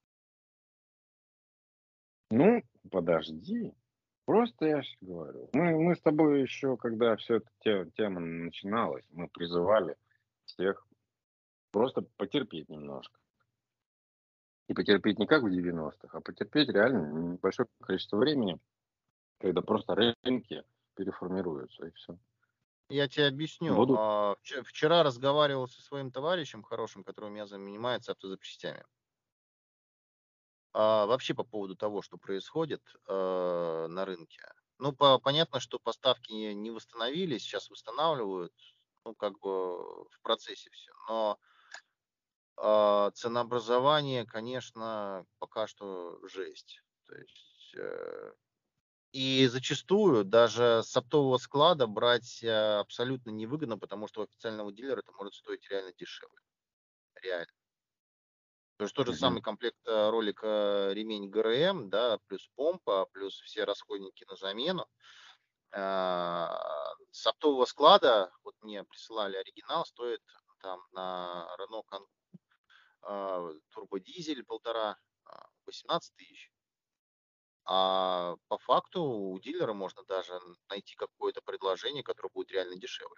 Ну, подожди. Просто я же говорю. Мы с тобой еще, когда все эта тема начиналась, мы призывали всех просто потерпеть немножко. И потерпеть не как в 90-х, а потерпеть реально небольшое количество времени, когда просто рынки переформируются, и все. Я тебе объясню. Будут. Вчера разговаривал со своим товарищем хорошим, который у меня занимается автозапчастями. Вообще по поводу того, что происходит на рынке. Ну, понятно, что поставки не восстановились, сейчас восстанавливают, ну, как бы в процессе все. Но ценообразование, конечно, пока что жесть. То есть, и зачастую даже с оптового склада брать абсолютно невыгодно, потому что у официального дилера это может стоить реально дешевле. Реально. То есть тот же Мгм. самый комплект ролика ремень ГРМ, да, плюс помпа, плюс все расходники на замену. С оптового склада, вот мне присылали оригинал, стоит там на Renault Kangoo турбодизель 1,5 18 тысяч. А по факту у дилера можно даже найти какое-то предложение, которое будет реально дешевле.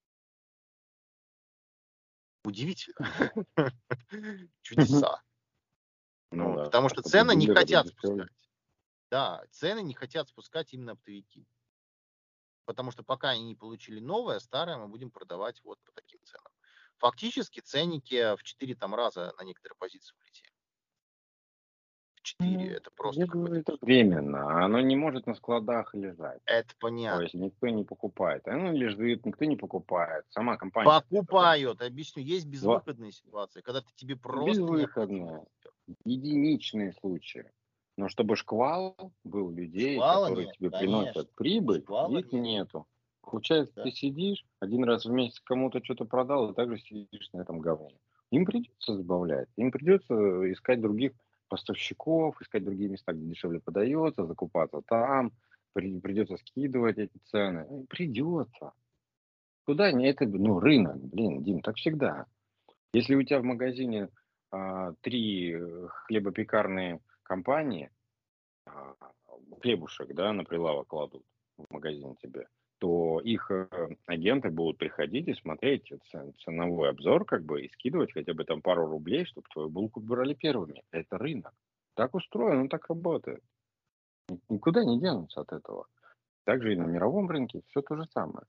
Удивительно. Чудеса. Ну Вот, да, потому что чтобы цены не дилер это хотят дешевле. спускать. Да, цены не хотят спускать именно оптовики. Потому что пока они не получили новое, старое мы будем продавать вот по таким ценам. Фактически ценники в 4 там раза на некоторые позиции улетели. В 4. Это просто Я говорю, какой-то это пик. временно. Оно не может на складах лежать. Это То понятно. есть никто не покупает. Оно лежит, никто не покупает. Сама компания Покупают. Объясню, есть два безвыходные ситуации, когда тебе просто необходимо. безвыходные, единичные случаи. Но чтобы шквал был людей, Шквала которые нет, тебе конечно. приносят прибыль, Шквала их нет. нету. Получается, ты Да. сидишь, один раз в месяц кому-то что-то продал, и также сидишь на этом говне. Им придется забавлять, им придется искать других поставщиков, искать другие места, где дешевле подается, закупаться там, придется скидывать эти цены. Придется. Куда не это, ну, рынок, блин, Дим, так всегда. Если у тебя в магазине 3 хлебопекарные компании, а, хлебушек, да, на прилавок кладут в магазин тебе, то их агенты будут приходить и смотреть ценовой обзор, как бы, и скидывать хотя бы там пару рублей, чтобы твою булку брали первыми. Это рынок. Так устроено, он так работает. Никуда не денутся от этого. Также и на мировом рынке все то же самое.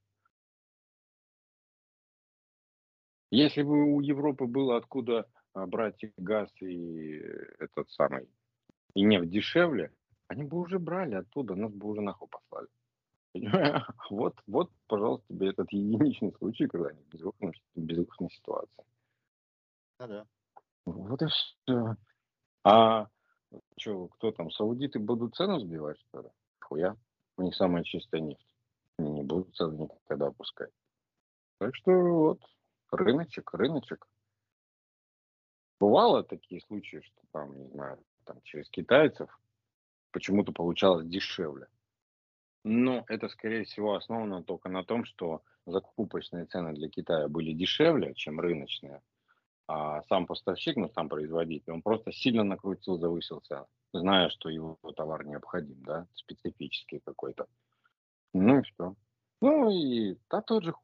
Если бы у Европы было откуда брать и газ и этот самый, и нефть дешевле, они бы уже брали оттуда, нас бы уже нахуй послали. Понимаешь? Вот, пожалуйста, тебе этот единичный случай, когда они в безвыходной ситуации. Ну да. Вот и все. А что, кто там, саудиты будут цену сбивать, что ли? Хуя. У них самая чистая нефть. Они не будут цены никогда опускать. Так что вот, рыночек, рыночек. Бывало такие случаи, что там, не знаю, там через китайцев почему-то получалось дешевле. Но это, скорее всего, основано только на том, что закупочные цены для Китая были дешевле, чем рыночные, а сам поставщик, ну, сам производитель, он просто сильно накрутил, завысил цены, зная, что его товар необходим, да, специфический какой-то. Ну и все. Ну и тот же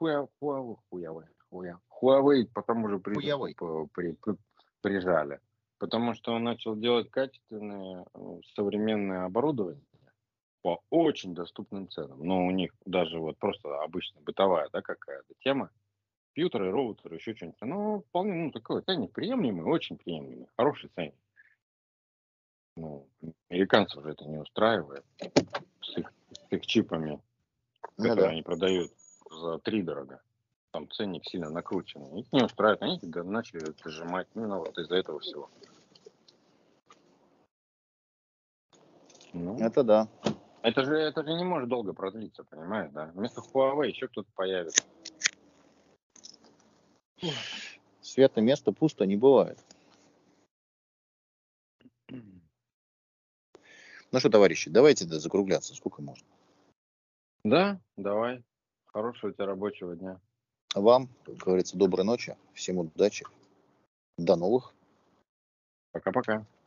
Huawei по тому же принципу Хуевой. прижали. Потому что он начал делать качественное современное оборудование по очень доступным ценам. Но у них даже вот просто обычно бытовая, да, какая-то тема, компьютеры, роутеры, еще что-нибудь, ну, вполне, ну, такой ценник приемлемый, очень приемлемый, хороший ценник. Ну, американцев же это не устраивает с их чипами, Ну которые да. они продают за 3 дорого. Там ценник сильно накрученный. Их не устраивает, они начали дожимать именно вот из-за этого всего. Ну, Это да. это же не может долго продлиться, понимаешь, да? Вместо Huawei еще кто-то появится. Света места пусто не бывает. Ну что, товарищи, давайте закругляться. Сколько можно? Да, давай. Хорошего у тебя рабочего дня. Вам, как говорится, доброй ночи. Всем удачи. До новых. Пока-пока.